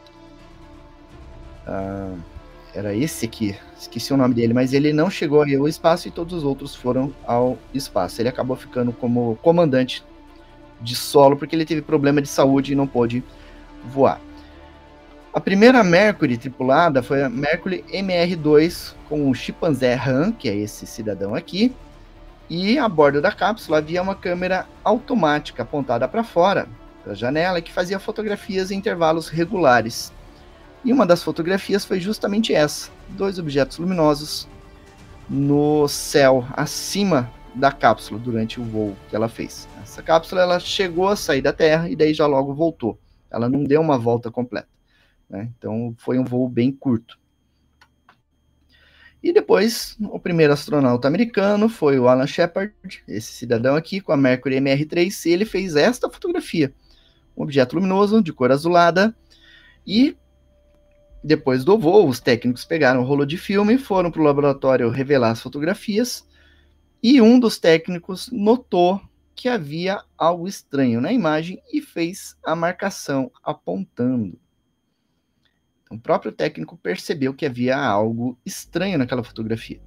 uh, era esse aqui, esqueci o nome dele, mas ele não chegou ao espaço e todos os outros foram ao espaço. Ele acabou ficando como comandante de solo, porque ele teve problema de saúde e não pôde voar. A primeira Mercury tripulada foi a Mercury M R dois, com o chimpanzé Han, que é esse cidadão aqui, e a bordo da cápsula havia uma câmera automática apontada para fora, da janela, que fazia fotografias em intervalos regulares. E uma das fotografias foi justamente essa, dois objetos luminosos no céu, acima da cápsula, durante o voo que ela fez. Essa cápsula ela chegou a sair da Terra e daí já logo voltou. Ela não deu uma volta completa, né? Então foi um voo bem curto. E depois, o primeiro astronauta americano foi o Alan Shepard, esse cidadão aqui, com a Mercury M R três, e ele fez esta fotografia. Um objeto luminoso, de cor azulada, e depois do voo, os técnicos pegaram o rolo de filme, foram para o laboratório revelar as fotografias, e um dos técnicos notou que havia algo estranho na imagem e fez a marcação apontando. Então, o próprio técnico percebeu que havia algo estranho naquela fotografia.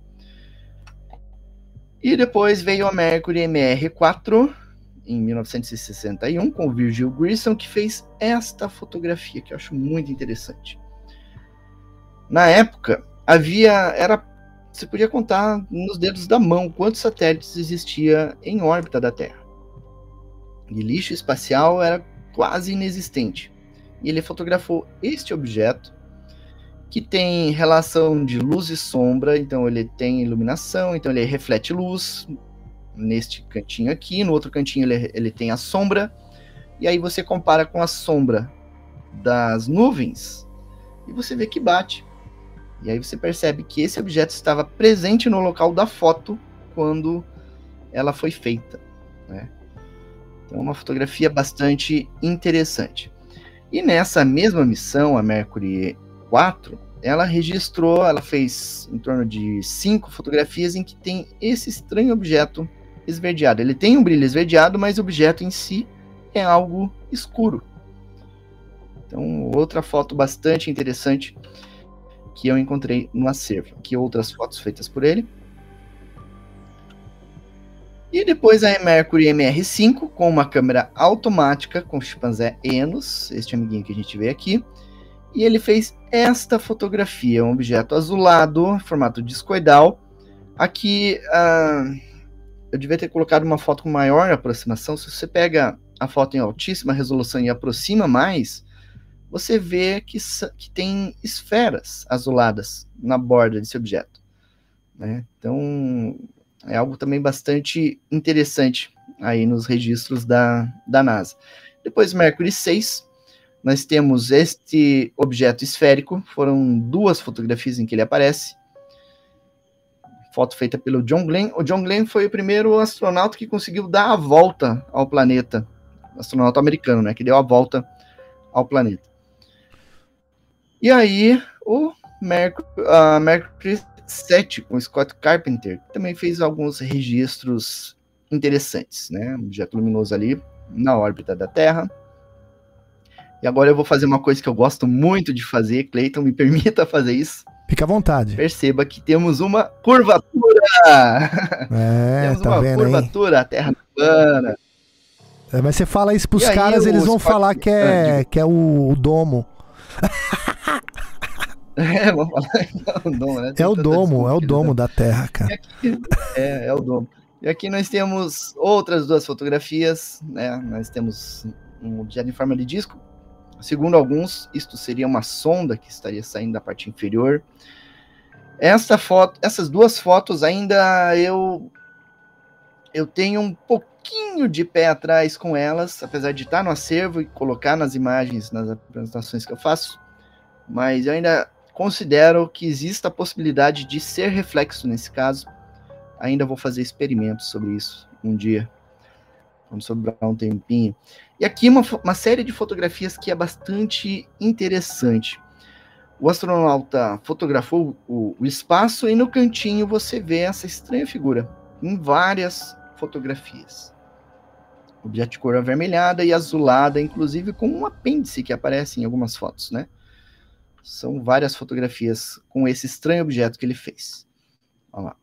E depois veio a Mercury M R quatro, em mil novecentos e sessenta e um, com o Virgil Grissom, que fez esta fotografia, que eu acho muito interessante. Na época, havia, era, você podia contar nos dedos da mão quantos satélites existia em órbita da Terra. E lixo espacial era quase inexistente. E ele fotografou este objeto, que tem relação de luz e sombra, então ele tem iluminação, então ele reflete luz neste cantinho aqui, no outro cantinho ele, ele tem a sombra, e aí você compara com a sombra das nuvens, e você vê que bate. E aí você percebe que esse objeto estava presente no local da foto quando ela foi feita, né? Então é uma fotografia bastante interessante. E nessa mesma missão, a Mercury quatro, ela registrou, ela fez em torno de cinco fotografias em que tem esse estranho objeto esverdeado. Ele tem um brilho esverdeado, mas o objeto em si é algo escuro. Então, outra foto bastante interessante que eu encontrei no acervo. Aqui outras fotos feitas por ele. E depois a Mercury M R cinco, com uma câmera automática com o chimpanzé Enos, este amiguinho que a gente vê aqui. E ele fez esta fotografia, um objeto azulado, formato discoidal. Aqui, uh, eu devia ter colocado uma foto com maior aproximação. Se você pega a foto em altíssima resolução e aproxima mais, você vê que, que tem esferas azuladas na borda desse objeto, né? Então, é algo também bastante interessante aí nos registros da, da NASA. Depois, Mercury seis, nós temos este objeto esférico, foram duas fotografias em que ele aparece. Foto feita pelo John Glenn. O John Glenn foi o primeiro astronauta que conseguiu dar a volta ao planeta, astronauta americano, né, que deu a volta ao planeta. E aí, o Mercury, uh, Mercury sete, com Scott Carpenter, que também fez alguns registros interessantes, né? Um objeto luminoso ali na órbita da Terra. E agora eu vou fazer uma coisa que eu gosto muito de fazer, Cleiton, me permita fazer isso. Fica à vontade. Perceba que temos uma curvatura! É, temos tá uma vendo, curvatura, hein? A Terra plana. É, mas você fala isso pros E caras, aí, eles o vão Scott- falar que Ah, é, diga. que é o, o domo. É, vamos falar é o domo, né? Tem É o tanta domo, desculpa é o que domo da Terra, cara. É, é o domo. E aqui nós temos outras duas fotografias, né? Nós temos um objeto em forma de disco. Segundo alguns, isto seria uma sonda que estaria saindo da parte inferior. Essa foto, essas duas fotos ainda eu, eu tenho um pouquinho de pé atrás com elas, apesar de estar no acervo e colocar nas imagens, nas apresentações que eu faço, mas eu ainda considero que existe a possibilidade de ser reflexo nesse caso. Ainda vou fazer experimentos sobre isso um dia, quando sobrar um tempinho. E aqui uma, uma série de fotografias que é bastante interessante. O astronauta fotografou o, o espaço e no cantinho você vê essa estranha figura em várias fotografias. Objeto de cor avermelhada e azulada, inclusive com um apêndice que aparece em algumas fotos, né? São várias fotografias com esse estranho objeto que ele fez. Olha lá.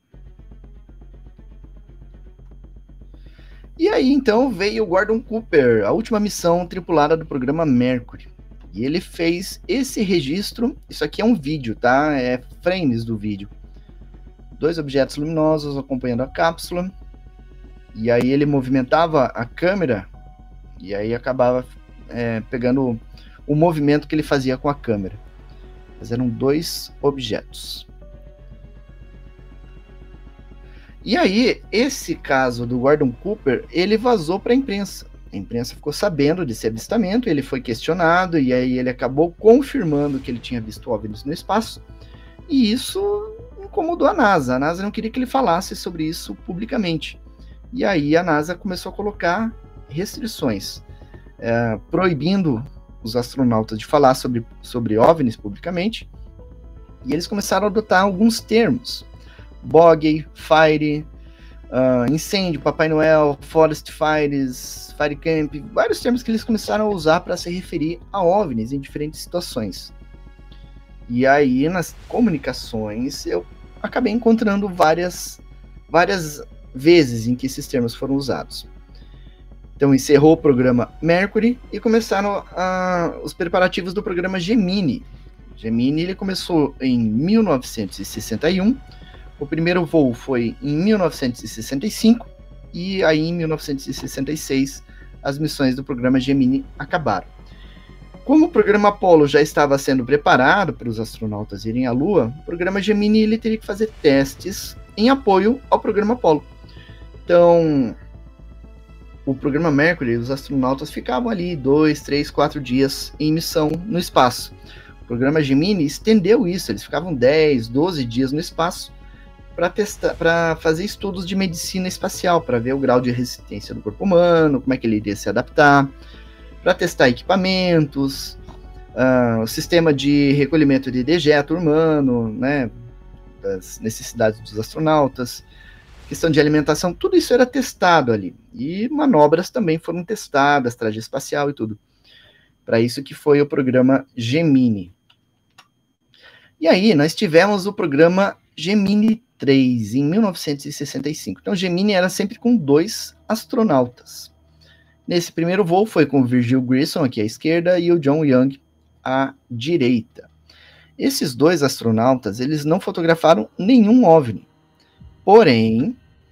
E aí, então, veio o Gordon Cooper, a última missão tripulada do programa Mercury. E ele fez esse registro, isso aqui é um vídeo, tá? É frames do vídeo. Dois objetos luminosos acompanhando a cápsula. E aí ele movimentava a câmera, e aí acabava é, pegando o movimento que ele fazia com a câmera. Mas eram dois objetos. E aí, esse caso do Gordon Cooper, ele vazou para a imprensa. A imprensa ficou sabendo desse avistamento, ele foi questionado, e aí ele acabou confirmando que ele tinha visto OVNIs no espaço. E isso incomodou a NASA. A NASA não queria que ele falasse sobre isso publicamente. E aí a NASA começou a colocar restrições, é, proibindo os astronautas de falar sobre, sobre OVNIs publicamente. E eles começaram a adotar alguns termos. Bog, Fire, uh, Incêndio, Papai Noel, Forest Fires, Fire Camp, vários termos que eles começaram a usar para se referir a OVNIs em diferentes situações. E aí, nas comunicações, eu acabei encontrando várias, várias vezes em que esses termos foram usados. Então, encerrou o programa Mercury e começaram uh, os preparativos do programa Gemini. Gemini ele começou em mil novecentos e sessenta e um. O primeiro voo foi em mil novecentos e sessenta e cinco e aí em mil novecentos e sessenta e seis as missões do programa Gemini acabaram. Como o programa Apollo já estava sendo preparado para os astronautas irem à Lua, o programa Gemini ele teria que fazer testes em apoio ao programa Apollo. Então, o programa Mercury, os astronautas ficavam ali dois, três, quatro dias em missão no espaço. O programa Gemini estendeu isso, eles ficavam dez, doze dias no espaço para testar, para fazer estudos de medicina espacial, para ver o grau de resistência do corpo humano, como é que ele iria se adaptar, para testar equipamentos, uh, o sistema de recolhimento de dejeto humano, né, das necessidades dos astronautas, questão de alimentação, tudo isso era testado ali. E manobras também foram testadas, traje espacial e tudo. Para isso que foi o programa Gemini. E aí nós tivemos o programa Gemini três, em mil novecentos e sessenta e cinco. Então, Gemini era sempre com dois astronautas. Nesse primeiro voo foi com o Virgil Grissom, aqui à esquerda, e o John Young, à direita. Esses dois astronautas, eles não fotografaram nenhum OVNI. Porém,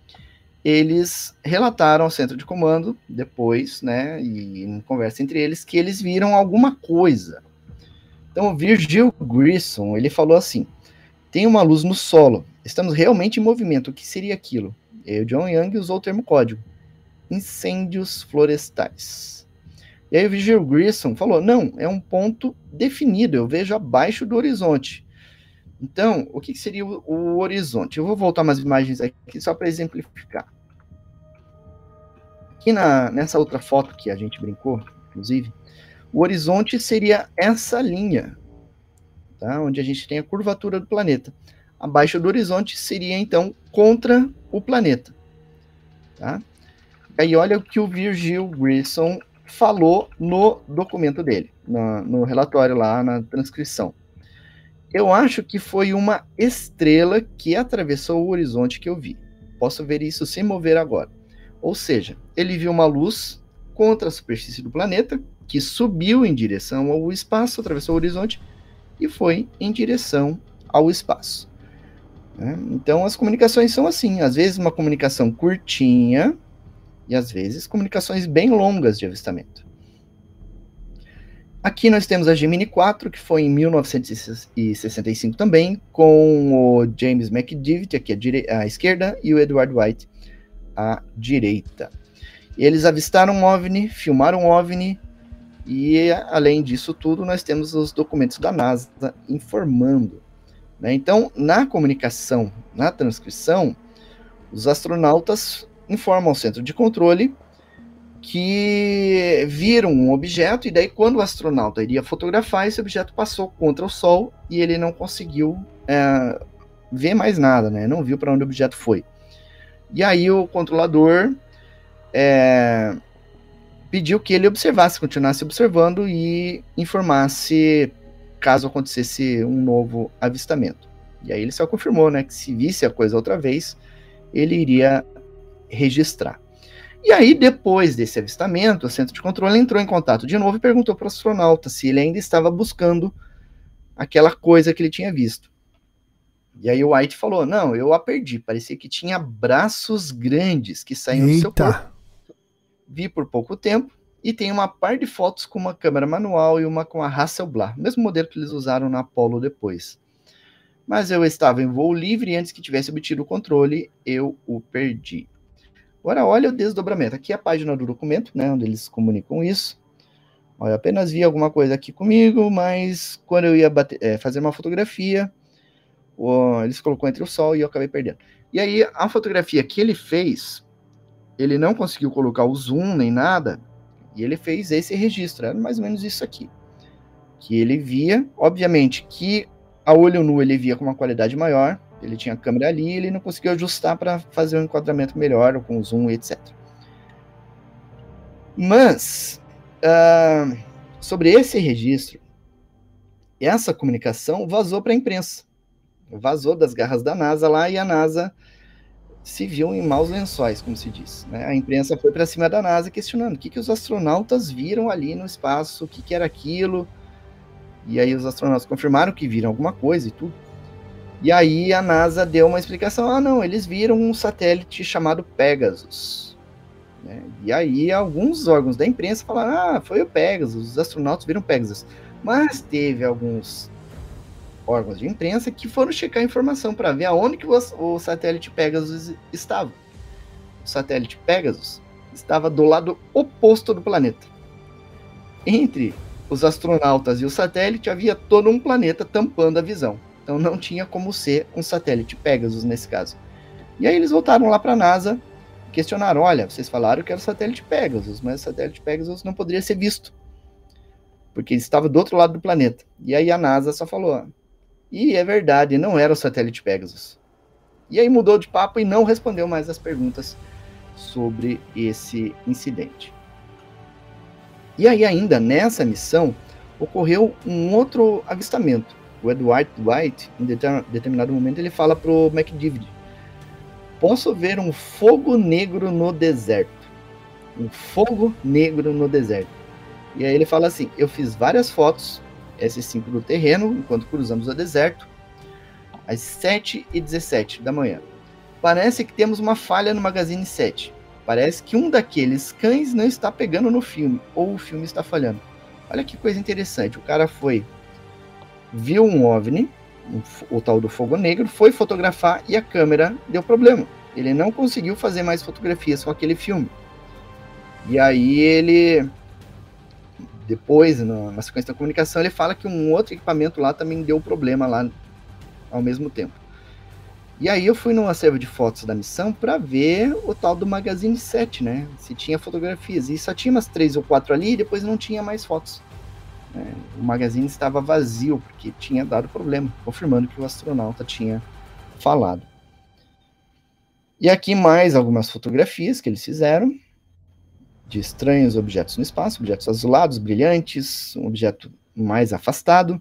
eles relataram ao centro de comando, depois, né, e em conversa entre eles, que eles viram alguma coisa. Então, o Virgil Grissom, ele falou assim: tem uma luz no solo. Estamos realmente em movimento. O que seria aquilo? E o John Young usou o termo código. Incêndios florestais. E aí o Virgil Grissom falou, não, é um ponto definido, eu vejo abaixo do horizonte. Então, o que seria o, o horizonte? Eu vou voltar umas imagens aqui só para exemplificar. Aqui na, nessa outra foto que a gente brincou, inclusive, o horizonte seria essa linha, tá? Onde a gente tem a curvatura do planeta. Abaixo do horizonte seria, então, contra o planeta. Tá? Aí olha o que o Virgil Grissom falou no documento dele, no, no relatório lá, na transcrição. Eu acho que foi uma estrela que atravessou o horizonte que eu vi. Posso ver isso sem mover agora. Ou seja, ele viu uma luz contra a superfície do planeta, que subiu em direção ao espaço, atravessou o horizonte e foi em direção ao espaço. Então as comunicações são assim, às vezes uma comunicação curtinha e às vezes comunicações bem longas de avistamento. Aqui nós temos a Gemini quatro, que foi em mil novecentos e sessenta e cinco também, com o James McDivitt aqui à, dire... à esquerda e o Edward White à direita. Eles avistaram um OVNI, filmaram um OVNI, e além disso tudo, nós temos os documentos da NASA informando. Né? Então, na comunicação, na transcrição, os astronautas informam ao centro de controle que viram um objeto, e daí quando o astronauta iria fotografar, esse objeto passou contra o Sol e ele não conseguiu é, ver mais nada, né? Não viu para onde o objeto foi. E aí o controlador é, pediu que ele observasse, continuasse observando e informasse caso acontecesse um novo avistamento. E aí ele só confirmou, né, que se visse a coisa outra vez, ele iria registrar. E aí, depois desse avistamento, o centro de controle entrou em contato de novo e perguntou para o astronauta se ele ainda estava buscando aquela coisa que ele tinha visto. E aí o White falou, não, eu a perdi, parecia que tinha braços grandes que saíam do seu corpo. Vi por pouco tempo e tem uma par de fotos com uma câmera manual e uma com a Hasselblad, mesmo modelo que eles usaram na Apollo depois. Mas eu estava em voo livre e antes que tivesse obtido o controle, eu o perdi. Agora, olha o desdobramento. Aqui é a página do documento, né, onde eles comunicam isso. Olha, eu apenas vi alguma coisa aqui comigo, mas quando eu ia bater, é, fazer uma fotografia, o, eles colocou entre o Sol e eu acabei perdendo. E aí, a fotografia que ele fez, ele não conseguiu colocar o zoom nem nada, e ele fez esse registro. Era mais ou menos isso aqui. Que ele via, obviamente, que a olho nu ele via com uma qualidade maior, ele tinha a câmera ali, ele não conseguiu ajustar para fazer um enquadramento melhor, ou com zoom, etcétera. Mas, uh, sobre esse registro, essa comunicação vazou para a imprensa. Vazou das garras da NASA lá, e a NASA se viu em maus lençóis, como se diz. Né? A imprensa foi para cima da NASA questionando o que, que os astronautas viram ali no espaço, o que, que era aquilo. E aí os astronautas confirmaram que viram alguma coisa e tudo. E aí a NASA deu uma explicação, ah não, eles viram um satélite chamado Pegasus. Né? E aí alguns órgãos da imprensa falaram, ah, foi o Pegasus, os astronautas viram Pegasus. Mas teve alguns órgãos de imprensa que foram checar a informação para ver aonde que o, o satélite Pegasus estava. O satélite Pegasus estava do lado oposto do planeta. Entre os astronautas e o satélite havia todo um planeta tampando a visão. Então não tinha como ser um satélite Pegasus nesse caso. E aí eles voltaram lá para a NASA, questionaram, olha, vocês falaram que era o satélite Pegasus, mas o satélite Pegasus não poderia ser visto, porque ele estava do outro lado do planeta. E aí a NASA só falou, e é verdade, não era o satélite Pegasus. E aí mudou de papo e não respondeu mais as perguntas sobre esse incidente. E aí ainda nessa missão ocorreu um outro avistamento. O Edward White, em determinado momento, ele fala para o McDivitt, posso ver um fogo negro no deserto. Um fogo negro no deserto. E aí ele fala assim, eu fiz várias fotos, S cinco do terreno, enquanto cruzamos o deserto, às sete e dezessete da manhã. Parece que temos uma falha no Magazine sete. Parece que um daqueles cães não está pegando no filme, ou o filme está falhando. Olha que coisa interessante, o cara foi... viu um OVNI, um, o tal do fogo negro, foi fotografar e a câmera deu problema. Ele não conseguiu fazer mais fotografias com aquele filme. E aí ele, depois, no, na sequência da comunicação, ele fala que um outro equipamento lá também deu problema lá ao mesmo tempo. E aí eu fui no acervo de fotos da missão para ver o tal do Magazine sete, né? Se tinha fotografias. E só tinha umas três ou quatro ali e depois não tinha mais fotos. O magazine estava vazio, porque tinha dado problema, confirmando que o astronauta tinha falado. E aqui mais algumas fotografias que eles fizeram, de estranhos objetos no espaço, objetos azulados, brilhantes, um objeto mais afastado.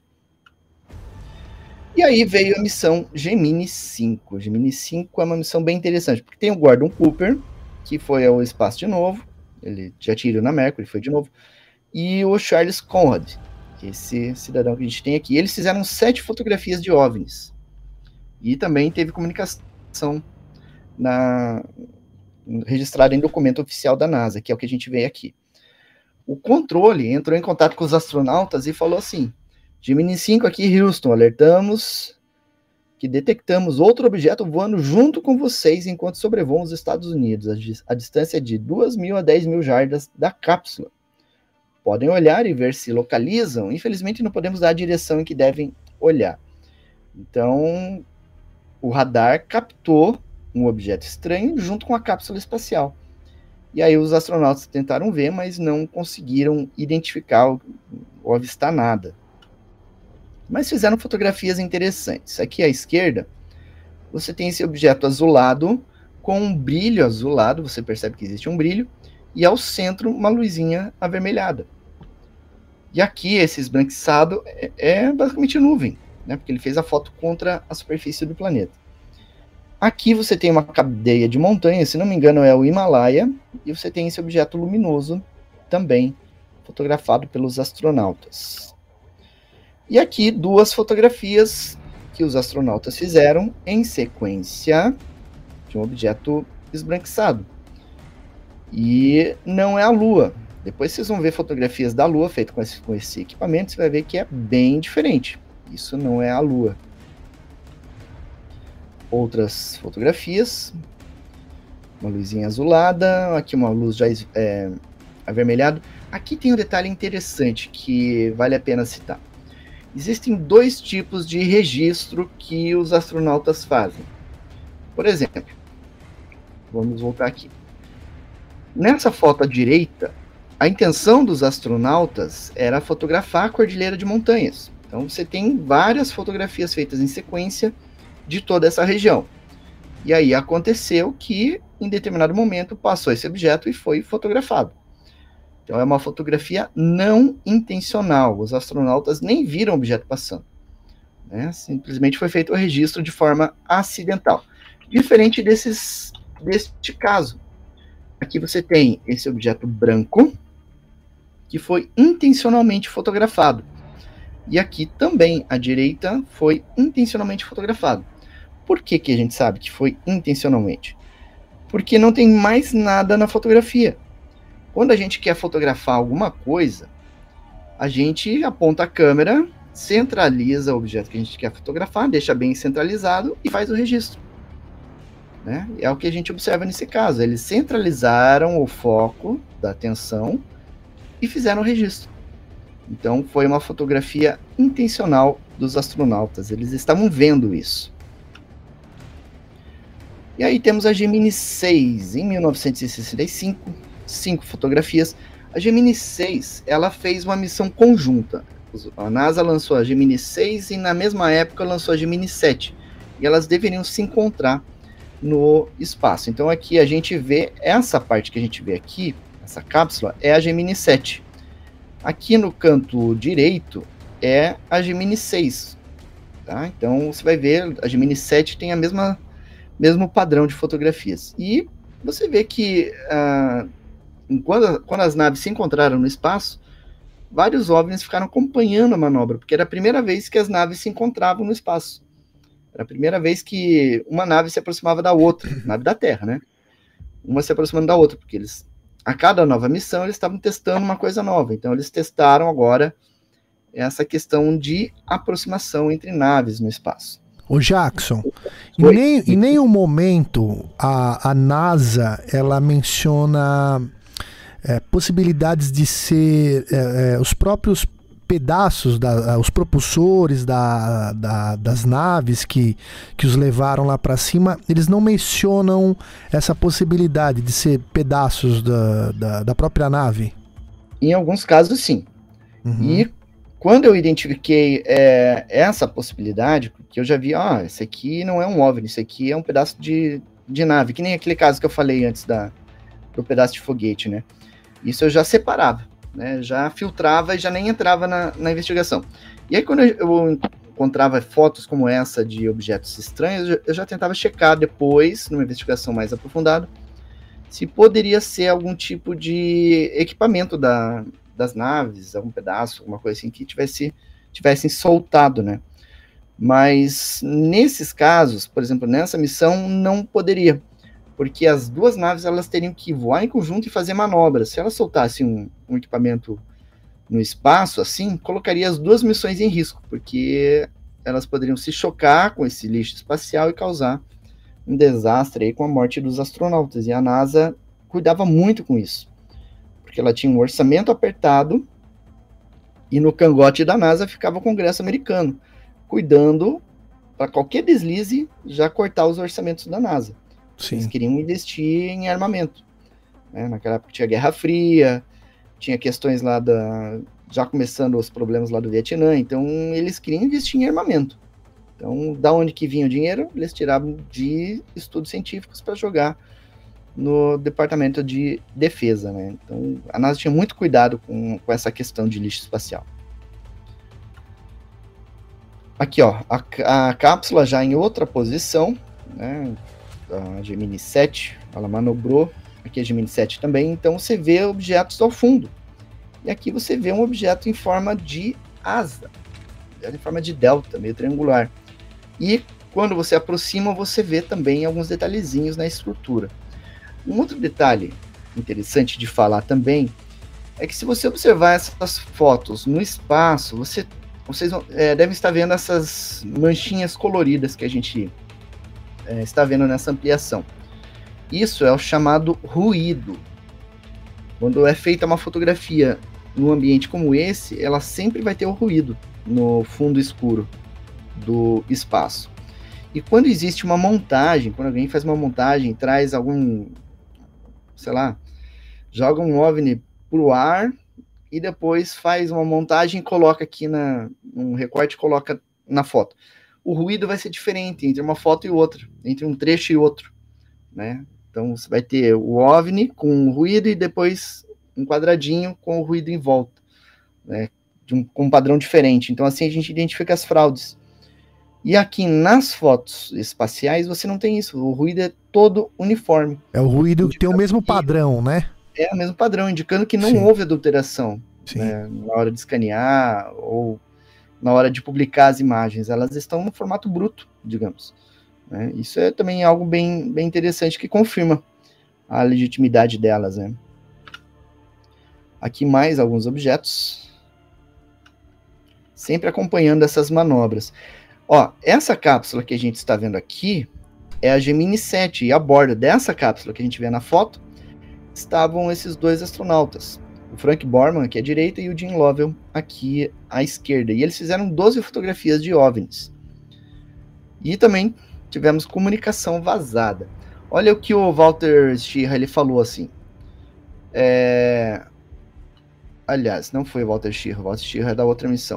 E aí veio a missão Gemini cinco. Gemini cinco é uma missão bem interessante, porque tem o Gordon Cooper, que foi ao espaço de novo, ele já tinha ido na Mercury, foi de novo, e o Charles Conrad, esse cidadão que a gente tem aqui. Eles fizeram sete fotografias de OVNIs. E também teve comunicação na, registrada em documento oficial da NASA, que é o que a gente vê aqui. o controle entrou em contato com os astronautas e falou assim: Gemini cinco aqui, Houston, alertamos que detectamos outro objeto voando junto com vocês enquanto sobrevoam os Estados Unidos, a, a distância de duas mil a dez mil jardas da cápsula. Podem olhar e ver se localizam. Infelizmente, não podemos dar a direção em que devem olhar. Então, o radar captou um objeto estranho junto com a cápsula espacial. E aí os astronautas tentaram ver, mas não conseguiram identificar ou avistar nada. Mas fizeram fotografias interessantes. Aqui à esquerda, você tem esse objeto azulado com um brilho azulado, você percebe que existe um brilho, e ao centro uma luzinha avermelhada. E aqui esse esbranquiçado é, é basicamente nuvem, né, porque ele fez a foto contra a superfície do planeta. Aqui você tem uma cadeia de montanhas, se não me engano é o Himalaia, e você tem esse objeto luminoso também fotografado pelos astronautas. E aqui duas fotografias que os astronautas fizeram em sequência de um objeto esbranquiçado. E não é a Lua. Depois vocês vão ver fotografias da Lua feitas com esse, com esse equipamento, você vai ver que é bem diferente. Isso não é a Lua. Outras fotografias. Uma luzinha azulada, aqui uma luz já é, avermelhada. Aqui tem um detalhe interessante que vale a pena citar. Existem dois tipos de registro que os astronautas fazem. Por exemplo, vamos voltar aqui. Nessa foto à direita, a intenção dos astronautas era fotografar a Cordilheira de Montanhas. Então você tem várias fotografias feitas em sequência de toda essa região. E aí aconteceu que, em determinado momento, passou esse objeto e foi fotografado. Então é uma fotografia não intencional. Os astronautas nem viram o objeto passando, né? Simplesmente foi feito o registro de forma acidental. Diferente desses, deste caso. Aqui você tem esse objeto branco que foi intencionalmente fotografado. E aqui também, à direita, foi intencionalmente fotografado. Por que que a gente sabe que foi intencionalmente? Porque não tem mais nada na fotografia. Quando a gente quer fotografar alguma coisa, a gente aponta a câmera, centraliza o objeto que a gente quer fotografar, deixa bem centralizado e faz o registro, né? É o que a gente observa nesse caso. Eles centralizaram o foco da atenção e fizeram o registro. Então foi uma fotografia intencional dos astronautas. Eles estavam vendo isso. E aí temos a Gemini seis, em mil novecentos e sessenta e cinco, cinco fotografias. A Gemini seis, ela fez uma missão conjunta. A NASA lançou a Gemini seis e na mesma época lançou a Gemini sete. E elas deveriam se encontrar no espaço. Então aqui a gente vê, essa parte que a gente vê aqui, essa cápsula, é a Gemini sete. Aqui no canto direito é a Gemini seis. Tá? Então você vai ver, a Gemini sete tem a mesma mesmo padrão de fotografias. E você vê que ah, quando, quando as naves se encontraram no espaço, vários OVNIs ficaram acompanhando a manobra, porque era a primeira vez que as naves se encontravam no espaço. Era a primeira vez que uma nave se aproximava da outra, nave da Terra, né? Uma se aproximando da outra, porque eles, a cada nova missão, eles estavam testando uma coisa nova. Então eles testaram agora essa questão de aproximação entre naves no espaço. Ô Jackson, em, nem, em nenhum momento a, a NASA ela menciona é, possibilidades de ser é, é, os próprios pedaços, da, os propulsores da, da, das naves que, que os levaram lá para cima, eles não mencionam essa possibilidade de ser pedaços da, da, da própria nave? Em alguns casos, sim. Uhum. E quando eu identifiquei é, essa possibilidade, porque eu já vi, ah, esse aqui não é um OVNI, isso aqui é um pedaço de, de nave, que nem aquele caso que eu falei antes da, do pedaço de foguete, né? Isso eu já separava, né? Já filtrava e já nem entrava na, na investigação. E aí quando eu encontrava fotos como essa de objetos estranhos, eu já tentava checar depois, numa investigação mais aprofundada, se poderia ser algum tipo de equipamento da... das naves, algum pedaço, alguma coisa assim que tivesse, tivessem soltado, né? Mas nesses casos, por exemplo, nessa missão, não poderia, porque as duas naves elas teriam que voar em conjunto e fazer manobras. Se elas soltassem um, um equipamento no espaço, assim, colocaria as duas missões em risco, porque elas poderiam se chocar com esse lixo espacial e causar um desastre aí com a morte dos astronautas. E a NASA cuidava muito com isso, porque ela tinha um orçamento apertado e no cangote da NASA ficava o Congresso americano, cuidando para qualquer deslize já cortar os orçamentos da NASA. Sim. Eles queriam investir em armamento. Né? Naquela época tinha Guerra Fria, tinha questões lá da... já começando os problemas lá do Vietnã, então eles queriam investir em armamento. Então, da onde que vinha o dinheiro? Eles tiravam de estudos científicos para jogar no Departamento de Defesa, né? Então, a NASA tinha muito cuidado com, com essa questão de lixo espacial. Aqui, ó, a, a cápsula já em outra posição, né? A Gemini sete, ela manobrou, aqui a Gemini sete também, então você vê objetos ao fundo. E aqui você vê um objeto em forma de asa, em forma de delta, meio triangular. E quando você aproxima, você vê também alguns detalhezinhos na estrutura. Um outro detalhe interessante de falar também é que se você observar essas fotos no espaço, você, vocês é, devem estar vendo essas manchinhas coloridas que a gente é, está vendo nessa ampliação. Isso é o chamado ruído. Quando é feita uma fotografia num ambiente como esse, ela sempre vai ter o ruído no fundo escuro do espaço. E quando existe uma montagem, quando alguém faz uma montagem, traz algum, sei lá, joga um OVNI pro ar e depois faz uma montagem e coloca aqui na, um recorte e coloca na foto. O ruído vai ser diferente entre uma foto e outra, entre um trecho e outro, né? Então você vai ter o OVNI com o ruído e depois um quadradinho com o ruído em volta, né? De um, com um padrão diferente. Então assim a gente identifica as fraudes. E aqui nas fotos espaciais você não tem isso, o ruído é todo uniforme. É o ruído que tem o mesmo padrão, né? É o mesmo padrão, indicando que não Sim. houve adulteração, né, na hora de escanear ou na hora de publicar as imagens. Elas estão no formato bruto, digamos. Né? Isso é também algo bem, bem interessante que confirma a legitimidade delas. Né? Aqui mais alguns objetos, sempre acompanhando essas manobras. Ó, essa cápsula que a gente está vendo aqui é a Gemini sete, e a bordo dessa cápsula que a gente vê na foto estavam esses dois astronautas, o Frank Borman aqui à direita e o Jim Lovell aqui à esquerda, e eles fizeram doze fotografias de OVNIs. E também tivemos comunicação vazada. Olha o que o Walter Schirra ele falou assim, é... aliás, não foi o Walter Schirra, o Walter Schirra é da outra missão.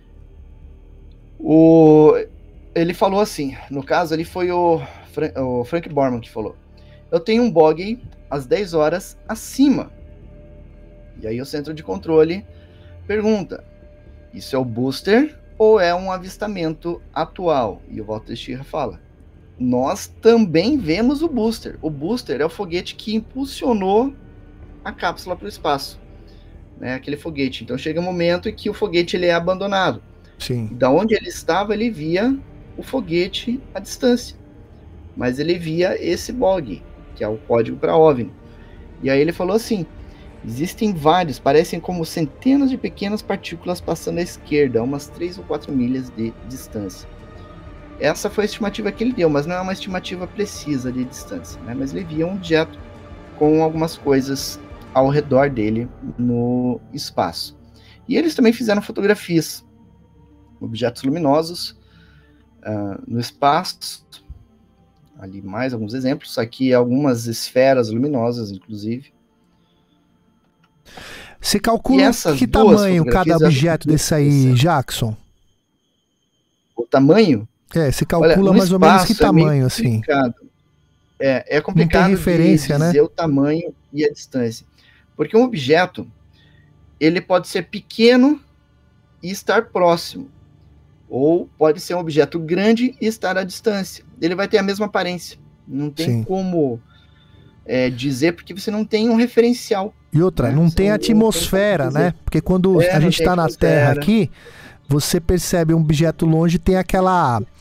O... Ele falou assim, no caso, ele foi o, Fra... o Frank Borman que falou: eu tenho um bogey às dez horas acima. E aí o centro de controle pergunta: isso é o booster ou é um avistamento atual? E o Walter Schirra fala: nós também vemos o booster. O booster é o foguete que impulsionou a cápsula para o espaço, né? Aquele foguete. Então chega um momento em que o foguete ele é abandonado. Sim. Da onde ele estava, ele via o foguete à distância, mas ele via esse bog, que é o código para OVNI. E aí ele falou assim: existem vários, parecem como centenas de pequenas partículas passando à esquerda, a umas três ou quatro milhas de distância. Essa foi a estimativa que ele deu, mas não é uma estimativa precisa de distância, né? Mas ele via um objeto com algumas coisas ao redor dele no espaço. E eles também fizeram fotografias, objetos luminosos uh, no espaço. Ali mais alguns exemplos. Aqui algumas esferas luminosas, inclusive. Você calcula que tamanho cada objeto desse aí, Jackson? O tamanho? É, você calcula Olha, mais ou menos que tamanho, é assim? É, é complicado. Não tem referência, de dizer né? O tamanho e a distância. Porque um objeto, ele pode ser pequeno e estar próximo. Ou pode ser um objeto grande e estar à distância. Ele vai ter a mesma aparência. Não tem Sim. como é, dizer, porque você não tem um referencial. E outra, né? não você tem atmosfera, não tem né? Porque quando é, a gente está na Terra aqui, você percebe um objeto longe, tem aquela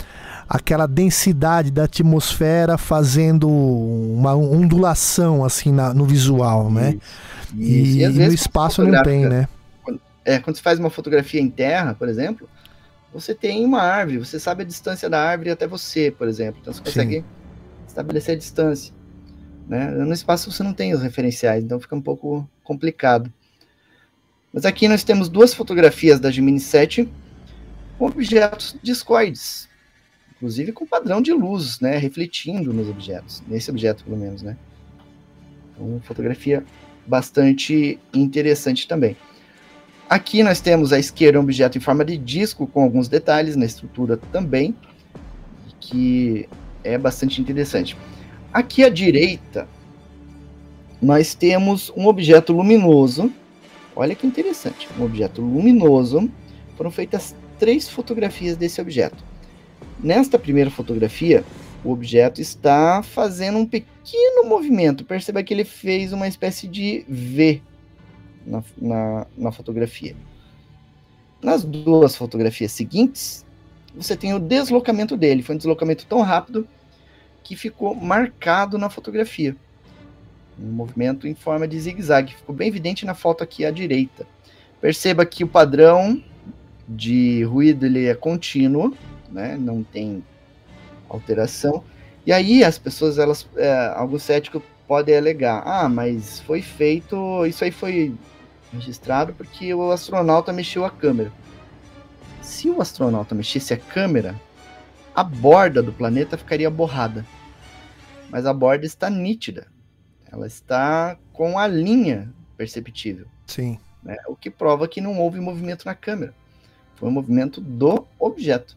aquela densidade da atmosfera fazendo uma ondulação assim na, no visual, né? Isso. E, e, às e vezes, no espaço não tem, né? Quando, é, quando você faz uma fotografia em terra, por exemplo, você tem uma árvore, você sabe a distância da árvore até você, por exemplo. Então você consegue Sim. estabelecer a distância. Né? No espaço você não tem os referenciais, então fica um pouco complicado. Mas aqui nós temos duas fotografias da Gemini sete com objetos discoides, inclusive com padrão de luz, né, refletindo nos objetos, nesse objeto pelo menos, né. Então, uma fotografia bastante interessante também. Aqui nós temos à esquerda um objeto em forma de disco com alguns detalhes na estrutura também, que é bastante interessante. Aqui à direita nós temos um objeto luminoso. Olha que interessante, um objeto luminoso. Foram feitas três fotografias desse objeto. Nesta primeira fotografia, o objeto está fazendo um pequeno movimento. Perceba que ele fez uma espécie de V na, na, na fotografia. Nas duas fotografias seguintes, você tem o deslocamento dele. Foi um deslocamento tão rápido que ficou marcado na fotografia. Um movimento em forma de zigue-zague. Ficou bem evidente na foto aqui à direita. Perceba que o padrão de ruído ele é contínuo, né? Não tem alteração. E aí as pessoas, elas, é, alguns céticos podem alegar, ah, mas foi feito, isso aí foi registrado porque o astronauta mexeu a câmera. Se o astronauta mexesse a câmera, a borda do planeta ficaria borrada. Mas a borda está nítida. Ela está com a linha perceptível. Sim. Né? O que prova que não houve movimento na câmera. Foi um movimento do objeto.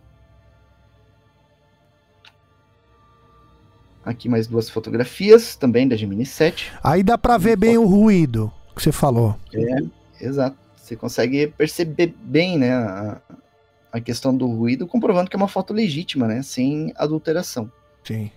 Aqui mais duas fotografias, também da Gemini sete. Aí dá para ver bem o ruído que você falou. É, exato. Você consegue perceber bem, né, a, a questão do ruído, comprovando que é uma foto legítima, né, sem adulteração. Sim.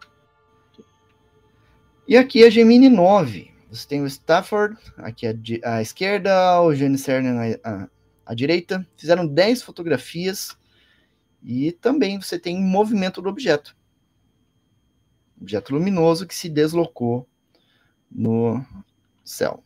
E aqui a Gemini nove. Você tem o Stafford aqui à, à esquerda, o Gene Cernan à, à, à direita. Fizeram dez fotografias e também você tem movimento do objeto. Objeto luminoso que se deslocou no céu.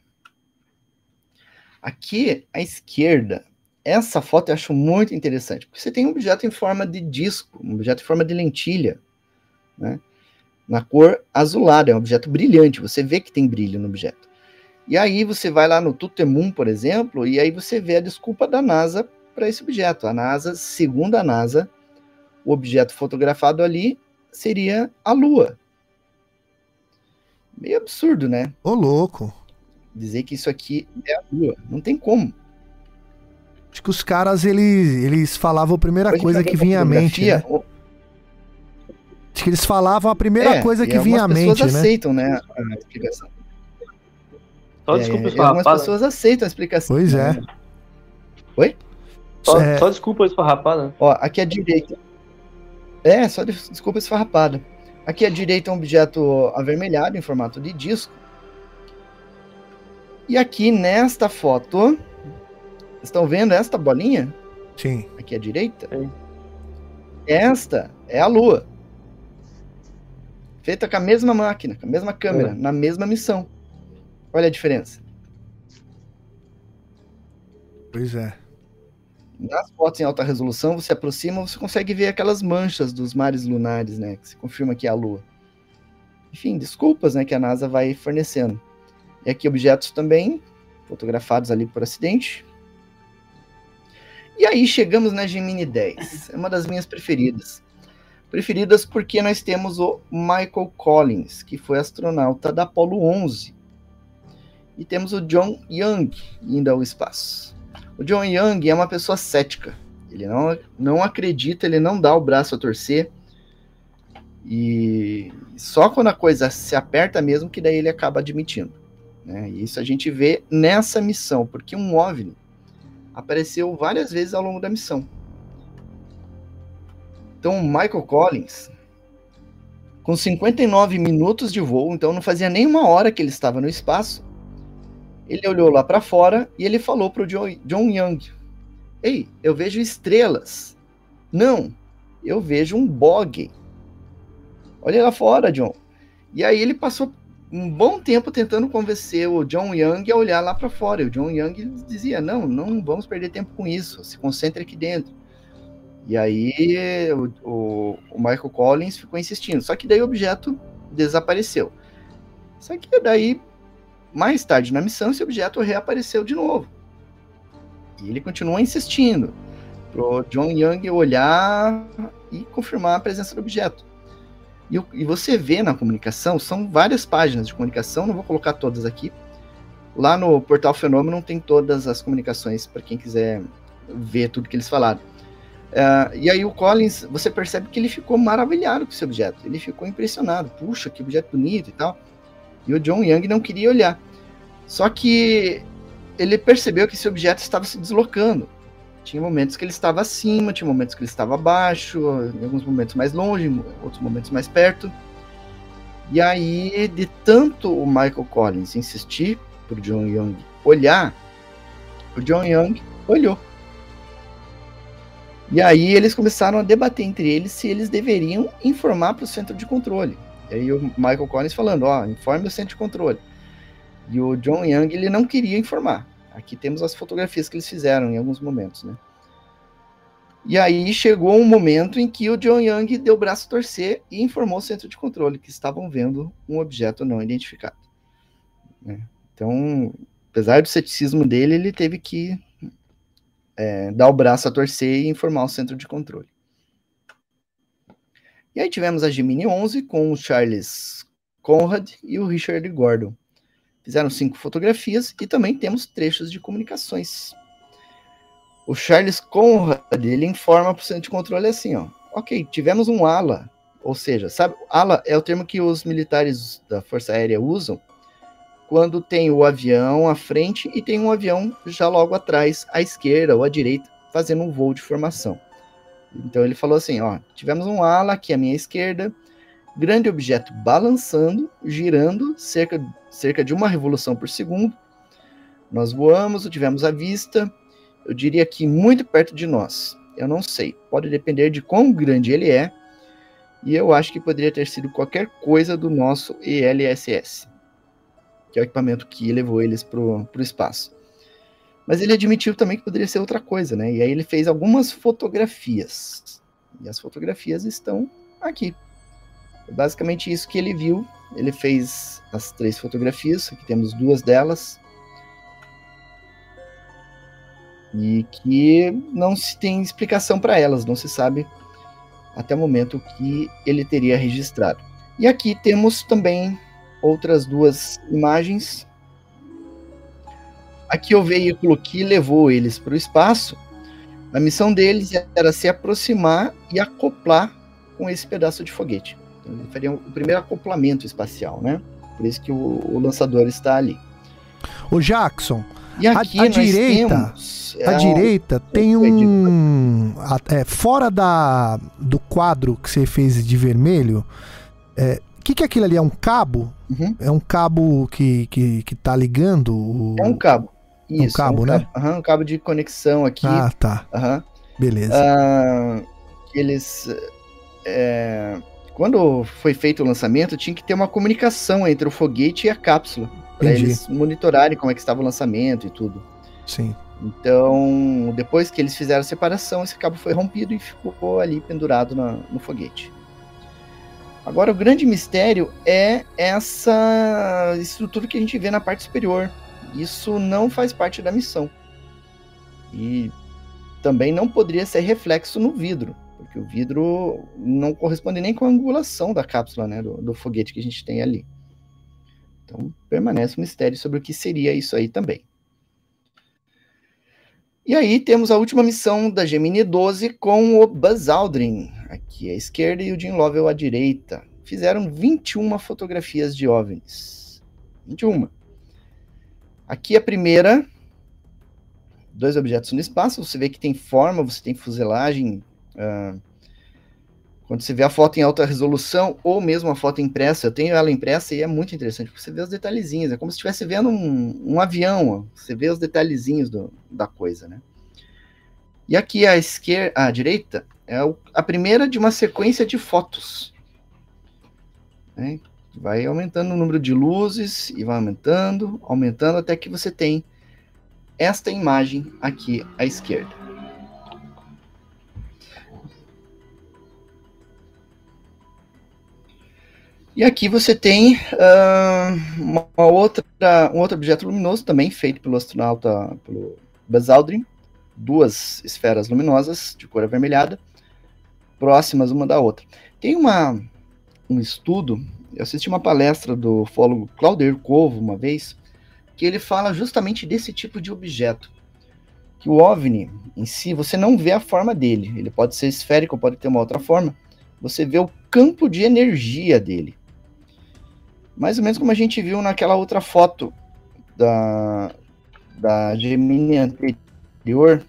Aqui à esquerda, essa foto eu acho muito interessante, porque você tem um objeto em forma de disco, um objeto em forma de lentilha, né? Na cor azulada, é um objeto brilhante, você vê que tem brilho no objeto. E aí você vai lá no Tutemun, por exemplo, e aí você vê a desculpa da NASA para esse objeto. A NASA, segundo a NASA, o objeto fotografado ali seria a Lua. Meio absurdo, né? Ô, louco. Dizer que isso aqui é a Lua. Não tem como. Acho que os caras, eles, eles falavam a primeira Pode coisa que vinha à mente, né? Ou... Acho que eles falavam a primeira é, coisa que vinha à mente, né? As pessoas aceitam, né, a explicação. Só é, desculpa esfarrapada. Algumas pessoas aceitam a explicação. Pois é. Né? Oi? Só, é. só desculpa esfarrapada. Ó, aqui à direita. É, só desculpa esfarrapada. Aqui à direita é um objeto avermelhado em formato de disco. E aqui nesta foto, estão vendo esta bolinha? Sim. Aqui à direita? Sim. Esta é a Lua. Feita com a mesma máquina, com a mesma câmera, é. na mesma missão. Olha a diferença. Pois é. Nas fotos em alta resolução, você aproxima, você consegue ver aquelas manchas dos mares lunares, né? Que se confirma que é a Lua. Enfim, desculpas, né, que a NASA vai fornecendo. E aqui objetos também, fotografados ali por acidente. E aí chegamos na Gemini dez. É uma das minhas preferidas. Preferidas porque nós temos o Michael Collins, que foi astronauta da Apollo onze. E temos o John Young indo ao espaço. O John Young é uma pessoa cética. Ele não, não acredita, ele não dá o braço a torcer. E só quando a coisa se aperta mesmo que daí ele acaba admitindo. Né? E isso a gente vê nessa missão, porque um OVNI apareceu várias vezes ao longo da missão. Então, o Michael Collins, com cinquenta e nove minutos de voo, então não fazia nem uma hora que ele estava no espaço, ele olhou lá para fora e ele falou para o John Young: Ei, eu vejo estrelas. Não, eu vejo um bog. Olha lá fora, John. E aí ele passou um bom tempo tentando convencer o John Young a olhar lá para fora. E o John Young dizia, não, não vamos perder tempo com isso, se concentre aqui dentro. E aí o, o, o Michael Collins ficou insistindo, só que daí o objeto desapareceu. Só que daí, mais tarde na missão, esse objeto reapareceu de novo. E ele continua insistindo pro John Young olhar e confirmar a presença do objeto. E, e você vê na comunicação, são várias páginas de comunicação, não vou colocar todas aqui. Lá no Portal Fenômeno tem todas as comunicações para quem quiser ver tudo que eles falaram. Uh, e aí o Collins, você percebe que ele ficou maravilhado com esse objeto. Ele ficou impressionado. Puxa, que objeto bonito e tal. E o John Young não queria olhar. Só que ele percebeu que esse objeto estava se deslocando. Tinha momentos que ele estava acima, tinha momentos que ele estava abaixo, em alguns momentos mais longe, em outros momentos mais perto. E aí, de tanto o Michael Collins insistir para o John Young olhar, o John Young olhou. E aí eles começaram a debater entre eles se eles deveriam informar para o centro de controle. E aí o Michael Collins falando, ó, informe o centro de controle. E o John Young, ele não queria informar. Aqui temos as fotografias que eles fizeram em alguns momentos, né? E aí chegou um momento em que o John Young deu o braço a torcer e informou o centro de controle que estavam vendo um objeto não identificado. Né? Então, apesar do ceticismo dele, ele teve que é, dar o braço a torcer e informar o centro de controle. E aí tivemos a Gemini onze com o Charles Conrad e o Richard Gordon. Fizeram cinco fotografias e também temos trechos de comunicações. O Charles Conrad, ele informa para o centro de controle assim, ó. Ok, tivemos um ala, ou seja, sabe, ala é o termo que os militares da Força Aérea usam quando tem o avião à frente e tem um avião já logo atrás, à esquerda ou à direita, fazendo um voo de formação. Então ele falou assim, ó, tivemos um ala aqui à minha esquerda, grande objeto balançando, girando, cerca, cerca de uma revolução por segundo. Nós voamos, o tivemos à vista, eu diria que muito perto de nós. Eu não sei, pode depender de quão grande ele é, e eu acho que poderia ter sido qualquer coisa do nosso E L S S, que é o equipamento que levou eles para o espaço. Mas ele admitiu também que poderia ser outra coisa, né? E aí ele fez algumas fotografias, e as fotografias estão aqui. É basicamente isso que ele viu. Ele fez as três fotografias, aqui temos duas delas, e que não se tem explicação para elas, não se sabe até o momento que ele teria registrado. E aqui temos também outras duas imagens. Aqui o veículo que levou eles para o espaço, a missão deles era se aproximar e acoplar com esse pedaço de foguete. Então, eles fariam o primeiro acoplamento espacial, né? Por isso que o, o lançador está ali. O Jackson, e aqui a, a direita, temos, a é, direita tem um... A, é, fora da, do quadro que você fez de vermelho, é, o que, que é aquilo ali? É um cabo? Uhum. É um cabo que, que, que tá ligando? O... É um cabo. Isso, um cabo, é um né? Cabo, uhum, um cabo de conexão aqui. Ah, tá. Uhum. Beleza. Ah, eles... É, quando foi feito o lançamento, tinha que ter uma comunicação entre o foguete e a cápsula, para eles monitorarem como é que estava o lançamento e tudo. Sim. Então, depois que eles fizeram a separação, esse cabo foi rompido e ficou ali pendurado na, no foguete. Agora, o grande mistério é essa estrutura que a gente vê na parte superior. Isso não faz parte da missão. E também não poderia ser reflexo no vidro, porque o vidro não corresponde nem com a angulação da cápsula, né, do, do foguete que a gente tem ali. Então, permanece um mistério sobre o que seria isso aí também. E aí temos a última missão da Gemini doze com o Buzz Aldrin, aqui à esquerda, e o Jim Lovell à direita. Fizeram vinte e uma fotografias de OVNIs. vinte e uma. Aqui a primeira, dois objetos no espaço, você vê que tem forma, você tem fuselagem. Uh, quando você vê a foto em alta resolução, ou mesmo a foto impressa, eu tenho ela impressa e é muito interessante, porque você vê os detalhezinhos, é como se estivesse vendo um, um avião, ó, você vê os detalhezinhos do, da coisa, né? E aqui à esquerda, à direita, é a primeira de uma sequência de fotos. Né? Vai aumentando o número de luzes e vai aumentando, aumentando, até que você tem esta imagem aqui à esquerda. E aqui você tem uh, uma outra, um outro objeto luminoso, também feito pelo astronauta pelo Buzz Aldrin, duas esferas luminosas de cor avermelhada, próximas uma da outra. Tem uma, um estudo, eu assisti uma palestra do ufólogo Claudio Corvo uma vez, que ele fala justamente desse tipo de objeto. Que o OVNI em si, você não vê a forma dele, ele pode ser esférico, pode ter uma outra forma, você vê o campo de energia dele. Mais ou menos como a gente viu naquela outra foto da, da Gemini anterior.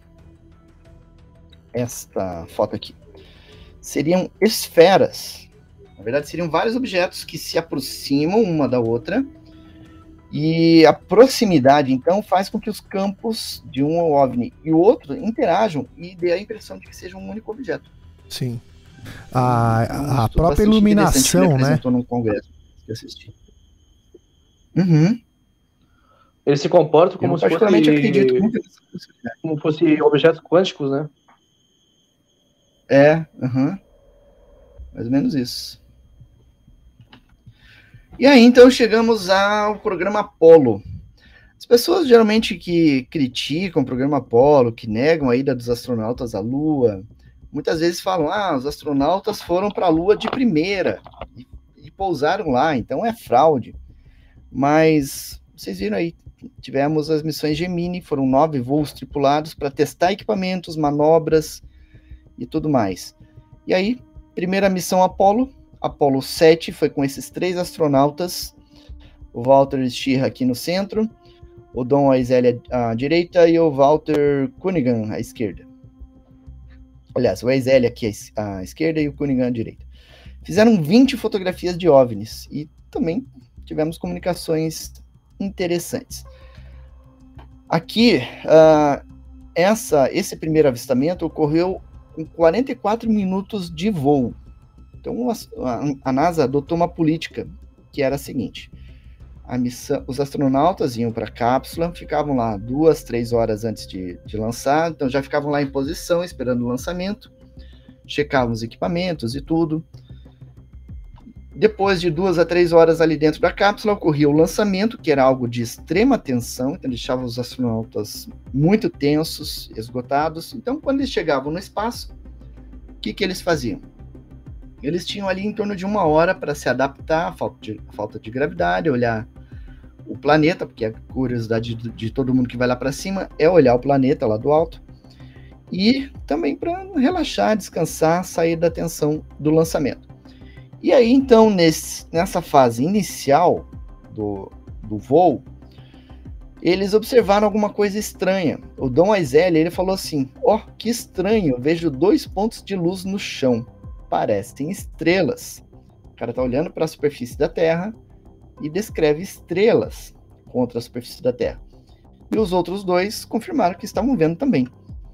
Esta foto aqui. Seriam esferas. Na verdade, seriam vários objetos que se aproximam uma da outra. E a proximidade, então, faz com que os campos de um OVNI e o outro interajam e dê a impressão de que seja um único objeto. Sim. A, a, a própria bastante iluminação, ele né? apresentou num congresso que eu assisti. Uhum. Ele se comporta como Eu se fosse, particularmente acredito muito nessa possibilidade. como fosse objetos quânticos, né? É, uhum. Mais ou menos isso. E aí, então, chegamos ao programa Apollo. As pessoas geralmente que criticam o programa Apollo, que negam a ida dos astronautas à Lua, muitas vezes falam, ah, os astronautas foram para a Lua de primeira e, e pousaram lá, então é fraude. Mas, vocês viram aí, tivemos as missões Gemini, foram nove voos tripulados para testar equipamentos, manobras e tudo mais. E aí, primeira missão Apollo, Apollo sete, foi com esses três astronautas, o Walter Schirra aqui no centro, o Don Weisel à direita e o Walter Cunningham à esquerda. Aliás, o Weisel aqui à esquerda e o Cunningham à direita. Fizeram vinte fotografias de OVNIs e também tivemos comunicações interessantes. Aqui, uh, essa, esse primeiro avistamento ocorreu com quarenta e quatro minutos de voo. Então, a, a NASA adotou uma política que era a seguinte: a missão, os astronautas iam para a cápsula, ficavam lá duas, três horas antes de, de lançar, então já ficavam lá em posição, esperando o lançamento, checavam os equipamentos e tudo. Depois de duas a três horas ali dentro da cápsula, ocorria o lançamento, que era algo de extrema tensão, então deixava os astronautas muito tensos, esgotados. Então, quando eles chegavam no espaço, o que, que eles faziam? Eles tinham ali em torno de uma hora para se adaptar à falta de, à falta de gravidade, olhar o planeta, porque a curiosidade de, de todo mundo que vai lá para cima é olhar o planeta lá do alto, e também para relaxar, descansar, sair da tensão do lançamento. E aí, então, nesse, nessa fase inicial do, do voo, eles observaram alguma coisa estranha. O Don Weisel, ele falou assim, ó, oh, que estranho, vejo dois pontos de luz no chão, parecem estrelas. O cara tá olhando para a superfície da Terra e descreve estrelas contra a superfície da Terra. E os outros dois confirmaram que estavam vendo também.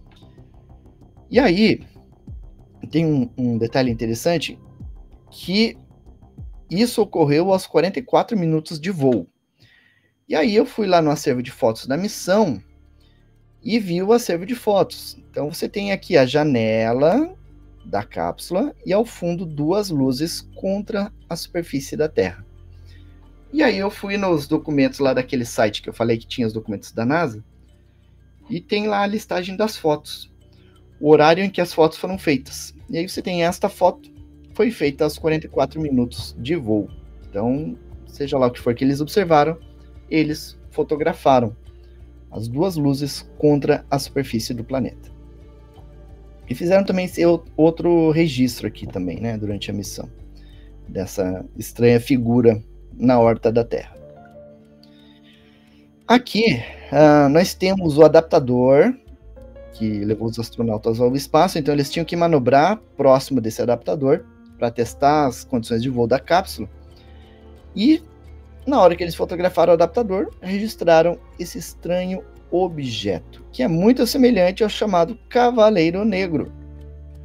E aí, tem um, um detalhe interessante, que isso ocorreu aos quarenta e quatro minutos de voo. E aí eu fui lá no acervo de fotos da missão e vi o acervo de fotos. Então você tem aqui a janela da cápsula e ao fundo duas luzes contra a superfície da Terra. E aí eu fui nos documentos lá daquele site que eu falei que tinha os documentos da NASA e tem lá a listagem das fotos, o horário em que as fotos foram feitas. E aí você tem esta foto, foi feita aos quarenta e quatro minutos de voo. Então, seja lá o que for que eles observaram, eles fotografaram as duas luzes contra a superfície do planeta. E fizeram também esse outro registro aqui também, né, durante a missão, dessa estranha figura na órbita da Terra. Aqui, uh, nós temos o adaptador que levou os astronautas ao espaço, então eles tinham que manobrar próximo desse adaptador para testar as condições de voo da cápsula. E, na hora que eles fotografaram o adaptador, registraram esse estranho objeto, que é muito semelhante ao chamado Cavaleiro Negro.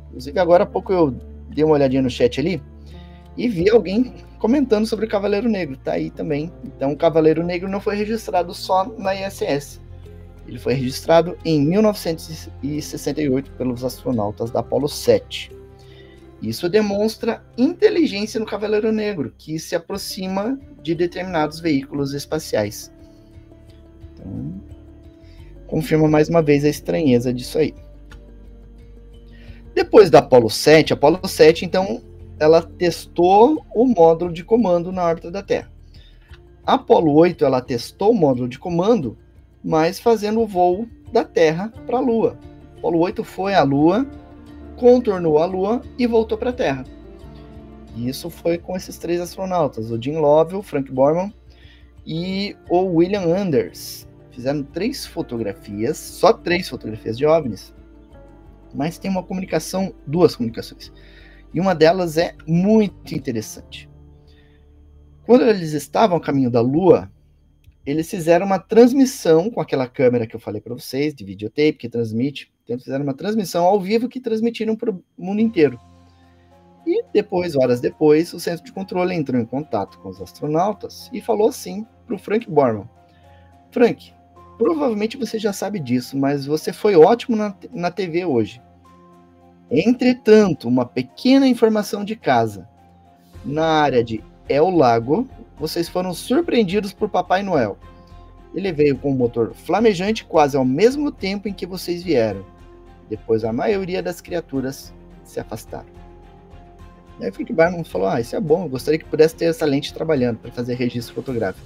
Inclusive, agora há pouco eu dei uma olhadinha no chat ali e vi alguém comentando sobre o Cavaleiro Negro. Tá aí também. Então, o Cavaleiro Negro não foi registrado só na I S S. Ele foi registrado em mil novecentos e sessenta e oito pelos astronautas da Apollo sete. Isso demonstra inteligência no Cavaleiro Negro, que se aproxima de determinados veículos espaciais. Então, confirma mais uma vez a estranheza disso aí. Depois da Apollo sete, a Apollo sete, então, ela testou o módulo de comando na órbita da Terra. A Apollo oito, ela testou o módulo de comando, mas fazendo o voo da Terra para a Lua. A Apollo oito foi à Lua, contornou a Lua e voltou para a Terra. E isso foi com esses três astronautas, o Jim Lovell, Frank Borman e o William Anders. Fizeram três fotografias, só três fotografias de OVNIs, mas tem uma comunicação, duas comunicações. E uma delas é muito interessante. Quando eles estavam a caminho da Lua, eles fizeram uma transmissão com aquela câmera que eu falei para vocês, de videotape, que transmite. Então, eles fizeram uma transmissão ao vivo que transmitiram para o mundo inteiro. E depois, horas depois, o centro de controle entrou em contato com os astronautas e falou assim para o Frank Borman: Frank, provavelmente você já sabe disso, mas você foi ótimo na, na T V hoje. Entretanto, uma pequena informação de casa. Na área de El Lago, vocês foram surpreendidos por Papai Noel. Ele veio com um motor flamejante quase ao mesmo tempo em que vocês vieram. Depois a maioria das criaturas se afastaram. E aí Frank Borman falou: ah, isso é bom, eu gostaria que pudesse ter essa lente trabalhando para fazer registro fotográfico.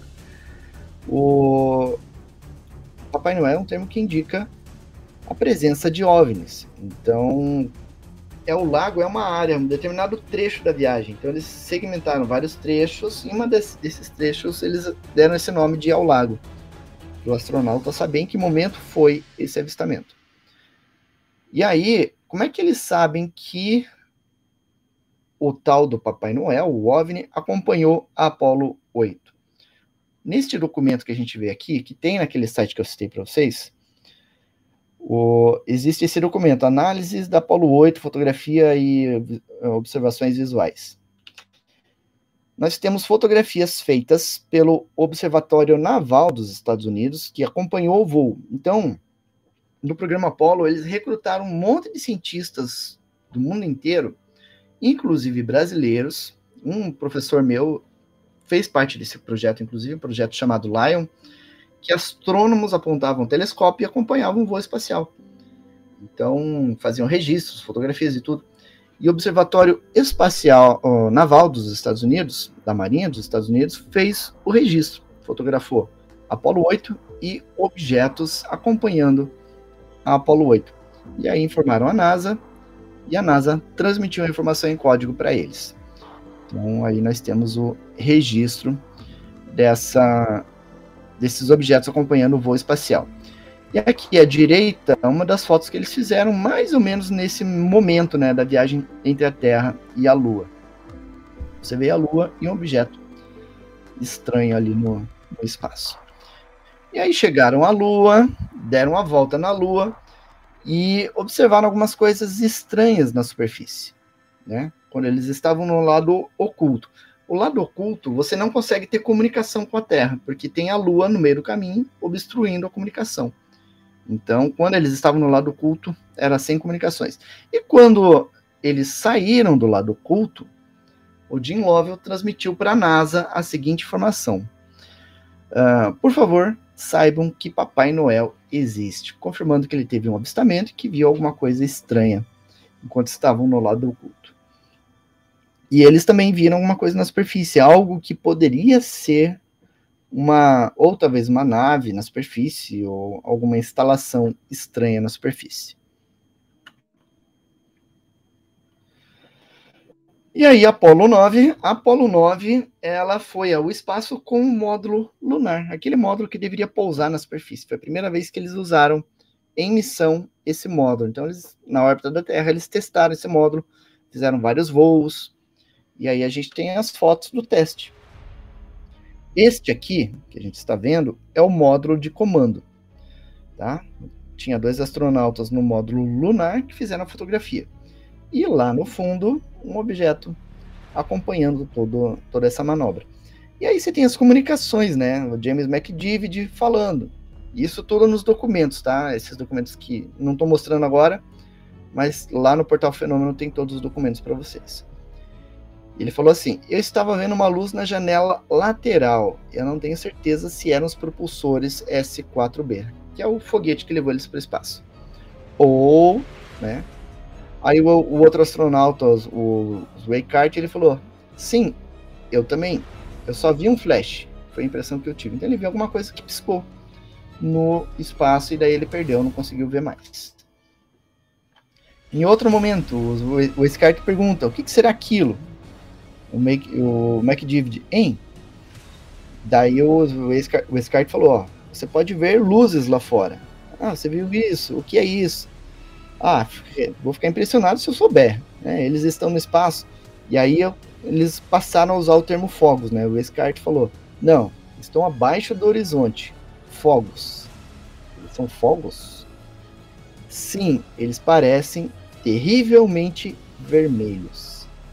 O Papai Noel é um termo que indica a presença de OVNIs. Então, é o lago é uma área, um determinado trecho da viagem. Então, eles segmentaram vários trechos, e em um desses trechos eles deram esse nome de El Lago, para o astronauta saber em que momento foi esse avistamento. E aí, como é que eles sabem que o tal do Papai Noel, o OVNI, acompanhou a Apollo oito? Neste documento que a gente vê aqui, que tem naquele site que eu citei para vocês, o, existe esse documento, Análises da Apollo oito, Fotografia e Observações Visuais. Nós temos fotografias feitas pelo Observatório Naval dos Estados Unidos, que acompanhou o voo. Então, no programa Apollo, eles recrutaram um monte de cientistas do mundo inteiro, inclusive brasileiros. Um professor meu fez parte desse projeto, inclusive, um projeto chamado Lion, que astrônomos apontavam um telescópio e acompanhavam um voo espacial. Então, faziam registros, fotografias e tudo. E o Observatório Espacial ó, Naval dos Estados Unidos, da Marinha dos Estados Unidos, fez o registro, fotografou Apollo oito e objetos acompanhando a Apollo oito. E aí informaram a NASA, e a NASA transmitiu a informação em código para eles. Então, aí nós temos o registro dessa, desses objetos acompanhando o voo espacial. E aqui à direita, uma das fotos que eles fizeram mais ou menos nesse momento, né, da viagem entre a Terra e a Lua. Você vê a Lua e um objeto estranho ali no, no espaço. E aí chegaram à Lua, deram a volta na Lua e observaram algumas coisas estranhas na superfície, né? Quando eles estavam no lado oculto. O lado oculto, você não consegue ter comunicação com a Terra, porque tem a Lua no meio do caminho, obstruindo a comunicação. Então, quando eles estavam no lado oculto, era sem comunicações. E quando eles saíram do lado oculto, o Jim Lovell transmitiu para a NASA a seguinte informação. Uh, por favor, saibam que Papai Noel existe, confirmando que ele teve um avistamento e que viu alguma coisa estranha enquanto estavam no lado oculto. E eles também viram alguma coisa na superfície, algo que poderia ser uma, ou talvez uma nave na superfície, ou alguma instalação estranha na superfície. E aí, Apollo nove, a Apollo nove, ela foi ao espaço com um módulo lunar, aquele módulo que deveria pousar na superfície. Foi a primeira vez que eles usaram em missão esse módulo. Então, eles, na órbita da Terra, eles testaram esse módulo, fizeram vários voos, e aí a gente tem as fotos do teste. Este aqui, que a gente está vendo, é o módulo de comando, tá? Tinha dois astronautas no módulo lunar que fizeram a fotografia. e lá no fundo um objeto acompanhando todo, toda essa manobra. E aí você tem as comunicações, né? O James McDivitt falando. Isso tudo nos documentos, tá? Esses documentos que não estou mostrando agora, mas lá no Portal Fenômeno tem todos os documentos para vocês. Ele falou assim: eu estava vendo uma luz na janela lateral. Eu não tenho certeza se eram os propulsores S quatro B, que é o foguete que levou eles para o espaço. Ou, né? Aí o, o outro astronauta, o Sweikart, ele falou: sim, eu também. Eu só vi um flash. Foi a impressão que eu tive. Então ele viu alguma coisa que piscou no espaço e daí ele perdeu, não conseguiu ver mais. Em outro momento, o, o Sweikart pergunta: o que, que será aquilo? O, Mac, o McDivitt, hein? Daí o, o Sweikart falou: ó, você pode ver luzes lá fora. Ah, você viu isso? O que é isso? Ah, vou ficar impressionado se eu souber. Né? Eles estão no espaço. E aí eu, eles passaram a usar o termo fogos, né? O Sweikart falou: não, estão abaixo do horizonte. Fogos. Eles são fogos? Sim, eles parecem terrivelmente vermelhos.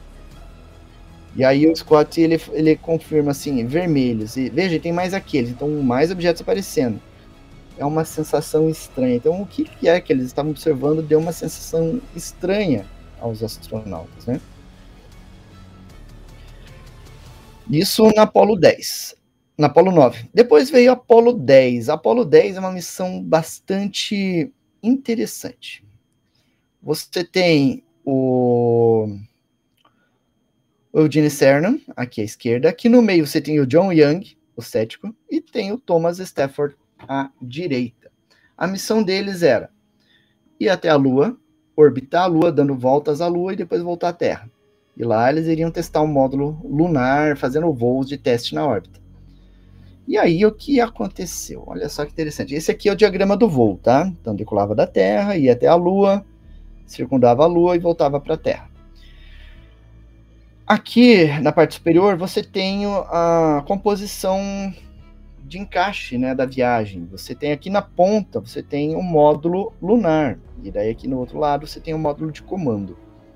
E aí o Scott, ele, ele confirma assim, vermelhos. E veja, tem mais aqueles. Então, mais objetos aparecendo. É uma sensação estranha. Então, o que é que eles estavam observando deu uma sensação estranha aos astronautas, né? Isso na Apollo dez. Na Apollo nove. Depois veio a Apollo dez. A Apollo dez é uma missão bastante interessante. Você tem o... o Eugene Cernan, aqui à esquerda. Aqui no meio você tem o John Young, o cético, e tem o Thomas Stafford à direita. A missão deles era ir até a Lua, orbitar a Lua, dando voltas à Lua e depois voltar à Terra. E lá eles iriam testar um módulo lunar, fazendo voos de teste na órbita. E aí o que aconteceu? Olha só que interessante. Esse aqui é o diagrama do voo, tá? Então decolava da Terra, ia até a Lua, circundava a Lua e voltava para a Terra. Aqui, na parte superior, você tem a composição de encaixe, né, da viagem. Você tem aqui na ponta, você tem um módulo lunar. E daí aqui no outro lado, você tem um módulo de comando.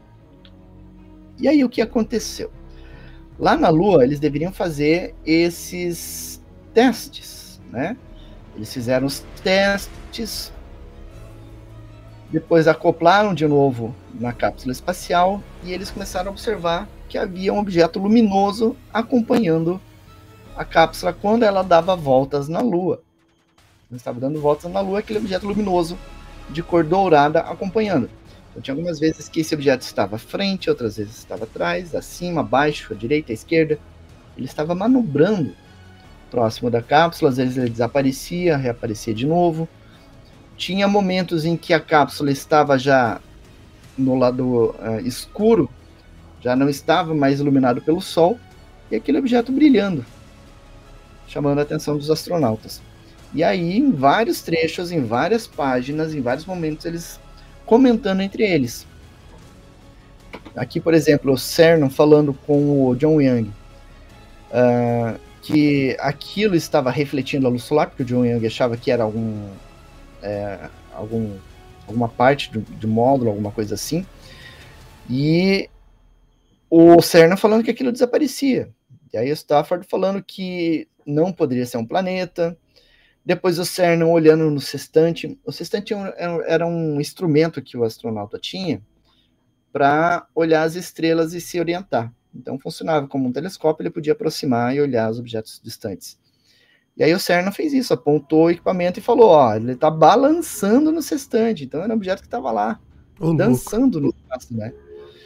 E aí, o que aconteceu? Lá na Lua, eles deveriam fazer esses testes, né? Eles fizeram os testes, depois acoplaram de novo na cápsula espacial e eles começaram a observar que havia um objeto luminoso acompanhando a cápsula quando ela dava voltas na Lua. Ela estava dando voltas na Lua, aquele objeto luminoso de cor dourada acompanhando. Então, tinha algumas vezes que esse objeto estava à frente, outras vezes estava atrás, acima, abaixo, à direita, à esquerda. Ele estava manobrando próximo da cápsula, às vezes ele desaparecia, reaparecia de novo. Tinha momentos em que a cápsula estava já no lado uh, escuro, já não estava mais iluminado pelo Sol, e aquele objeto brilhando, chamando a atenção dos astronautas. E aí, em vários trechos, em várias páginas, em vários momentos, eles comentando entre eles. Aqui, por exemplo, o Cernan falando com o John Young, uh, que aquilo estava refletindo a luz solar, porque o John Young achava que era algum, é, algum alguma parte de, de módulo, alguma coisa assim, e o Cernan falando que aquilo desaparecia. E aí o Stafford falando que não poderia ser um planeta. Depois o Cernan olhando no sextante. O sextante era um instrumento que o astronauta tinha para olhar as estrelas e se orientar. Então funcionava como um telescópio, ele podia aproximar e olhar os objetos distantes. E aí o Cernan fez isso, apontou o equipamento e falou, ó, ele está balançando no sextante. Então era um objeto que estava lá, Ô, dançando louco. No espaço, né?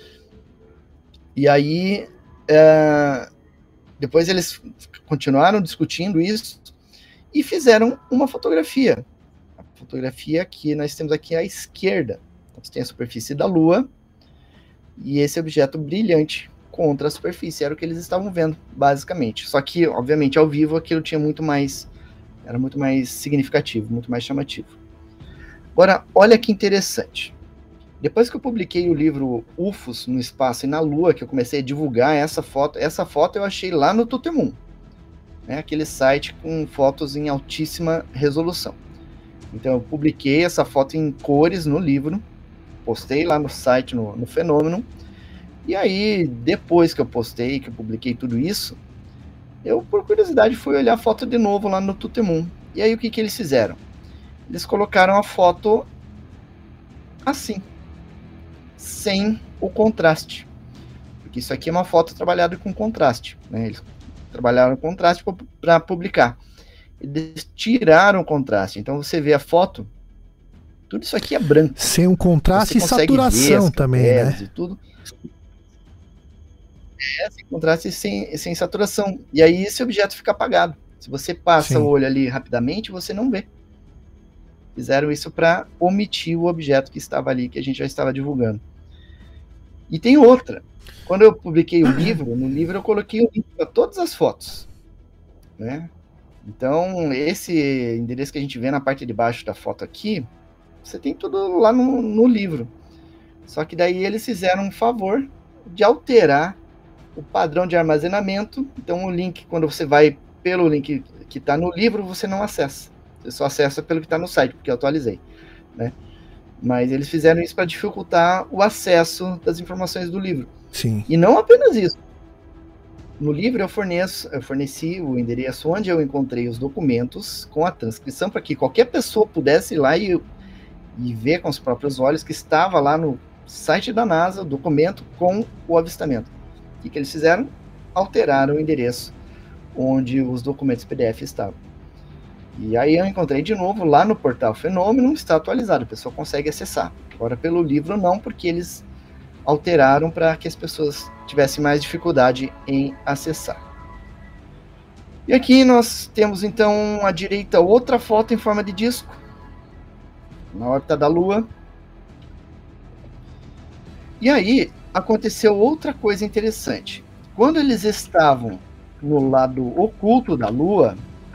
E aí, é, depois eles continuaram discutindo isso e fizeram uma fotografia. A fotografia que nós temos aqui à esquerda. Então, você tem a superfície da Lua e esse objeto brilhante contra a superfície. Era o que eles estavam vendo, basicamente. Só que, obviamente, ao vivo aquilo tinha muito mais... Era muito mais significativo, muito mais chamativo. Agora, olha que interessante. Depois que eu publiquei o livro U F Os no Espaço e na Lua, que eu comecei a divulgar essa foto, essa foto eu achei lá no Tutmoon, né, aquele site com fotos em altíssima resolução. Então eu publiquei essa foto em cores no livro, postei lá no site, no, no Fenômeno, e aí, depois que eu postei, que eu publiquei tudo isso, eu, por curiosidade, fui olhar a foto de novo lá no Tutemun. E aí, o que que eles fizeram? Eles colocaram a foto assim, sem o contraste. Porque isso aqui é uma foto trabalhada com contraste, né? Eles trabalharam com contraste para publicar. Eles tiraram o contraste. Então, você vê a foto, tudo isso aqui é branco. Sem um contraste e saturação também, né? E tudo. É, sem contraste e sem, sem saturação. E aí esse objeto fica apagado. Se você passa Sim. o olho ali rapidamente, você não vê. Fizeram isso para omitir o objeto que estava ali, que a gente já estava divulgando. E tem outra. Quando eu publiquei o livro, no livro eu coloquei o link para todas as fotos, né? Então, esse endereço que a gente vê na parte de baixo da foto aqui, você tem tudo lá no, no livro. Só que daí eles fizeram um favor de alterar o padrão de armazenamento. Então, o link, quando você vai pelo link que está no livro, você não acessa. Você só acessa pelo que está no site, porque eu atualizei, né? Mas eles fizeram isso para dificultar o acesso das informações do livro. Sim. E não apenas isso. No livro eu forneço, eu forneci o endereço onde eu encontrei os documentos com a transcrição para que qualquer pessoa pudesse ir lá e, e ver com os próprios olhos que estava lá no site da NASA o documento com o avistamento. O que, que eles fizeram? Alteraram o endereço onde os documentos P D F estavam. E aí eu encontrei de novo lá no portal Fenômeno, está atualizado, a pessoa consegue acessar. Agora pelo livro não, porque eles alteraram para que as pessoas tivessem mais dificuldade em acessar. E aqui nós temos então à direita outra foto em forma de disco, na órbita da Lua. E aí aconteceu outra coisa interessante. Quando eles estavam no lado oculto da Lua,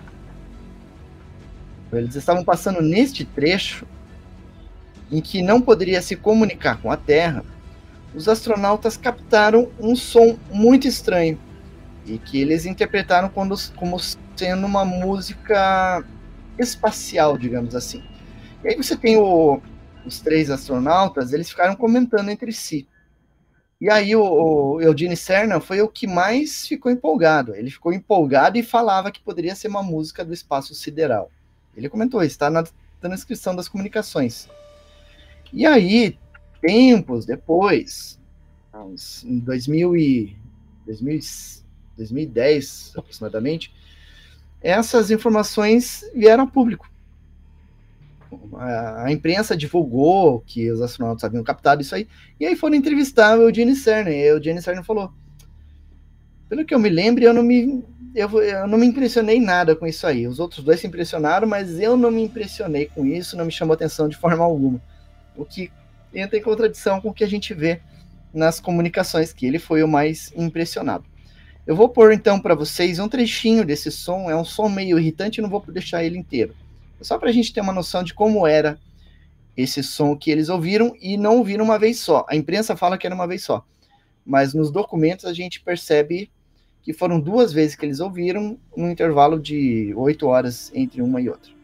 eles estavam passando neste trecho em que não poderia se comunicar com a Terra, os astronautas captaram um som muito estranho e que eles interpretaram como, como sendo uma música espacial, digamos assim. E aí você tem o, os três astronautas, eles ficaram comentando entre si. E aí o, o Eugene Cernan foi o que mais ficou empolgado. Ele ficou empolgado e falava que poderia ser uma música do espaço sideral. Ele comentou, está na transcrição das comunicações. E aí, tempos depois, em dois mil e, dois mil, dois mil e dez aproximadamente, essas informações vieram a público. A, a imprensa divulgou que os astronautas haviam captado isso aí, e aí foram entrevistar o Eugene Cernan, e o Eugene Cernan falou, pelo que eu me lembro, eu não me, eu, eu não me impressionei nada com isso aí. Os outros dois se impressionaram, mas eu não me impressionei com isso, não me chamou atenção de forma alguma. O que entra em contradição com o que a gente vê nas comunicações, que ele foi o mais impressionado. Eu vou pôr então para vocês um trechinho desse som, é um som meio irritante, não vou deixar ele inteiro. É só para a gente ter uma noção de como era esse som que eles ouviram, e não ouviram uma vez só. A imprensa fala que era uma vez só, mas nos documentos a gente percebe que foram duas vezes que eles ouviram, num intervalo de oito horas entre uma e outra.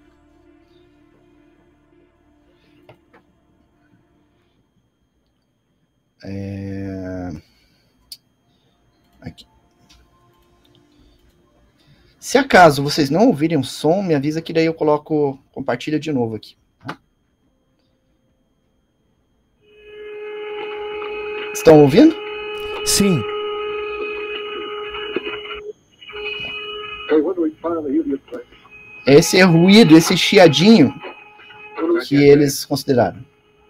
É... Aqui. Se acaso vocês não ouvirem o som, me avisa que daí eu coloco, compartilha de novo aqui. Estão ouvindo? Sim. Esse é ruído, esse chiadinho que eles consideraram.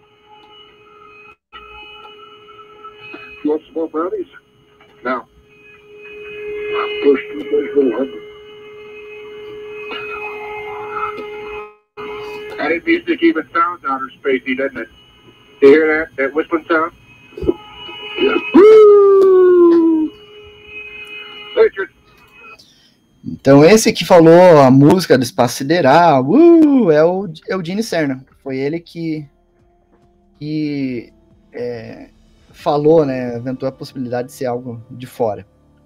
Want some more brownies? No. Push the push go ahead. That is music even sounds outer spacey, doesn't it? You hear that? That whistling sound? Yeah. Woo! Richard. Então esse que falou a música do espaço sideral, uh, é o Eugene Cernan. Foi ele que, que é, falou, né, inventou a possibilidade de ser algo de fora.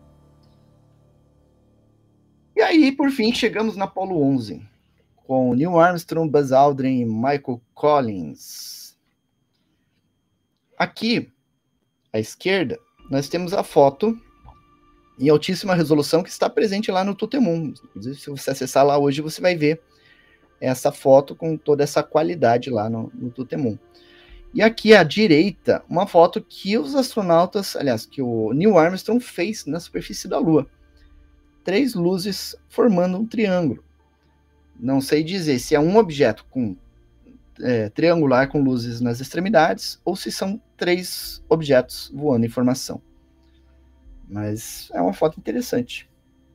E aí, por fim, chegamos na Apollo onze, com Neil Armstrong, Buzz Aldrin e Michael Collins. Aqui, à esquerda, nós temos a foto em altíssima resolução que está presente lá no Tutemun. Inclusive, se você acessar lá hoje, você vai ver essa foto com toda essa qualidade lá no, no Tutemun. E aqui à direita, uma foto que os astronautas, aliás, que o Neil Armstrong fez na superfície da Lua. Três luzes formando um triângulo. Não sei dizer se é um objeto com, é, triangular com luzes nas extremidades ou se são três objetos voando em formação. Mas é uma foto interessante.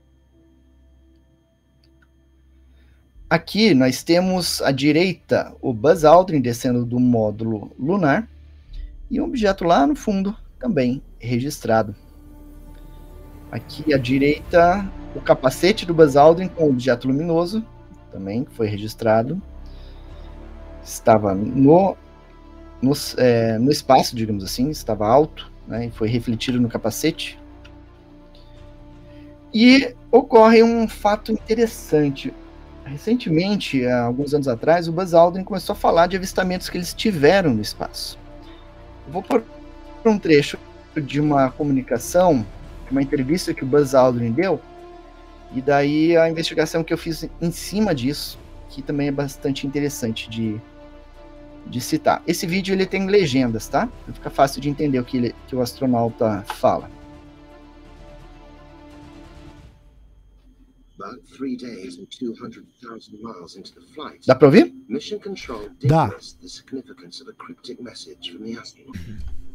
Aqui nós temos à direita o Buzz Aldrin descendo do módulo lunar e um objeto lá no fundo também registrado. Aqui à direita o capacete do Buzz Aldrin com o objeto luminoso também foi registrado. Estava no, no, é, no espaço, digamos assim, estava alto, né, e foi refletido no capacete. E ocorre um fato interessante. Recentemente, há alguns anos atrás, o Buzz Aldrin começou a falar de avistamentos que eles tiveram no espaço. Eu vou pôr um trecho de uma comunicação, uma entrevista que o Buzz Aldrin deu, e daí a investigação que eu fiz em cima disso, que também é bastante interessante de, de citar. Esse vídeo ele tem legendas, tá? Fica fácil de entender o que, ele, que o astronauta fala. About three days and two hundred thousand miles into the flight, Dá para ouvir? Mission Control did Dá. miss the significance of a cryptic message from the astronaut. Do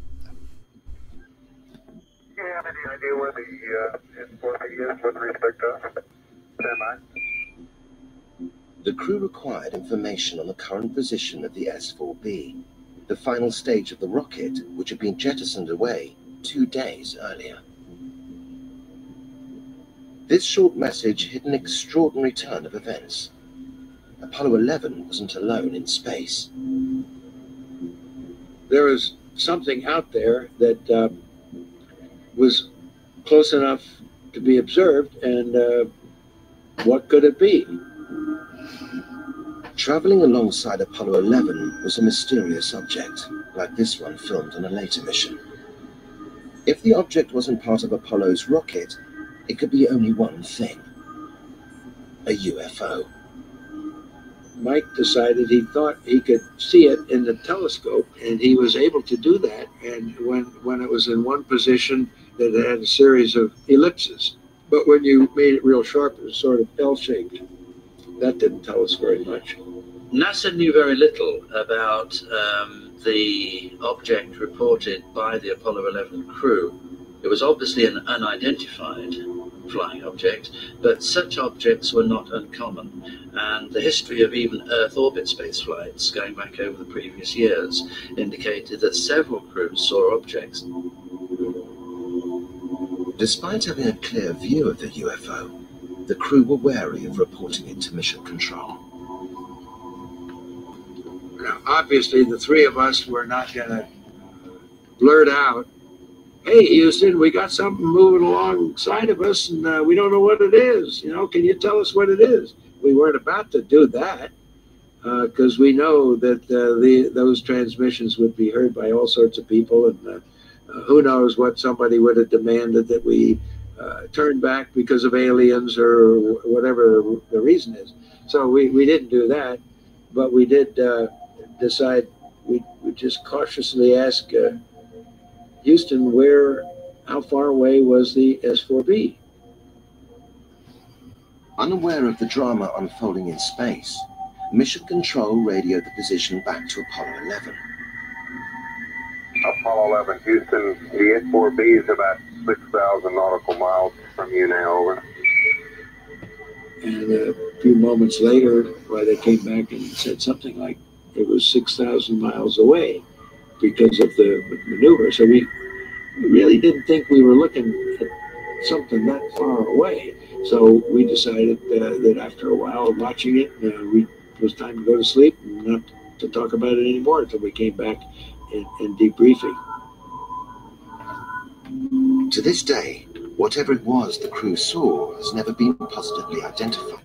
you have any idea where the uh, S four B is with respect to us? Stand by. The crew required information on the current position of the S four B, the final stage of the rocket, which had been jettisoned away two days earlier. This short message hid an extraordinary turn of events. Apollo eleven wasn't alone in space. There was something out there that uh, was close enough to be observed, and uh, what could it be? Traveling alongside Apollo eleven was a mysterious object, like this one filmed on a later mission. If the object wasn't part of Apollo's rocket, it could be only one thing: a U F O. Mike decided he thought he could see it in the telescope, and he was able to do that. And when, when it was in one position, that it had a series of ellipses. But when you made it real sharp, it was sort of L-shaped. That didn't tell us very much. NASA knew very little about um, the object reported by the Apollo eleven crew. It was obviously an unidentified flying object, but such objects were not uncommon, and the history of even Earth orbit space flights going back over the previous years indicated that several crews saw objects. Despite having a clear view of the U F O, the crew were wary of reporting it to Mission Control. Now, obviously, the three of us were not going to blurt out, "Hey, Houston, we got something moving alongside of us, and uh, we don't know what it is. You know, can you tell us what it is?" We weren't about to do that because uh, we know that uh, the those transmissions would be heard by all sorts of people, and uh, uh, who knows what somebody would have demanded that we uh, turn back because of aliens or whatever the reason is. So we, we didn't do that, but we did uh, decide we we just cautiously ask. Uh, Houston, where, how far away was the S four B? Unaware of the drama unfolding in space, Mission Control radioed the position back to Apollo eleven. Apollo eleven, Houston, the S four B is about six thousand nautical miles from you now, over. And a few moments later, why they came back and said something like it was six thousand miles away because of the maneuver. So we really didn't think we were looking at something that far away. So we decided uh, that after a while of watching it, uh, we, it was time to go to sleep and not to talk about it anymore until we came back and, and debriefing. To this day, whatever it was the crew saw has never been positively identified.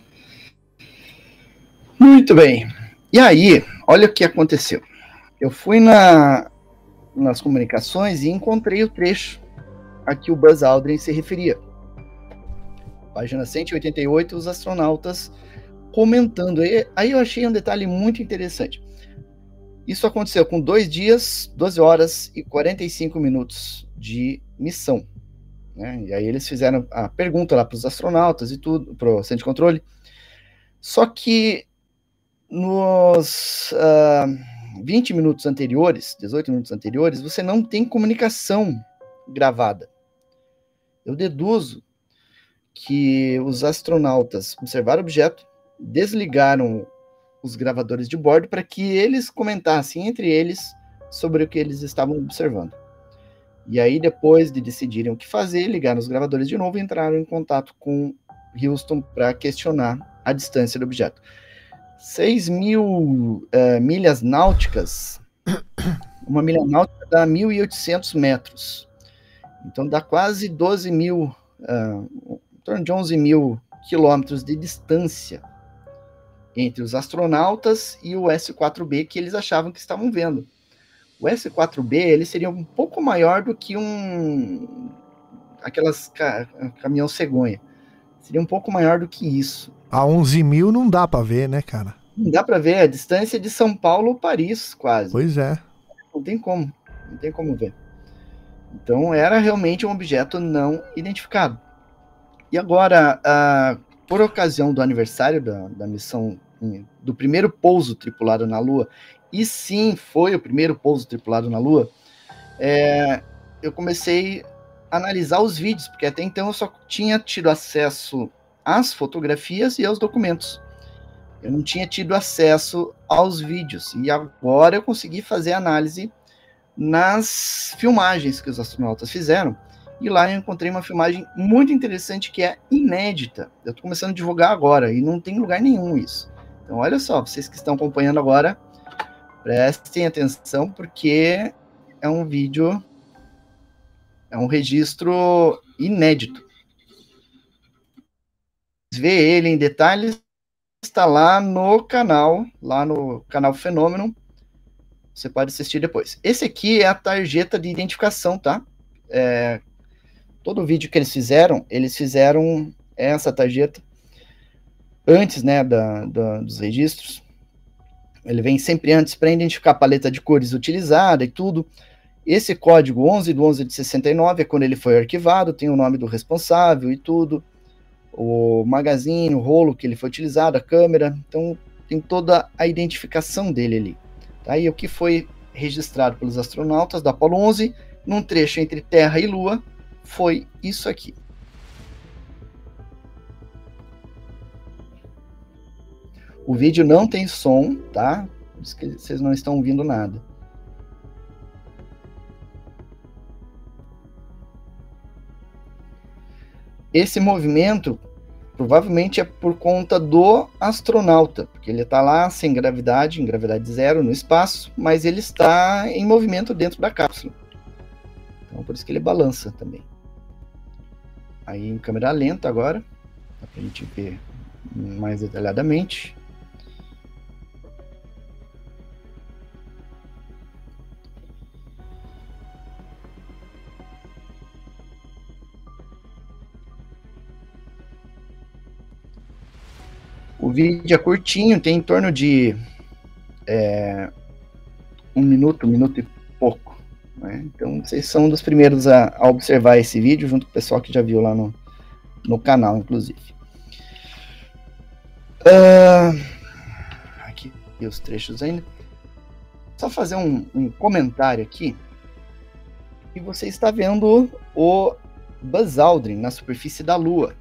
Muito bem. E aí, olha o que aconteceu. Eu fui na, nas comunicações e encontrei o trecho a que o Buzz Aldrin se referia. Página cento e oitenta e oito, os astronautas comentando. Aí, aí eu achei um detalhe muito interessante. Isso aconteceu com dois dias, doze horas e quarenta e cinco minutos de missão, né? E aí eles fizeram a pergunta lá para os astronautas e tudo, para o centro de controle. Só que nos uh, vinte minutos anteriores, dezoito minutos anteriores, você não tem comunicação gravada. Eu deduzo que os astronautas observaram o objeto, desligaram os gravadores de bordo para que eles comentassem entre eles sobre o que eles estavam observando. E aí, depois de decidirem o que fazer, ligaram os gravadores de novo e entraram em contato com Houston para questionar a distância do objeto. seis mil uh, milhas náuticas, uma milha náutica dá mil e oitocentos metros. Então dá quase doze mil, uh, em torno de onze mil quilômetros de distância entre os astronautas e o S quatro B que eles achavam que estavam vendo. O S quatro B ele seria um pouco maior do que um aquelas ca, caminhão cegonha. Seria um pouco maior do que isso. A onze mil não dá para ver, né, cara? Não dá para ver a distância de São Paulo a Paris, quase. Pois é. Não tem como, não tem como ver. Então era realmente um objeto não identificado. E agora, uh, por ocasião do aniversário da, da missão, do primeiro pouso tripulado na Lua, e sim, foi o primeiro pouso tripulado na Lua, é, eu comecei a analisar os vídeos, porque até então eu só tinha tido acesso às fotografias e aos documentos. Eu não tinha tido acesso aos vídeos, e agora eu consegui fazer análise nas filmagens que os astronautas fizeram, e lá eu encontrei uma filmagem muito interessante que é inédita. Eu estou começando a divulgar agora, e não tem lugar nenhum isso. Então olha só, vocês que estão acompanhando agora, prestem atenção, porque é um vídeo, é um registro inédito. Ver ele em detalhes está lá no canal, lá no canal Fenômeno. Você pode assistir depois. Esse aqui é a tarjeta de identificação, tá? É, todo o vídeo que eles fizeram, eles fizeram essa tarjeta antes, né, da, da, dos registros. Ele vem sempre antes para identificar a paleta de cores utilizada e tudo. Esse código onze do onze de sessenta e nove é quando ele foi arquivado, tem o nome do responsável e tudo. O magazine, o rolo que ele foi utilizado, a câmera. Então tem toda a identificação dele ali. Tá? E o que foi registrado pelos astronautas da Apollo onze, num trecho entre Terra e Lua, foi isso aqui. O vídeo não tem som, tá? Por isso que vocês não estão ouvindo nada. Esse movimento provavelmente é por conta do astronauta, porque ele está lá sem gravidade, em gravidade zero no espaço, mas ele está em movimento dentro da cápsula. Então por isso que ele balança também. Aí em câmera lenta agora, para a gente ver mais detalhadamente. O vídeo é curtinho, tem em torno de é, um minuto, um minuto e pouco. Né? Então, vocês são um dos primeiros a, a observar esse vídeo, junto com o pessoal que já viu lá no, no canal, inclusive. Uh, aqui, e os trechos ainda. Só fazer um, um comentário aqui. E você está vendo o Buzz Aldrin na superfície da Lua.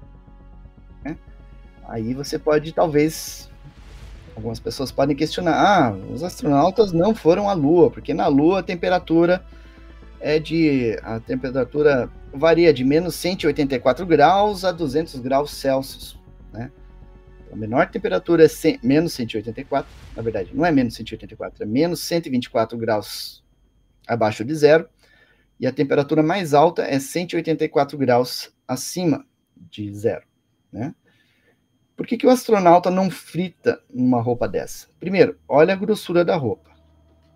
Aí você pode, talvez, algumas pessoas podem questionar, ah, os astronautas não foram à Lua, porque na Lua a temperatura é de, a temperatura varia de menos cento e oitenta e quatro graus a duzentos graus Celsius, né? A menor temperatura é cem, menos cento e oitenta e quatro, na verdade, não é menos cento e oitenta e quatro, é menos cento e vinte e quatro graus abaixo de zero, e a temperatura mais alta é cento e oitenta e quatro graus acima de zero, né? Por que que o astronauta não frita numa roupa dessa? Primeiro, olha a grossura da roupa.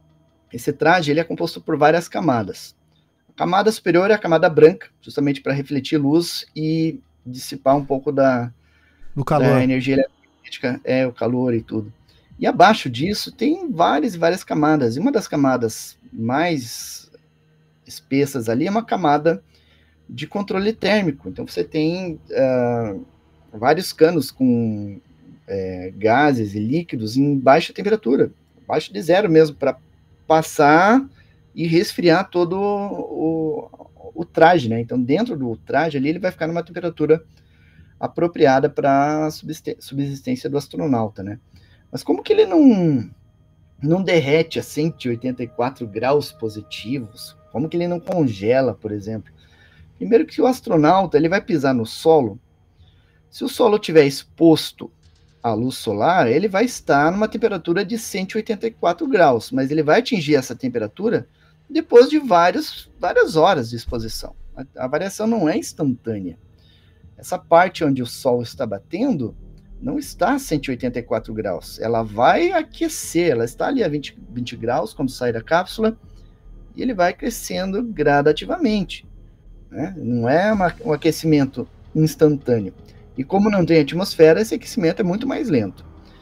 esse traje ele é composto por várias camadas. A camada superior é a camada branca, justamente para refletir luz e dissipar um pouco da, do calor. da energia eletromagnética, é, o calor e tudo. E abaixo disso tem várias e várias camadas. E uma das camadas mais espessas ali é uma camada de controle térmico. Então você tem uh, vários canos com é, gases e líquidos em baixa temperatura, abaixo de zero mesmo, para passar e resfriar todo o, o traje, né? Então dentro do traje ali ele vai ficar numa temperatura apropriada para a subsistência do astronauta, né? Mas como que ele não, não derrete a cento e oitenta e quatro graus positivos? Como que ele não congela, por exemplo? Primeiro que o astronauta ele vai pisar no solo. Se o solo estiver exposto à luz solar, ele vai estar numa temperatura de cento e oitenta e quatro graus, mas ele vai atingir essa temperatura depois de vários, várias horas de exposição. A, a variação não é instantânea. Essa parte onde o sol está batendo não está a cento e oitenta e quatro graus. Ela vai aquecer, ela está ali a vinte, vinte graus quando sai da cápsula, e ele vai crescendo gradativamente, né? Não é uma, um aquecimento instantâneo. E como não tem atmosfera, esse aquecimento é muito mais lento.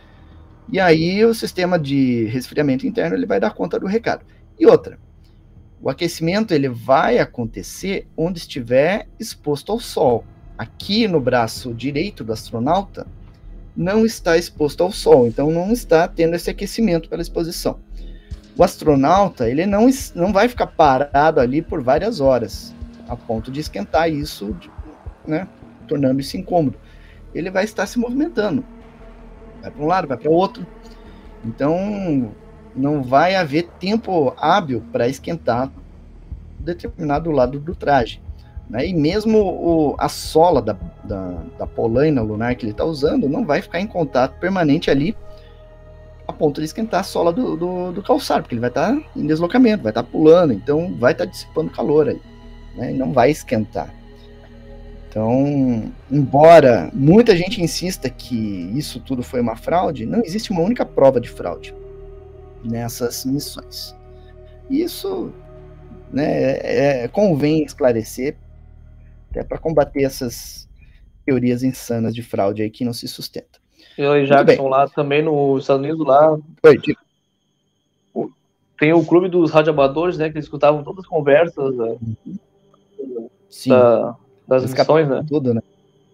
E aí o sistema de resfriamento interno ele vai dar conta do recado. E outra, o aquecimento ele vai acontecer onde estiver exposto ao sol. Aqui no braço direito do astronauta não está exposto ao sol, então não está tendo esse aquecimento pela exposição. O astronauta ele não, não vai ficar parado ali por várias horas, a ponto de esquentar isso, né, tornando isso incômodo. Ele vai estar se movimentando, vai para um lado, vai para o outro, então não vai haver tempo hábil para esquentar determinado lado do traje, né? E mesmo o, a sola da, da, da polaina lunar que ele está usando não vai ficar em contato permanente ali a ponto de esquentar a sola do, do, do calçado, porque ele vai estar tá em deslocamento, vai estar tá pulando, então vai estar tá dissipando calor aí, né? E não vai esquentar. Então, embora muita gente insista que isso tudo foi uma fraude, não existe uma única prova de fraude nessas missões. Isso, né, é, é, convém esclarecer, até para combater essas teorias insanas de fraude aí que não se sustentam. Eu e Jackson lá também nos Estados Unidos, lá Oi, digo. Tem o clube dos radioamadores, né, que eles escutavam todas as conversas da, Sim. da, das Eles missões, né? Tudo, né?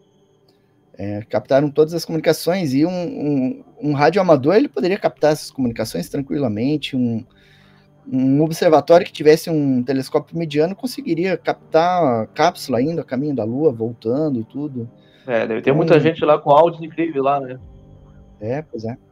É, captaram todas as comunicações e um, um, um radioamador ele poderia captar essas comunicações tranquilamente. Um, um observatório que tivesse um telescópio mediano conseguiria captar a cápsula indo a caminho da Lua, voltando e tudo. É, deve ter então, muita gente lá com áudio incrível lá, né? É, pois é.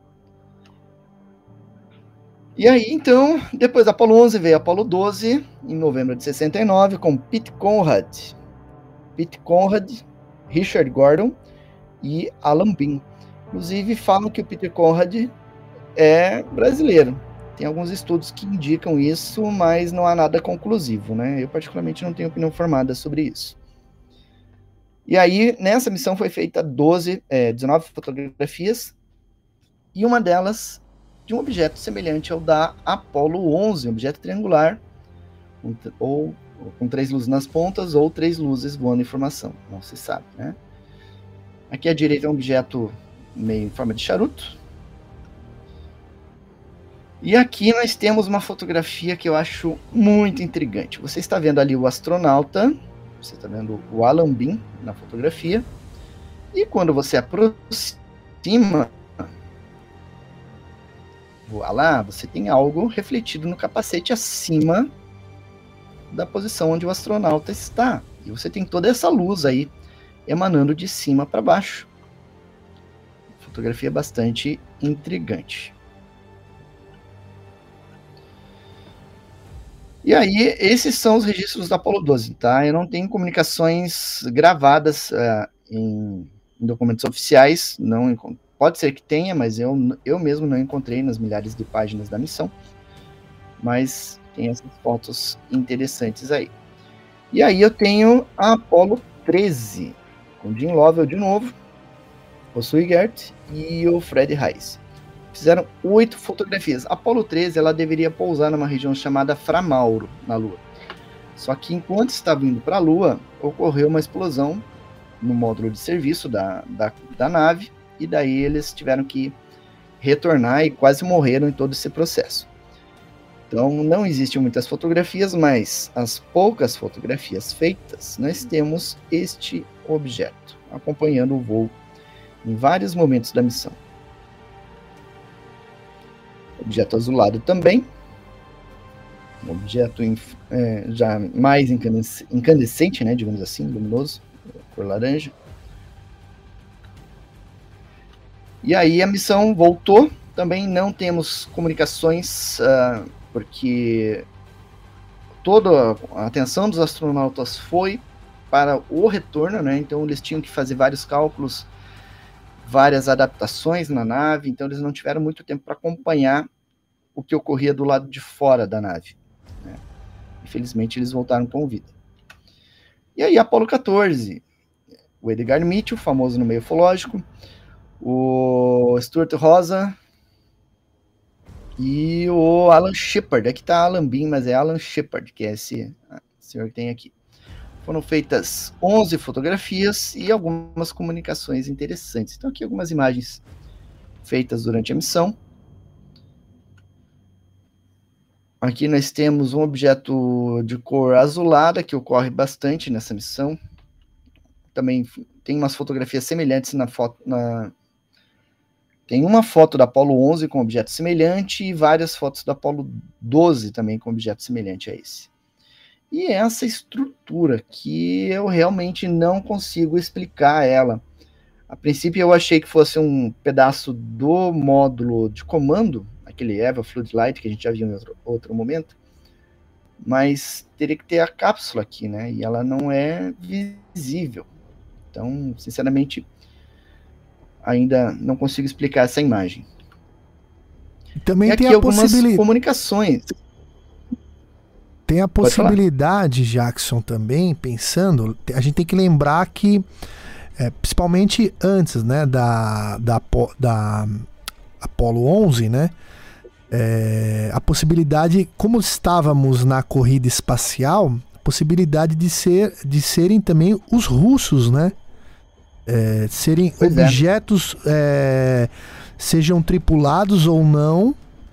E aí, então, depois da Apollo onze veio a Apollo doze, em novembro de sessenta e nove, com Pete Conrad. Pete Conrad, Richard Gordon e Alan Bean. Inclusive, falam que o Peter Conrad é brasileiro. Tem alguns estudos que indicam isso, mas não há nada conclusivo, né? Eu, particularmente, não tenho opinião formada sobre isso. E aí, nessa missão foi feita doze, é, dezenove fotografias, e uma delas de um objeto semelhante ao da Apollo onze, um objeto triangular, ou com três luzes nas pontas, ou três luzes voando em formação, não se sabe, né? Aqui à direita é um objeto meio em forma de charuto. E aqui nós temos uma fotografia que eu acho muito intrigante. Você está vendo ali o astronauta, você está vendo o Alan Bean na fotografia, e quando você aproxima, lá, você tem algo refletido no capacete acima da posição onde o astronauta está. E você tem toda essa luz aí emanando de cima para baixo. Fotografia bastante intrigante. E aí, esses são os registros da Apollo doze, tá? Eu não tenho comunicações gravadas uh, em, em documentos oficiais, não encontro. Pode ser que tenha, mas eu, eu mesmo não encontrei nas milhares de páginas da missão. Mas tem essas fotos interessantes aí. E aí eu tenho a Apollo treze, com Jim Lovell de novo, o Swigert e o Fred Haise. fizeram oito fotografias. A Apollo treze, ela deveria pousar numa região chamada Framauro, na Lua. Só que enquanto estava indo para a Lua, ocorreu uma explosão no módulo de serviço da, da, da nave, e daí eles tiveram que retornar e quase morreram em todo esse processo. Então, não existem muitas fotografias, mas as poucas fotografias feitas, nós temos este objeto, acompanhando o voo em vários momentos da missão. Objeto azulado também, um objeto é, já mais incandescente, né, digamos assim, luminoso, cor laranja. E aí a missão voltou, também não temos comunicações, uh, porque toda a atenção dos astronautas foi para o retorno, né? Então eles tinham que fazer vários cálculos, várias adaptações na nave, então eles não tiveram muito tempo para acompanhar o que ocorria do lado de fora da nave, né? Infelizmente eles voltaram com vida. E aí Apollo quatorze, o Edgar Mitchell, famoso no meio ufológico, o Stuart Rosa e o Alan Shepard. Aqui está Alan Bean, mas é Alan Shepard, que é esse senhor que tem aqui. Foram feitas onze fotografias e algumas comunicações interessantes. Então aqui algumas imagens feitas durante a missão. Aqui nós temos um objeto de cor azulada que ocorre bastante nessa missão. Também tem umas fotografias semelhantes na foto. Na... Tem uma foto da Apollo onze com objeto semelhante e várias fotos da Apollo doze também com objeto semelhante a esse. E essa estrutura que eu realmente não consigo explicar ela. A princípio eu achei que fosse um pedaço do módulo de comando, aquele Eva Fluid Light que a gente já viu em outro, outro momento, mas teria que ter a cápsula aqui, né? E ela não é visível. Então, sinceramente, ainda não consigo explicar essa imagem. Também e aqui tem a algumas possibilidade... comunicações. Tem a possibilidade, Jackson, também, pensando, a gente tem que lembrar que, é, principalmente antes, né, da, da, da Apollo onze, né, é, a possibilidade, como estávamos na corrida espacial, a possibilidade de, ser, de serem também os russos, né, é, serem pois objetos, é. É, sejam tripulados ou não,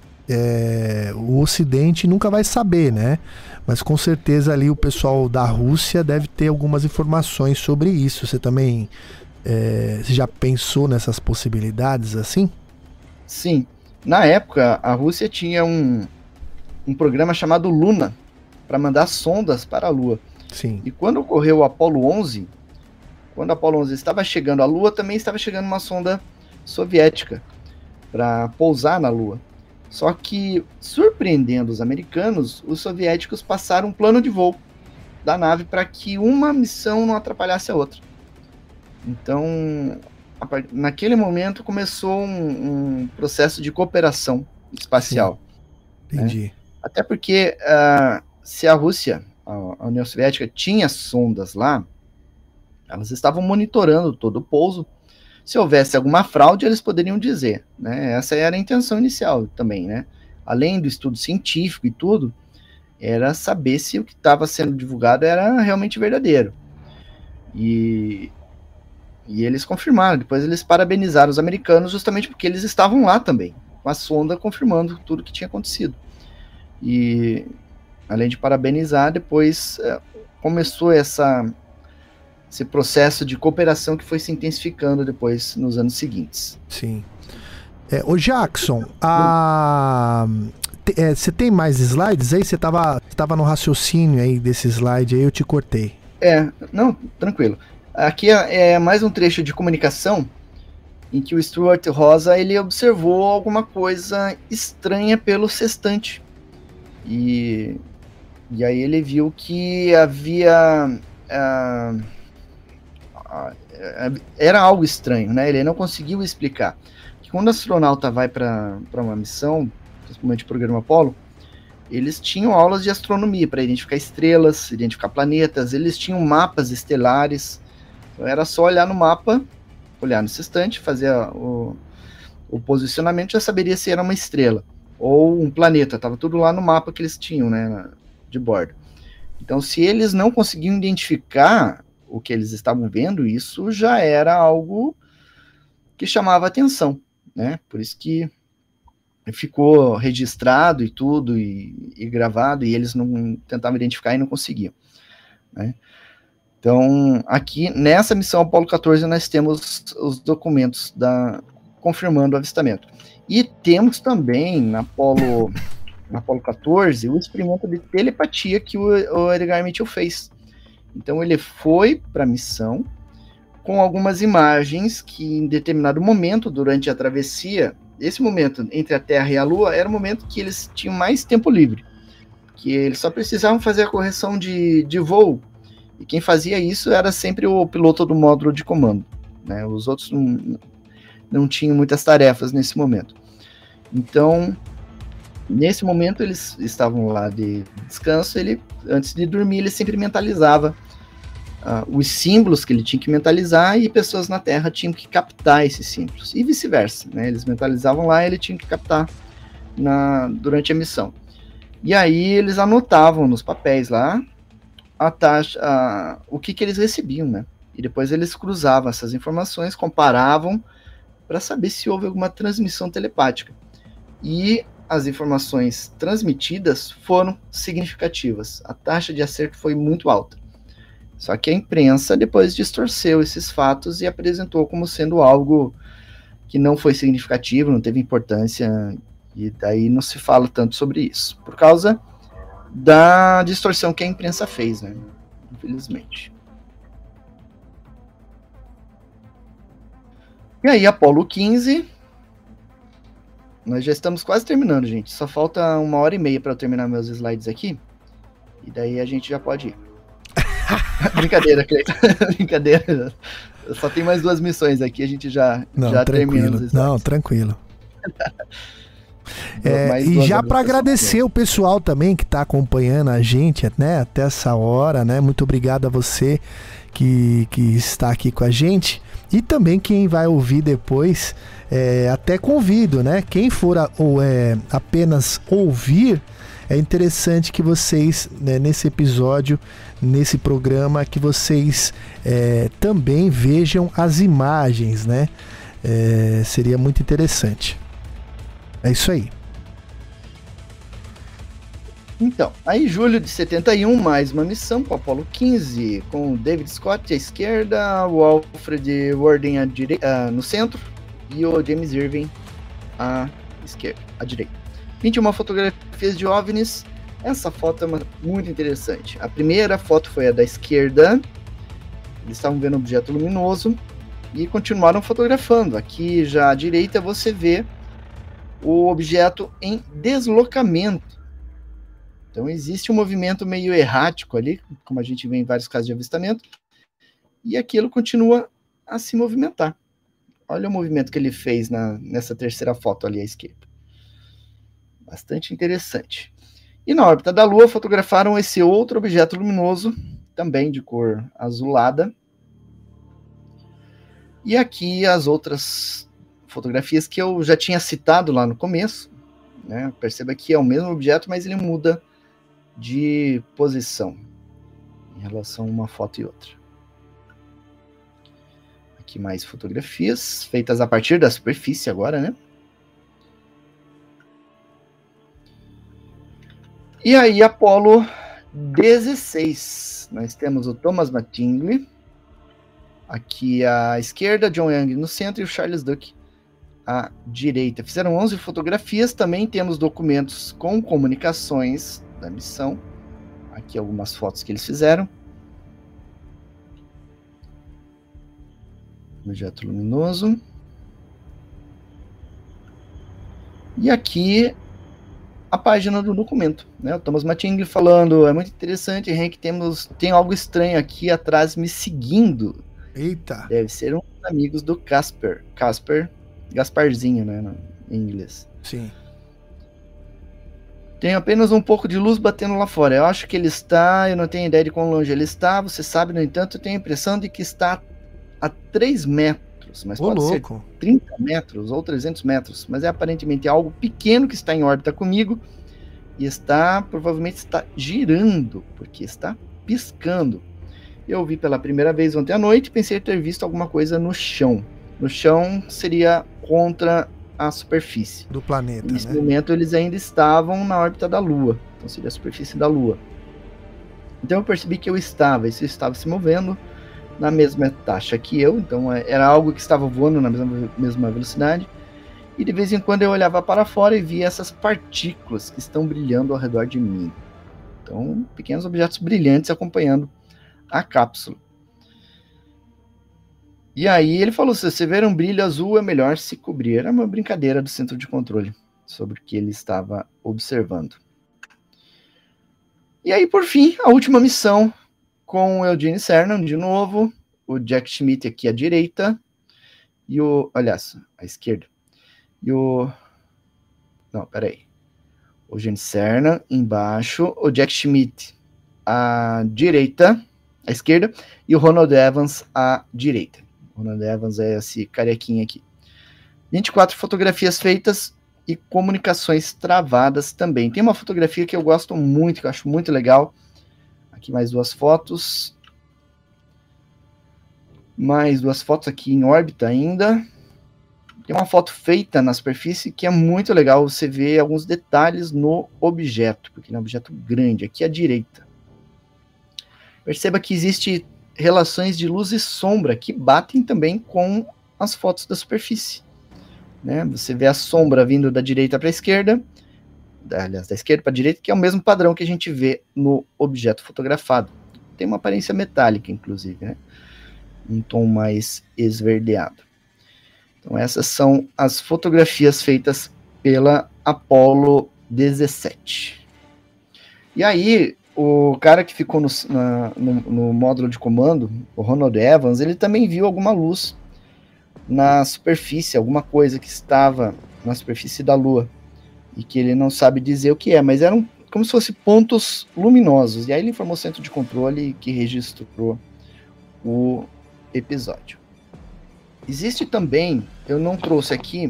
É, o Ocidente nunca vai saber, né? Mas com certeza ali o pessoal da Rússia deve ter algumas informações sobre isso. Você também é, você já pensou nessas possibilidades assim? Sim. Na época, a Rússia tinha um, um programa chamado Luna para mandar sondas para a Lua. Sim. E quando ocorreu o Apollo onze, quando o Apollo onze estava chegando à Lua, também estava chegando uma sonda soviética para pousar na Lua. Só que, surpreendendo os americanos, os soviéticos passaram um plano de voo da nave para que uma missão não atrapalhasse a outra. Então, naquele momento, começou um, um processo de cooperação espacial. Sim. Entendi. Né? Até porque, uh, se a Rússia, a União Soviética, tinha sondas lá, elas estavam monitorando todo o pouso. Se houvesse alguma fraude, eles poderiam dizer, né? Essa era a intenção inicial também, né? Além do estudo científico e tudo, era saber se o que estava sendo divulgado era realmente verdadeiro. E, e eles confirmaram, depois eles parabenizaram os americanos justamente porque eles estavam lá também, com a sonda confirmando tudo que tinha acontecido. E, além de parabenizar, depois é, começou essa... esse processo de cooperação que foi se intensificando depois nos anos seguintes. Sim. É, ô Jackson, a... você é, tem mais slides aí? Você estava tava no raciocínio aí desse slide aí, eu te cortei. É, não, tranquilo. Aqui é, é mais um trecho de comunicação em que o Stuart Rosa ele observou alguma coisa estranha pelo sextante. E, e aí ele viu que havia... Uh, era algo estranho, né? Ele não conseguiu explicar. Que quando o astronauta vai para uma missão, principalmente o programa Apollo, eles tinham aulas de astronomia para identificar estrelas, identificar planetas, eles tinham mapas estelares. Então era só olhar no mapa, olhar no sextante, fazer a, o, o posicionamento, já saberia se era uma estrela ou um planeta. Tava tudo lá no mapa que eles tinham, né, de bordo. Então, se eles não conseguiam identificar o que eles estavam vendo, isso já era algo que chamava atenção, né? Por isso que ficou registrado e tudo, e, e gravado, e eles não tentavam identificar e não conseguiam, né? Então, aqui, nessa missão Apollo quatorze, nós temos os documentos da, confirmando o avistamento. E temos também, na Apollo, na Apollo quatorze, o experimento de telepatia que o, o Edgar Mitchell fez. Então, ele foi para a missão com algumas imagens que, em determinado momento, durante a travessia, esse momento entre a Terra e a Lua, era o momento que eles tinham mais tempo livre, que eles só precisavam fazer a correção de, de voo, e quem fazia isso era sempre o piloto do módulo de comando, né? Os outros não, não tinham muitas tarefas nesse momento. Então, nesse momento, eles estavam lá de descanso, ele, antes de dormir, ele sempre mentalizava uh, os símbolos que ele tinha que mentalizar, e pessoas na Terra tinham que captar esses símbolos, e vice-versa, né? Eles mentalizavam lá e ele tinha que captar na, durante a missão. E aí eles anotavam nos papéis lá a taxa, a, o que, que eles recebiam, né? E depois eles cruzavam essas informações, comparavam para saber se houve alguma transmissão telepática. E as informações transmitidas foram significativas. A taxa de acerto foi muito alta. Só que a imprensa depois distorceu esses fatos e apresentou como sendo algo que não foi significativo, não teve importância, e daí não se fala tanto sobre isso, por causa da distorção que a imprensa fez, né? Infelizmente. E aí, Apollo quinze, nós já estamos quase terminando, gente. Só falta uma hora e meia para eu terminar meus slides aqui, e daí a gente já pode ir. Brincadeira, Cleiton. Brincadeira. Só tem mais duas missões aqui, a gente já, Não, já tranquilo. termina os slides. Não, tranquilo. É, e já para agradecer o pessoal também que está acompanhando a gente, né, até essa hora, né? Muito obrigado a você que, que está aqui com a gente, e também quem vai ouvir depois, é, até convido, né? Quem for a, ou é, apenas ouvir, é interessante que vocês, né, nesse episódio, nesse programa, que vocês é, também vejam as imagens, né? É, seria muito interessante. É isso aí. Então, aí julho de setenta e um, mais uma missão com o Apollo quinze, com o David Scott à esquerda, o Alfred Worden à dire... uh, no centro, e o James Irving à esquerda, à direita. vinte e uma fotografias de OVNIs. Essa foto é uma, muito interessante. A primeira foto foi a da esquerda, eles estavam vendo um objeto luminoso e continuaram fotografando. Aqui já à direita você vê o objeto em deslocamento. Então existe um movimento meio errático ali, como a gente vê em vários casos de avistamento, e aquilo continua a se movimentar. Olha o movimento que ele fez na, nessa terceira foto ali à esquerda. Bastante interessante. E na órbita da Lua fotografaram esse outro objeto luminoso, também de cor azulada. E aqui as outras fotografias que eu já tinha citado lá no começo, né? Perceba que é o mesmo objeto, mas ele muda de posição em relação a uma foto e outra. Aqui mais fotografias feitas a partir da superfície agora, né? E aí, Apollo dezesseis, nós temos o Thomas Mattingly aqui à esquerda, John Young no centro e o Charles Duke à direita. Fizeram onze fotografias, também temos documentos com comunicações da missão. Aqui algumas fotos que eles fizeram. Objeto luminoso. E aqui a página do documento, né? O Thomas Mattingly falando, é muito interessante, Henrique, temos, tem algo estranho aqui atrás me seguindo. Eita! Deve ser um dos amigos do Casper. Casper, Gasparzinho, né, no, em inglês. Sim. Tem apenas um pouco de luz batendo lá fora. Eu acho que ele está, eu não tenho ideia de quão longe ele está. Você sabe, no entanto, eu tenho a impressão de que está a três metros. metros, mas Ô, pode louco. ser trinta metros ou trezentos metros, mas é aparentemente algo pequeno que está em órbita comigo e está, provavelmente está girando, porque está piscando. Eu vi pela primeira vez ontem à noite e pensei ter visto alguma coisa no chão. No chão seria contra a superfície. Do planeta, Nesse né? momento eles ainda estavam na órbita da Lua, então seria a superfície da Lua. Então eu percebi que eu estava, isso estava se movendo na mesma taxa que eu, então era algo que estava voando na mesma, mesma velocidade, e de vez em quando eu olhava para fora e via essas partículas que estão brilhando ao redor de mim. Então, pequenos objetos brilhantes acompanhando a cápsula. E aí ele falou, se você ver um brilho azul é melhor se cobrir. Era uma brincadeira do centro de controle sobre o que ele estava observando. E aí, por fim, a última missão com o Eugene Cernan, de novo, o Jack Schmitt aqui à direita, e o, aliás, à esquerda, e o, não, peraí, o Eugene Cernan embaixo, o Jack Schmitt à direita, à esquerda, e o Ronald Evans à direita. O Ronald Evans é esse carequinha aqui. vinte e quatro fotografias feitas e comunicações travadas também. Tem uma fotografia que eu gosto muito, que eu acho muito legal. Aqui mais duas fotos. Mais duas fotos aqui em órbita ainda. Tem uma foto feita na superfície que é muito legal. Você vê alguns detalhes no objeto, porque é um objeto grande, aqui à direita. Perceba que existe relações de luz e sombra que batem também com as fotos da superfície. Né? Você vê a sombra vindo da direita para a esquerda, da, aliás, da esquerda para a direita, que é o mesmo padrão que a gente vê no objeto fotografado. Tem uma aparência metálica, inclusive, né? Um tom mais esverdeado. Então, essas são as fotografias feitas pela Apollo dezessete. E aí, o cara que ficou no, na, no, no módulo de comando, o Ronald Evans, ele também viu alguma luz na superfície, alguma coisa que estava na superfície da Lua, e que ele não sabe dizer o que é, mas eram como se fossem pontos luminosos. E aí ele informou o centro de controle que registrou o episódio. Existe também, eu não trouxe aqui,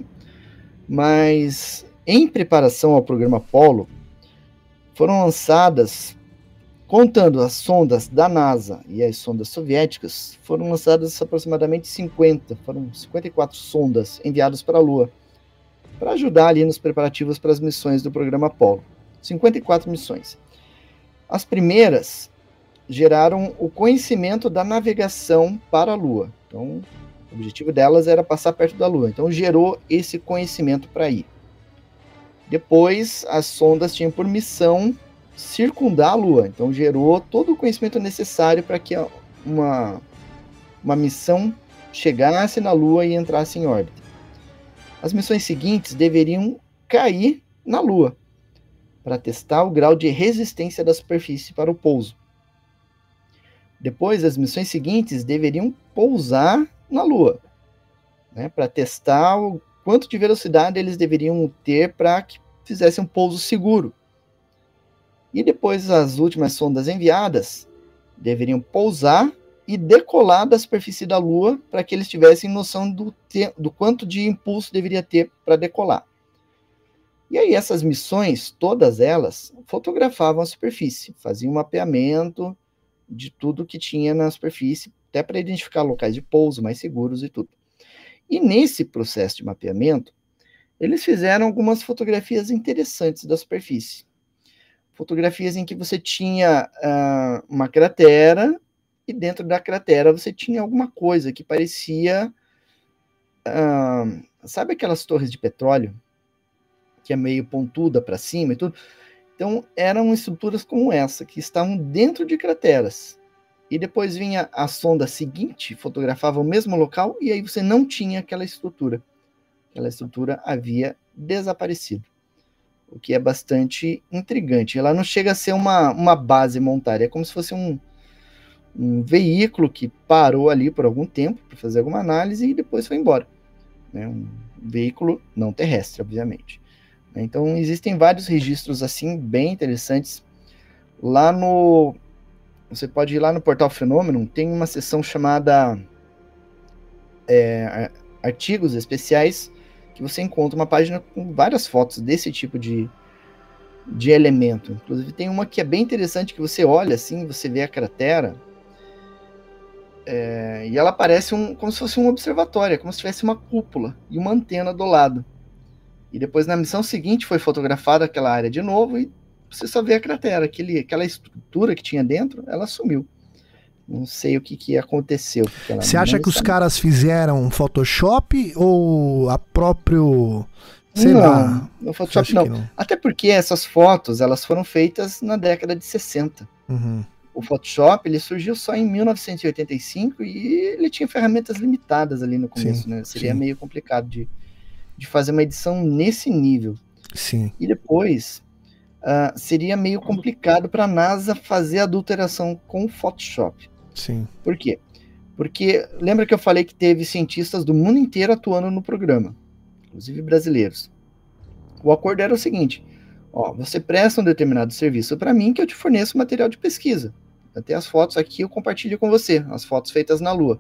mas em preparação ao programa Apollo, foram lançadas, contando as sondas da NASA e as sondas soviéticas, foram lançadas aproximadamente cinquenta, foram cinquenta e quatro sondas enviadas para a Lua, para ajudar ali nos preparativos para as missões do programa Apollo. cinquenta e quatro missões. As primeiras geraram o conhecimento da navegação para a Lua. Então, o objetivo delas era passar perto da Lua. Então, gerou esse conhecimento para ir. Depois, as sondas tinham por missão circundar a Lua. Então, gerou todo o conhecimento necessário para que uma, uma missão chegasse na Lua e entrasse em órbita. As missões seguintes deveriam cair na Lua, para testar o grau de resistência da superfície para o pouso. Depois, as missões seguintes deveriam pousar na Lua, né, para testar o quanto de velocidade eles deveriam ter para que fizessem um pouso seguro. E depois, as últimas sondas enviadas deveriam pousar e decolar da superfície da Lua para que eles tivessem noção do, te- do quanto de impulso deveria ter para decolar. E aí essas missões, todas elas, fotografavam a superfície, faziam um mapeamento de tudo que tinha na superfície, até para identificar locais de pouso mais seguros e tudo. E nesse processo de mapeamento, eles fizeram algumas fotografias interessantes da superfície. Fotografias em que você tinha uh, uma cratera, e dentro da cratera você tinha alguma coisa que parecia... Uh, sabe aquelas torres de petróleo? Que é meio pontuda para cima e tudo. Então, eram estruturas como essa, que estavam dentro de crateras. E depois vinha a sonda seguinte, fotografava o mesmo local, e aí você não tinha aquela estrutura. Aquela estrutura havia desaparecido. O que é bastante intrigante. Ela não chega a ser uma, uma base montada, é como se fosse um, um veículo que parou ali por algum tempo, para fazer alguma análise, e depois foi embora. Né? Um veículo não terrestre, obviamente. Então, existem vários registros assim, bem interessantes. Lá no... Você pode ir lá no Portal Fenômeno, tem uma seção chamada é, artigos especiais que você encontra uma página com várias fotos desse tipo de, de elemento. Inclusive tem uma que é bem interessante, que você olha assim, você vê a cratera, é, e ela parece um, como se fosse um observatório, como se tivesse uma cúpula e uma antena do lado. E depois na missão seguinte foi fotografada aquela área de novo e você só vê a cratera, aquele, aquela estrutura que tinha dentro, ela sumiu. Não sei o que, que aconteceu. Você acha que os caras fizeram Photoshop ou a próprio... Sei não, lá. No Photoshop não. não. Até porque essas fotos, elas foram feitas na década de sessenta. Uhum. O Photoshop, ele surgiu só em mil novecentos e oitenta e cinco e ele tinha ferramentas limitadas ali no começo, sim, né? Seria sim. meio complicado de, de fazer uma edição nesse nível. Sim. E depois, uh, seria meio complicado para a NASA fazer a adulteração com o Photoshop. Sim. Por quê? Porque lembra que eu falei que teve cientistas do mundo inteiro atuando no programa, inclusive brasileiros. O acordo era o seguinte: ó, você presta um determinado serviço para mim que eu te forneço material de pesquisa. Até as fotos aqui eu compartilho com você, as fotos feitas na Lua.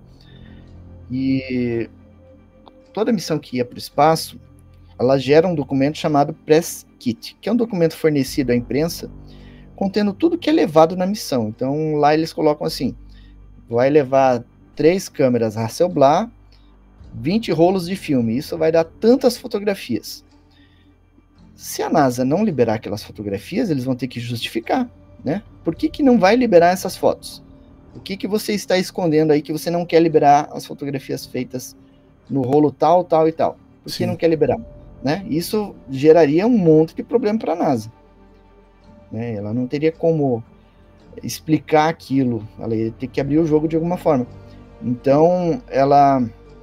E toda missão que ia para o espaço, ela gera um documento chamado Press Kit, que é um documento fornecido à imprensa contendo tudo que é levado na missão. Então lá eles colocam assim: vai levar três câmeras Hasselblad, vinte rolos de filme, isso vai dar tantas fotografias. Se a NASA não liberar aquelas fotografias, eles vão ter que justificar, né? Por que que não vai liberar essas fotos? O que que você está escondendo aí que você não quer liberar as fotografias feitas no rolo tal, tal e tal? Por que Sim. não quer liberar? Né? Isso geraria um monte de problema para a NASA. Né? Ela não teria como explicar aquilo, ela ia ter que abrir o jogo de alguma forma. Então, ela,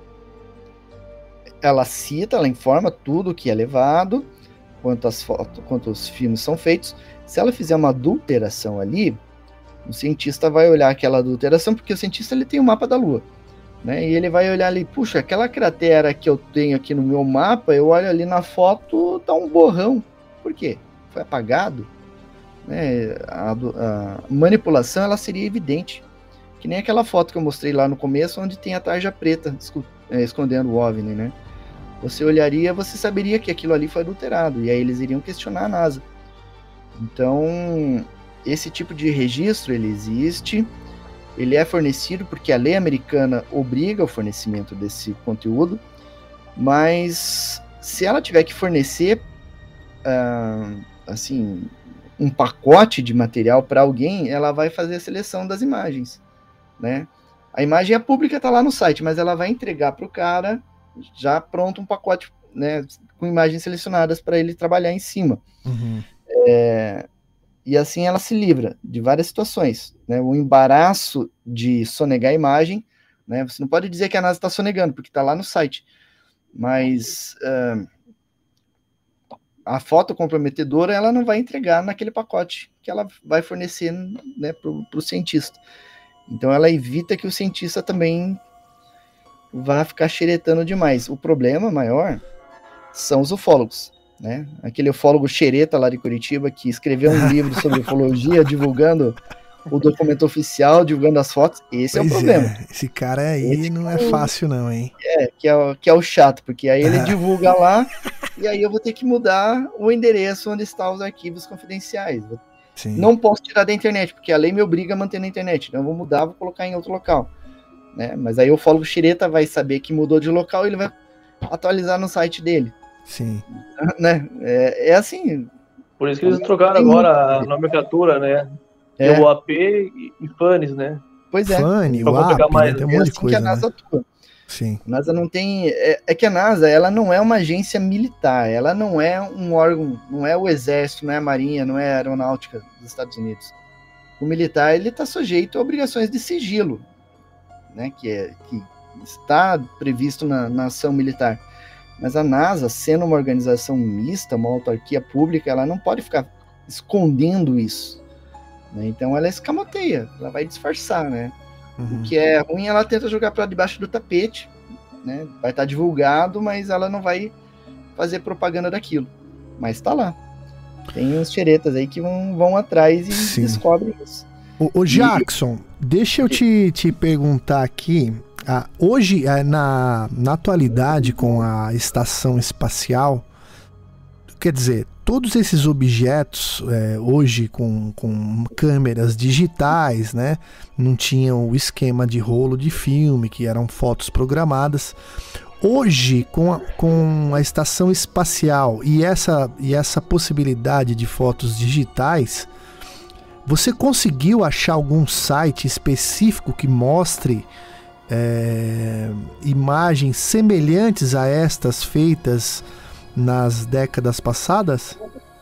ela cita, ela informa tudo que é levado, quantas fotos, quantos filmes são feitos. Se ela fizer uma adulteração ali, o cientista vai olhar aquela adulteração, porque o cientista ele tem o mapa da Lua, né? E ele vai olhar ali, puxa, aquela cratera que eu tenho aqui no meu mapa, eu olho ali na foto, tá um borrão. Por quê? Foi apagado? Né? A, a manipulação ela seria evidente, que nem aquela foto que eu mostrei lá no começo, onde tem a tarja preta escondendo o OVNI, né? Você olharia, você saberia que aquilo ali foi adulterado, e aí eles iriam questionar a NASA. Então, esse tipo de registro, ele existe, ele é fornecido porque a lei americana obriga o fornecimento desse conteúdo, mas se ela tiver que fornecer, uh, assim, um pacote de material para alguém, ela vai fazer a seleção das imagens, né? A imagem é pública, está lá no site, mas ela vai entregar para o cara já pronto um pacote, né, com imagens selecionadas para ele trabalhar em cima. Uhum. É, e assim ela se livra de várias situações, né? O embaraço de sonegar a imagem, né? Você não pode dizer que a NASA está sonegando, porque está lá no site, mas uh, a foto comprometedora ela não vai entregar naquele pacote que ela vai fornecer, né, para o cientista. Então ela evita que o cientista também vá ficar xeretando demais. O problema maior são os ufólogos, né? Aquele ufólogo xereta lá de Curitiba que escreveu um livro sobre ufologia, divulgando o documento oficial, divulgando as fotos. Esse pois é o problema. É. Esse cara aí Esse não é fácil não, hein? É que, é, o, que é o chato, porque aí ele divulga lá e aí eu vou ter que mudar o endereço onde estão os arquivos confidenciais. Sim. Não posso tirar da internet, porque a lei me obriga a manter na internet. Então eu vou mudar, vou colocar em outro local. Né? Mas aí o ufólogo xereta vai saber que mudou de local e ele vai atualizar no site dele. Sim. Né? É, é assim. Por isso que eles trocaram agora a nomenclatura, né? É. O A P e F A N S, né? Pois é. F A N, o A P, mais, tem um é monte assim de coisa, que a NASA né? atua. Sim. A NASA não tem... É, é que a NASA, ela não é uma agência militar, ela não é um órgão, não é o Exército, não é a Marinha, não é a Aeronáutica dos Estados Unidos. O militar, ele está sujeito a obrigações de sigilo, né, que, é, que está previsto na, na ação militar. Mas a NASA, sendo uma organização mista, uma autarquia pública, ela não pode ficar escondendo isso. Né? Então ela escamoteia, ela vai disfarçar, né? Uhum. O que é ruim, ela tenta jogar para debaixo do tapete, né? Vai estar divulgado, mas ela não vai fazer propaganda daquilo. Mas tá lá. Tem uns xeretas aí que vão, vão atrás e Sim. descobrem isso. Ô, ô Jackson, e... deixa eu te, te perguntar aqui. ah, hoje, ah, na, na atualidade, com a estação espacial, quer dizer, todos esses objetos, é, hoje com, com câmeras digitais, né, não tinham o esquema de rolo de filme, que eram fotos programadas. Hoje, com a, com a estação espacial e essa, e essa possibilidade de fotos digitais, você conseguiu achar algum site específico que mostre é, imagens semelhantes a estas feitas nas décadas passadas?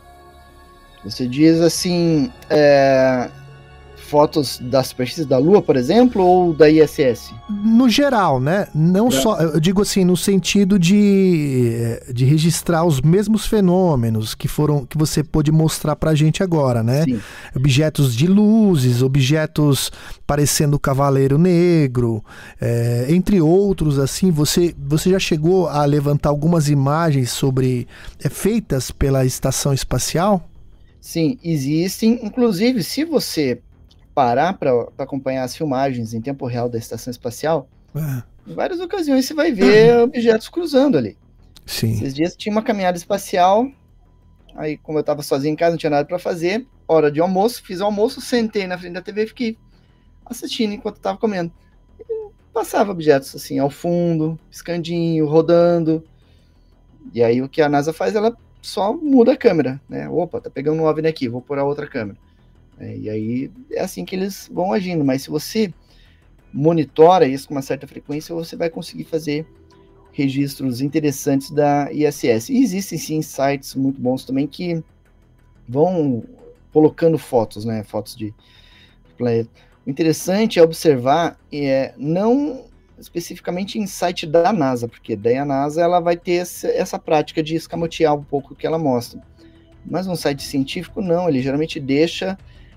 Você diz assim, é, fotos da superfície da Lua, por exemplo, ou da I S S? No geral, né? Não é. só, eu digo assim, no sentido de, de registrar os mesmos fenômenos que foram, que você pôde mostrar pra gente agora, né? Sim. Objetos de luzes, objetos parecendo o Cavaleiro Negro, é, entre outros, assim. Você, você já chegou a levantar algumas imagens sobre, é, feitas pela estação espacial? Sim, existem. Inclusive, se você parar para acompanhar as filmagens em tempo real da estação espacial, é. em várias ocasiões você vai ver uhum. objetos cruzando ali. Sim. Esses dias tinha uma caminhada espacial, aí como eu estava sozinho em casa, não tinha nada para fazer, hora de almoço, fiz o almoço, sentei na frente da T V e fiquei assistindo enquanto estava comendo. E passava objetos assim, ao fundo, piscandinho, rodando. E aí o que a NASA faz, ela só muda a câmera, né? Opa, tá pegando um OVNI aqui, vou pôr a outra câmera. É, e aí é assim que eles vão agindo, mas se você monitora isso com uma certa frequência, você vai conseguir fazer registros interessantes da I S S. E existem sim sites muito bons também que vão colocando fotos, né, fotos de planeta. O interessante é observar, é, não especificamente em site da NASA, porque daí a NASA ela vai ter essa, essa prática de escamotear um pouco o que ela mostra. Mas um site científico não, ele geralmente deixa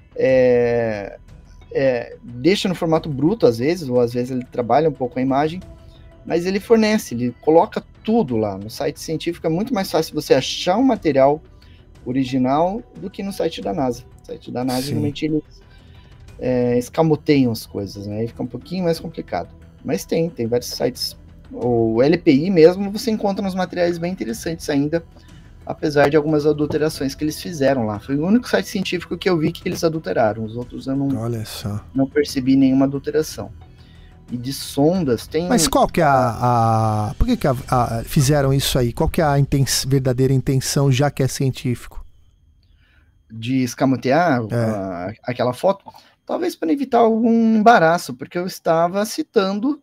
É, é, deixa no formato bruto às vezes, ou às vezes ele trabalha um pouco a imagem, mas ele fornece, ele coloca tudo lá. No site científico é muito mais fácil você achar um material original do que no site da NASA. No site da NASA, realmente, eles é, escamoteiam as coisas, né? Aí fica um pouquinho mais complicado. Mas tem, tem vários sites. O L P I mesmo, você encontra uns materiais bem interessantes ainda, apesar de algumas adulterações que eles fizeram lá. Foi o único site científico que eu vi que eles adulteraram. Os outros eu não, Olha só. não percebi nenhuma adulteração. E de sondas tem... Mas qual que é a... a... Por que, que a, a, fizeram isso aí? Qual que é a inten... verdadeira intenção, já que é científico? De escamotear é. a, aquela foto? Talvez para evitar algum embaraço, porque eu estava citando...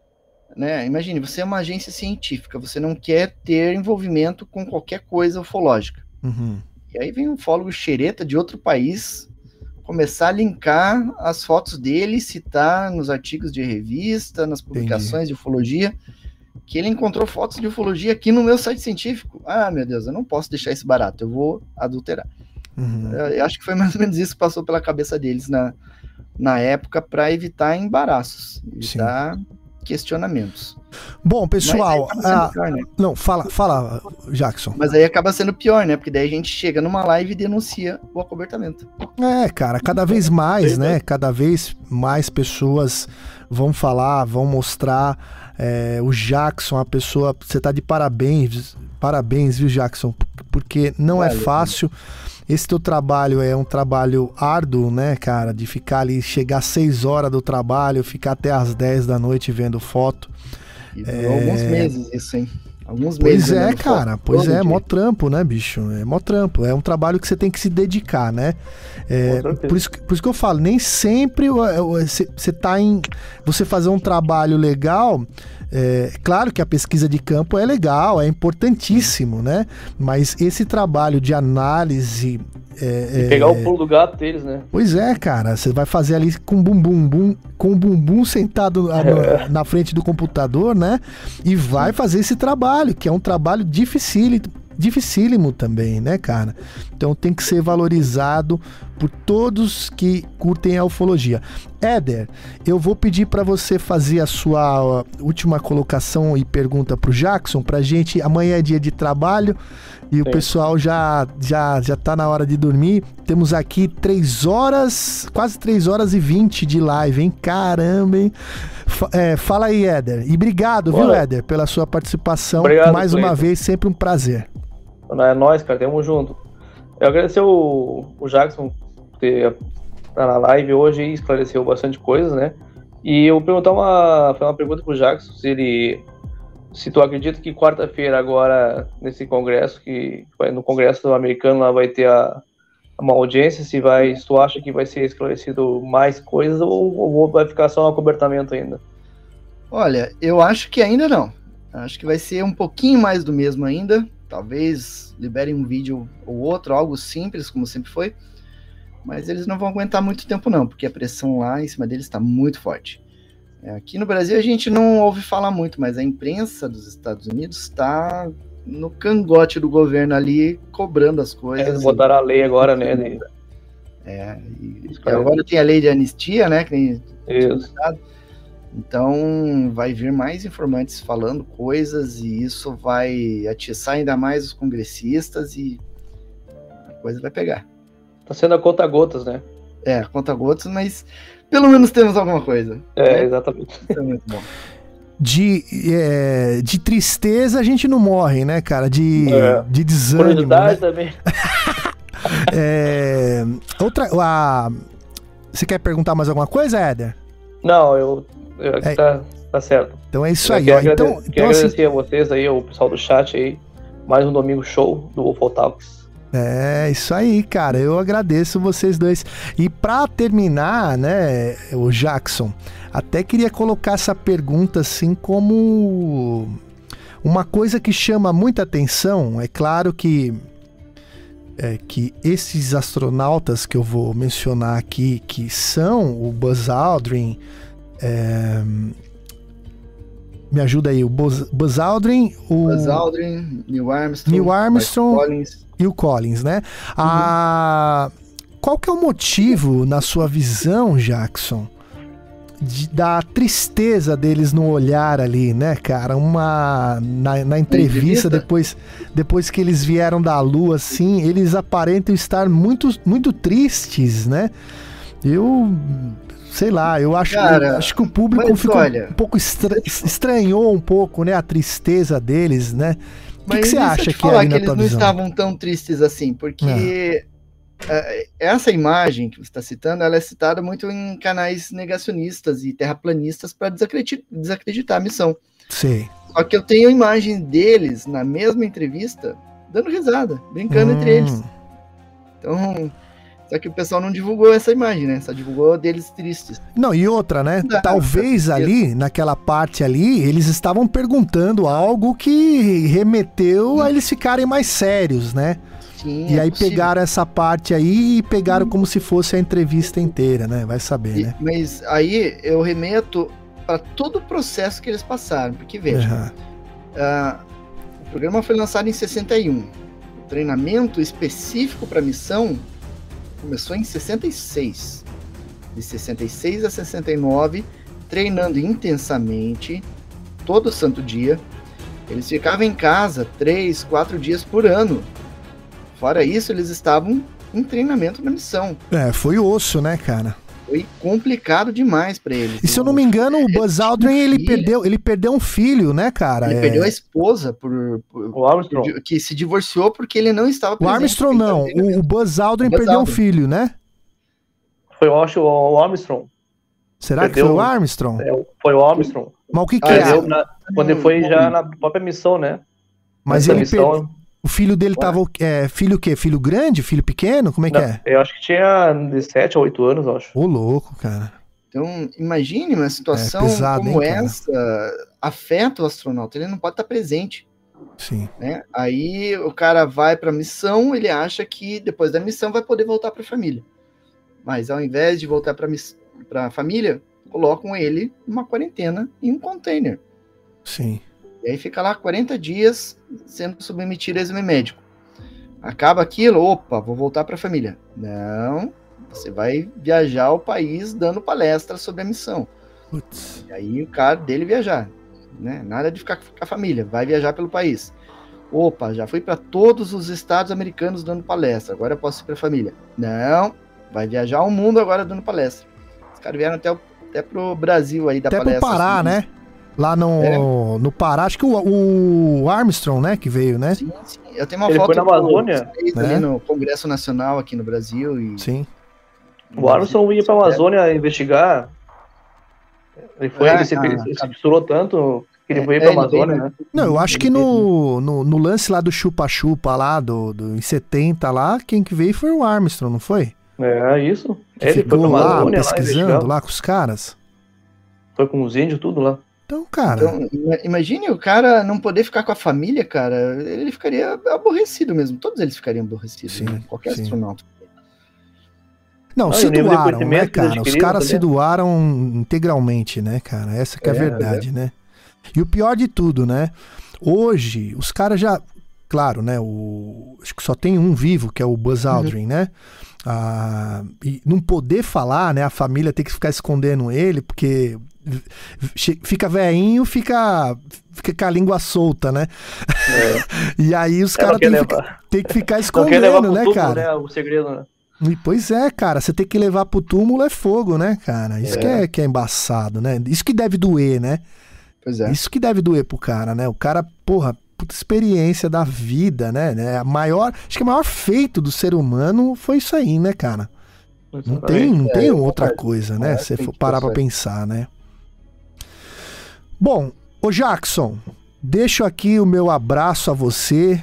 Né? Imagine, você é uma agência científica, você não quer ter envolvimento com qualquer coisa ufológica. Uhum. E aí vem um ufólogo xereta de outro país começar a linkar as fotos dele, citar nos artigos de revista, nas publicações Entendi. de ufologia, que ele encontrou fotos de ufologia aqui no meu site científico. Ah, meu Deus, eu não posso deixar isso barato, eu vou adulterar. Uhum. Eu, eu acho que foi mais ou menos isso que passou pela cabeça deles na, na época, para evitar embaraços, evitar... Sim. questionamentos. Bom, pessoal, ah, pior, né? não, fala, fala, Jackson. Mas aí acaba sendo pior, né? Porque daí a gente chega numa live e denuncia o acobertamento. É, cara, cada vez mais, né? Cada vez mais pessoas vão falar, vão mostrar. É, o Jackson, a pessoa, você tá de parabéns, parabéns, viu, Jackson? Porque não Valeu, é fácil. Esse teu trabalho é um trabalho árduo, né, cara? De ficar ali, chegar às seis horas do trabalho, ficar até às dez da noite vendo foto. E é... alguns meses isso, hein? Alguns pois meses. É, cara, foto, pois é, dia. mó trampo, né, bicho? É mó trampo. É um trabalho que você tem que se dedicar, né? É, por, isso, por isso que eu falo, nem sempre você tá em. Você fazer um trabalho legal. É claro que a pesquisa de campo é legal, é importantíssimo, né? Mas esse trabalho de análise... É, e pegar é... o pulo do gato deles, né? Pois é, cara. Você vai fazer ali com o bumbum, bum, com o bumbum sentado na, é. na frente do computador, né? E vai fazer esse trabalho, que é um trabalho dificílimo, dificílimo também, né, cara? Então tem que ser valorizado por todos que curtem a ufologia. Éder, eu vou pedir para você fazer a sua última colocação e pergunta pro Jackson, pra gente, amanhã é dia de trabalho e Sim. o pessoal já, já, já tá na hora de dormir. Temos aqui três horas, quase três horas e vinte de live, hein? Caramba, hein? Fa- é, fala aí, Éder. E obrigado, viu, Olha. Éder, pela sua participação. Obrigado, Mais uma Cleiton. vez, sempre um prazer. É nóis, cara, tamo junto. Eu agradecer o, o Jackson por ter tá na live hoje e esclareceu bastante coisas, né? E eu perguntar uma, fazer uma pergunta pro Jackson, se ele, se tu acredita que quarta-feira agora, nesse congresso, que vai, no congresso americano lá vai ter a, uma audiência, se vai, se tu acha que vai ser esclarecido mais coisas ou, ou vai ficar só no acobertamento ainda? Olha, eu acho que ainda não. Acho que vai ser um pouquinho mais do mesmo ainda. Talvez liberem um vídeo ou outro, algo simples, como sempre foi. Mas eles não vão aguentar muito tempo não, porque a pressão lá em cima deles está muito forte. É, aqui no Brasil a gente não ouve falar muito, mas a imprensa dos Estados Unidos está no cangote do governo ali, cobrando as coisas. Eles botaram a lei agora, né? De... É, e, e agora tem a lei de anistia, né? Que nem Isso. Então vai vir mais informantes falando coisas e isso vai atiçar ainda mais os congressistas e a coisa vai pegar. Tá sendo a conta gotas, né? É, conta gotas, mas pelo menos temos alguma coisa. É, né? exatamente. Isso é muito bom. De, é, de tristeza a gente não morre, né, cara? De, É. de desânimo. Curiosidade Né? também. É, outra. A, você quer perguntar mais alguma coisa, Éder? Não, eu. eu É. tá, tá certo. Então é isso Eu aí, quero ó. Então, agrade- então quero assim, agradecer a vocês aí, o pessoal do chat aí. Mais um domingo show do Wolf Talks. é isso aí, cara. Eu agradeço vocês dois. E pra terminar, né, o Jackson, até queria colocar essa pergunta assim como uma coisa que chama muita atenção. É claro que é, que esses astronautas que eu vou mencionar aqui, que são o Buzz Aldrin, é, me ajuda aí, o Buzz, Buzz Aldrin, o Buzz Aldrin, Neil Armstrong, Neil Armstrong, Michael Collins. e o Collins, né? A... Qual que é o motivo, na sua visão, Jackson, de- da tristeza deles no olhar ali, né, cara? Uma... Na, na entrevista, entrevista? depois, depois que eles vieram da Lua, assim, eles aparentam estar muito, muito tristes, né? Eu... Sei lá, eu acho, Cara, eu acho que o público mas ficou olha- um pouco estra... estranhou um pouco, né, a tristeza deles, né? O que, que Mas você deixa eu acha te que é falar aí que na eles tua não visão? estavam tão tristes assim, porque eh, essa imagem que você está citando, ela é citada muito em canais negacionistas e terraplanistas para desacreditar, desacreditar a missão. Sei. Só que eu tenho a imagem deles na mesma entrevista dando risada, brincando entre Hum. eles. Então, só que o pessoal não divulgou essa imagem, né? Só divulgou deles tristes. Não, e outra, né? Não, Talvez com certeza. ali, naquela parte ali, eles estavam perguntando algo que remeteu a eles ficarem mais sérios, né? Sim, E é aí possível. pegaram essa parte aí e pegaram como se fosse a entrevista inteira, né? Vai saber, E- né? Mas aí eu remeto para todo o processo que eles passaram, porque veja, Aham. ah, o programa foi lançado em sessenta e um. O treinamento específico para a missão começou em sessenta e seis. De sessenta e seis a sessenta e nove, treinando intensamente, todo santo dia. Eles ficavam em casa três, quatro dias por ano. Fora isso, eles estavam em treinamento na missão. É, foi osso, né, cara? Foi complicado demais para eles. E se eu não me engano, o Buzz tinha um Aldrin, ele filho. perdeu, ele perdeu um filho, né, cara? Ele É, perdeu a esposa por, por- O Armstrong. por- que se divorciou porque ele não estava O presente. Armstrong não, o, o Buzz Aldrin O Buzz perdeu um Aldrin. filho, né? Foi, eu acho, o Armstrong. Será que Perdeu foi o um- Armstrong? É, foi o Armstrong. Mas o que que Ah, é? Perdeu na- quando ele foi Hum, já na própria missão, né? Mas Nessa ele missão, perdeu. O filho dele tava. É, filho o quê? Filho grande? Filho pequeno? Como é que não, é? eu acho que tinha de sete a oito anos, eu acho. Ô, louco, cara. Então, imagine uma situação É pesado, como hein, cara? essa afeta o astronauta, ele não pode estar presente, Sim. né? Aí o cara vai para a missão, ele acha que depois da missão vai poder voltar para a família. Mas ao invés de voltar para a família, colocam ele numa quarentena em um container. Sim. E aí fica lá quarenta dias sendo submetido a exame médico. Acaba aquilo, opa, vou voltar para a família. Não, você vai viajar ao país dando palestra sobre a missão. Putz. E aí o cara dele viajar, né? Nada de ficar com a família, vai viajar pelo país. Opa, já fui para todos os estados americanos dando palestra, agora eu posso ir para a família. Não, vai viajar ao mundo agora dando palestra. Os caras vieram até o, até pro Brasil aí da até palestra. Até pro Pará, assim, né? Lá no, é. no Pará, acho que o, o Armstrong, né, que veio, né? Sim, sim. Eu tenho uma Ele foto foi na Amazônia, do, ali no Congresso Nacional aqui no Brasil. E... Sim. O Armstrong ia pra Amazônia é. investigar. Ele foi, ah, ele se, ah, ele se misturou tanto que ele é, veio pra é, Amazônia, né? Não, eu acho que no, no, no lance lá do chupa-chupa lá, do, do, em setenta lá, quem que veio foi o Armstrong, não foi? É, isso. Que ele ficou foi lá, Amazônia, pesquisando lá, lá com os caras. Foi com os índios, tudo lá. Então, cara... Então, imagine o cara não poder ficar com a família, cara, ele ficaria aborrecido mesmo. Todos eles ficariam aborrecidos, sim, né? Qualquer sim. astronauta. Não, ah, se doaram, né, cara? Os caras se doaram integralmente, né, cara? Essa que é, é a verdade, é. né? E o pior de tudo, né? Hoje, os caras já... Claro, né? O, acho que só tem um vivo, que é o Buzz Aldrin, uhum. né? Ah, e não poder falar, né? A família tem que ficar escondendo ele, porque fica velhinho, fica, fica com a língua solta, né? É. E aí os caras têm tem que ficar escondendo, né, tudo, cara? Né, o segredo, né? E, pois é, cara, você tem que levar pro túmulo é fogo, né, cara? Isso é. Que, é, que é embaçado, né? Isso que deve doer, né? Pois é. Isso que deve doer pro cara, né? O cara, porra, puta experiência da vida, né? A maior, acho que o maior feito do ser humano foi isso aí, né, cara? Não tem, não tem outra coisa, né? Se você for parar pra pensar, né? Bom, ô Jackson, deixo aqui o meu abraço a você.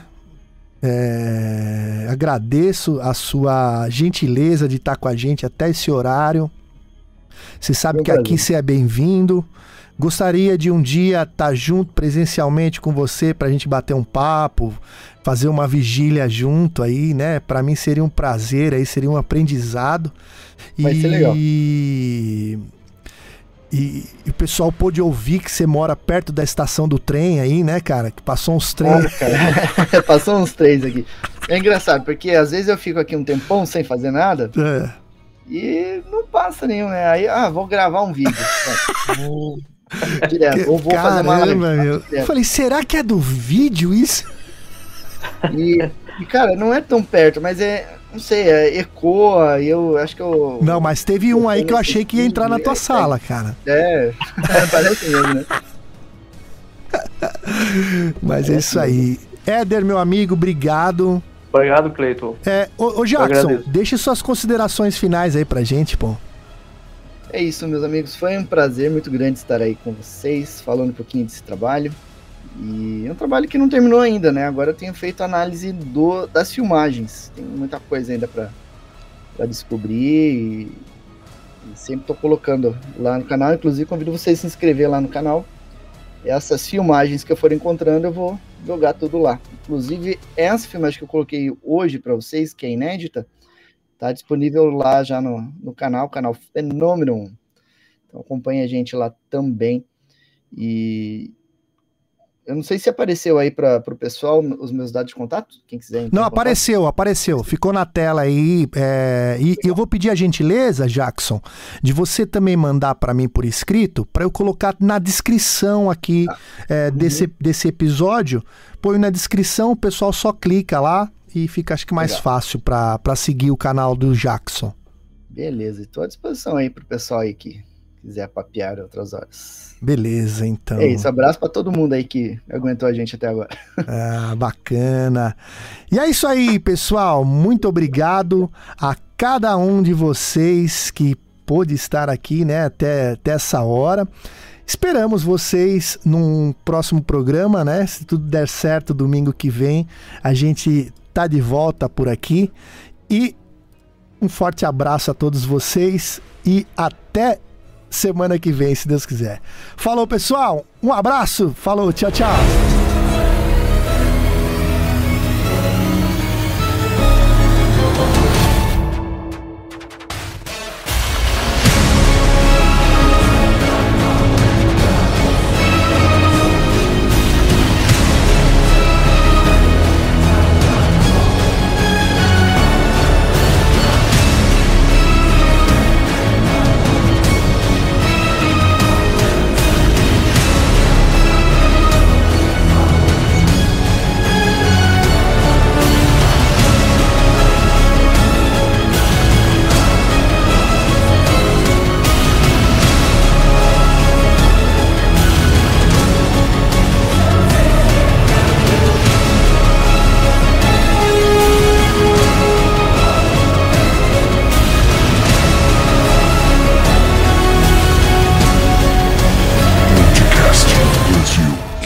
É, agradeço a sua gentileza de estar com a gente até esse horário. Você sabe que aqui você é bem-vindo. Gostaria de um dia estar junto presencialmente com você pra gente bater um papo, fazer uma vigília junto aí, né? Pra mim seria um prazer, aí seria um aprendizado. Vai e... ser legal. E... e o pessoal pôde ouvir que você mora perto da estação do trem aí, né, cara? Que passou uns trens. Ah, passou uns trens aqui. É engraçado, porque às vezes eu fico aqui um tempão sem fazer nada. É. E não passa nenhum, né? Aí, ah, vou gravar um vídeo. Direto, ou vou Caramba, fazer uma live. Meu. Eu falei, será que é do vídeo isso? E, e, cara, não é tão perto, mas é, não sei, é, ecoa, e eu acho que eu... Não, mas teve um aí que eu achei que ia entrar na tua é, sala, cara. É, parece mesmo, né? Mas é, é isso aí. Éder, meu amigo, obrigado. Obrigado, Cleiton. É, ô, ô Jackson, deixe suas considerações finais aí pra gente, pô. É isso, meus amigos. Foi um prazer muito grande estar aí com vocês, falando um pouquinho desse trabalho. E é um trabalho que não terminou ainda, né? Agora eu tenho feito análise do, das filmagens. Tem muita coisa ainda para descobrir. E, e sempre estou colocando lá no canal. Inclusive, convido vocês a se inscrever lá no canal. Essas filmagens que eu for encontrando, eu vou jogar tudo lá. Inclusive, essa filmagem que eu coloquei hoje para vocês, que é inédita, tá disponível lá já no, no canal, canal Fenômeno. Então acompanha a gente lá também. E eu não sei se apareceu aí para o pessoal os meus dados de contato, quem quiser. Não, apareceu, contato. apareceu. Ficou na tela aí. É, e eu vou pedir a gentileza, Jackson, de você também mandar para mim por escrito, para eu colocar na descrição aqui ah. é, uhum. desse, desse episódio. Põe na descrição, o pessoal só clica lá. E fica, acho que, mais Legal. fácil para seguir o canal do Jackson. Beleza, estou à disposição aí pro pessoal aí que quiser papear outras horas. Beleza, então. É isso, abraço para todo mundo aí que aguentou a gente até agora. Ah, bacana. E é isso aí, pessoal. Muito obrigado a cada um de vocês que pôde estar aqui, né, até, até essa hora. Esperamos vocês num próximo programa, né? Se tudo der certo, domingo que vem, a gente tá de volta por aqui. E um forte abraço a todos vocês e até semana que vem, se Deus quiser. Falou, pessoal. Um abraço. Falou. Tchau, tchau.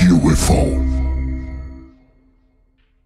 U F O.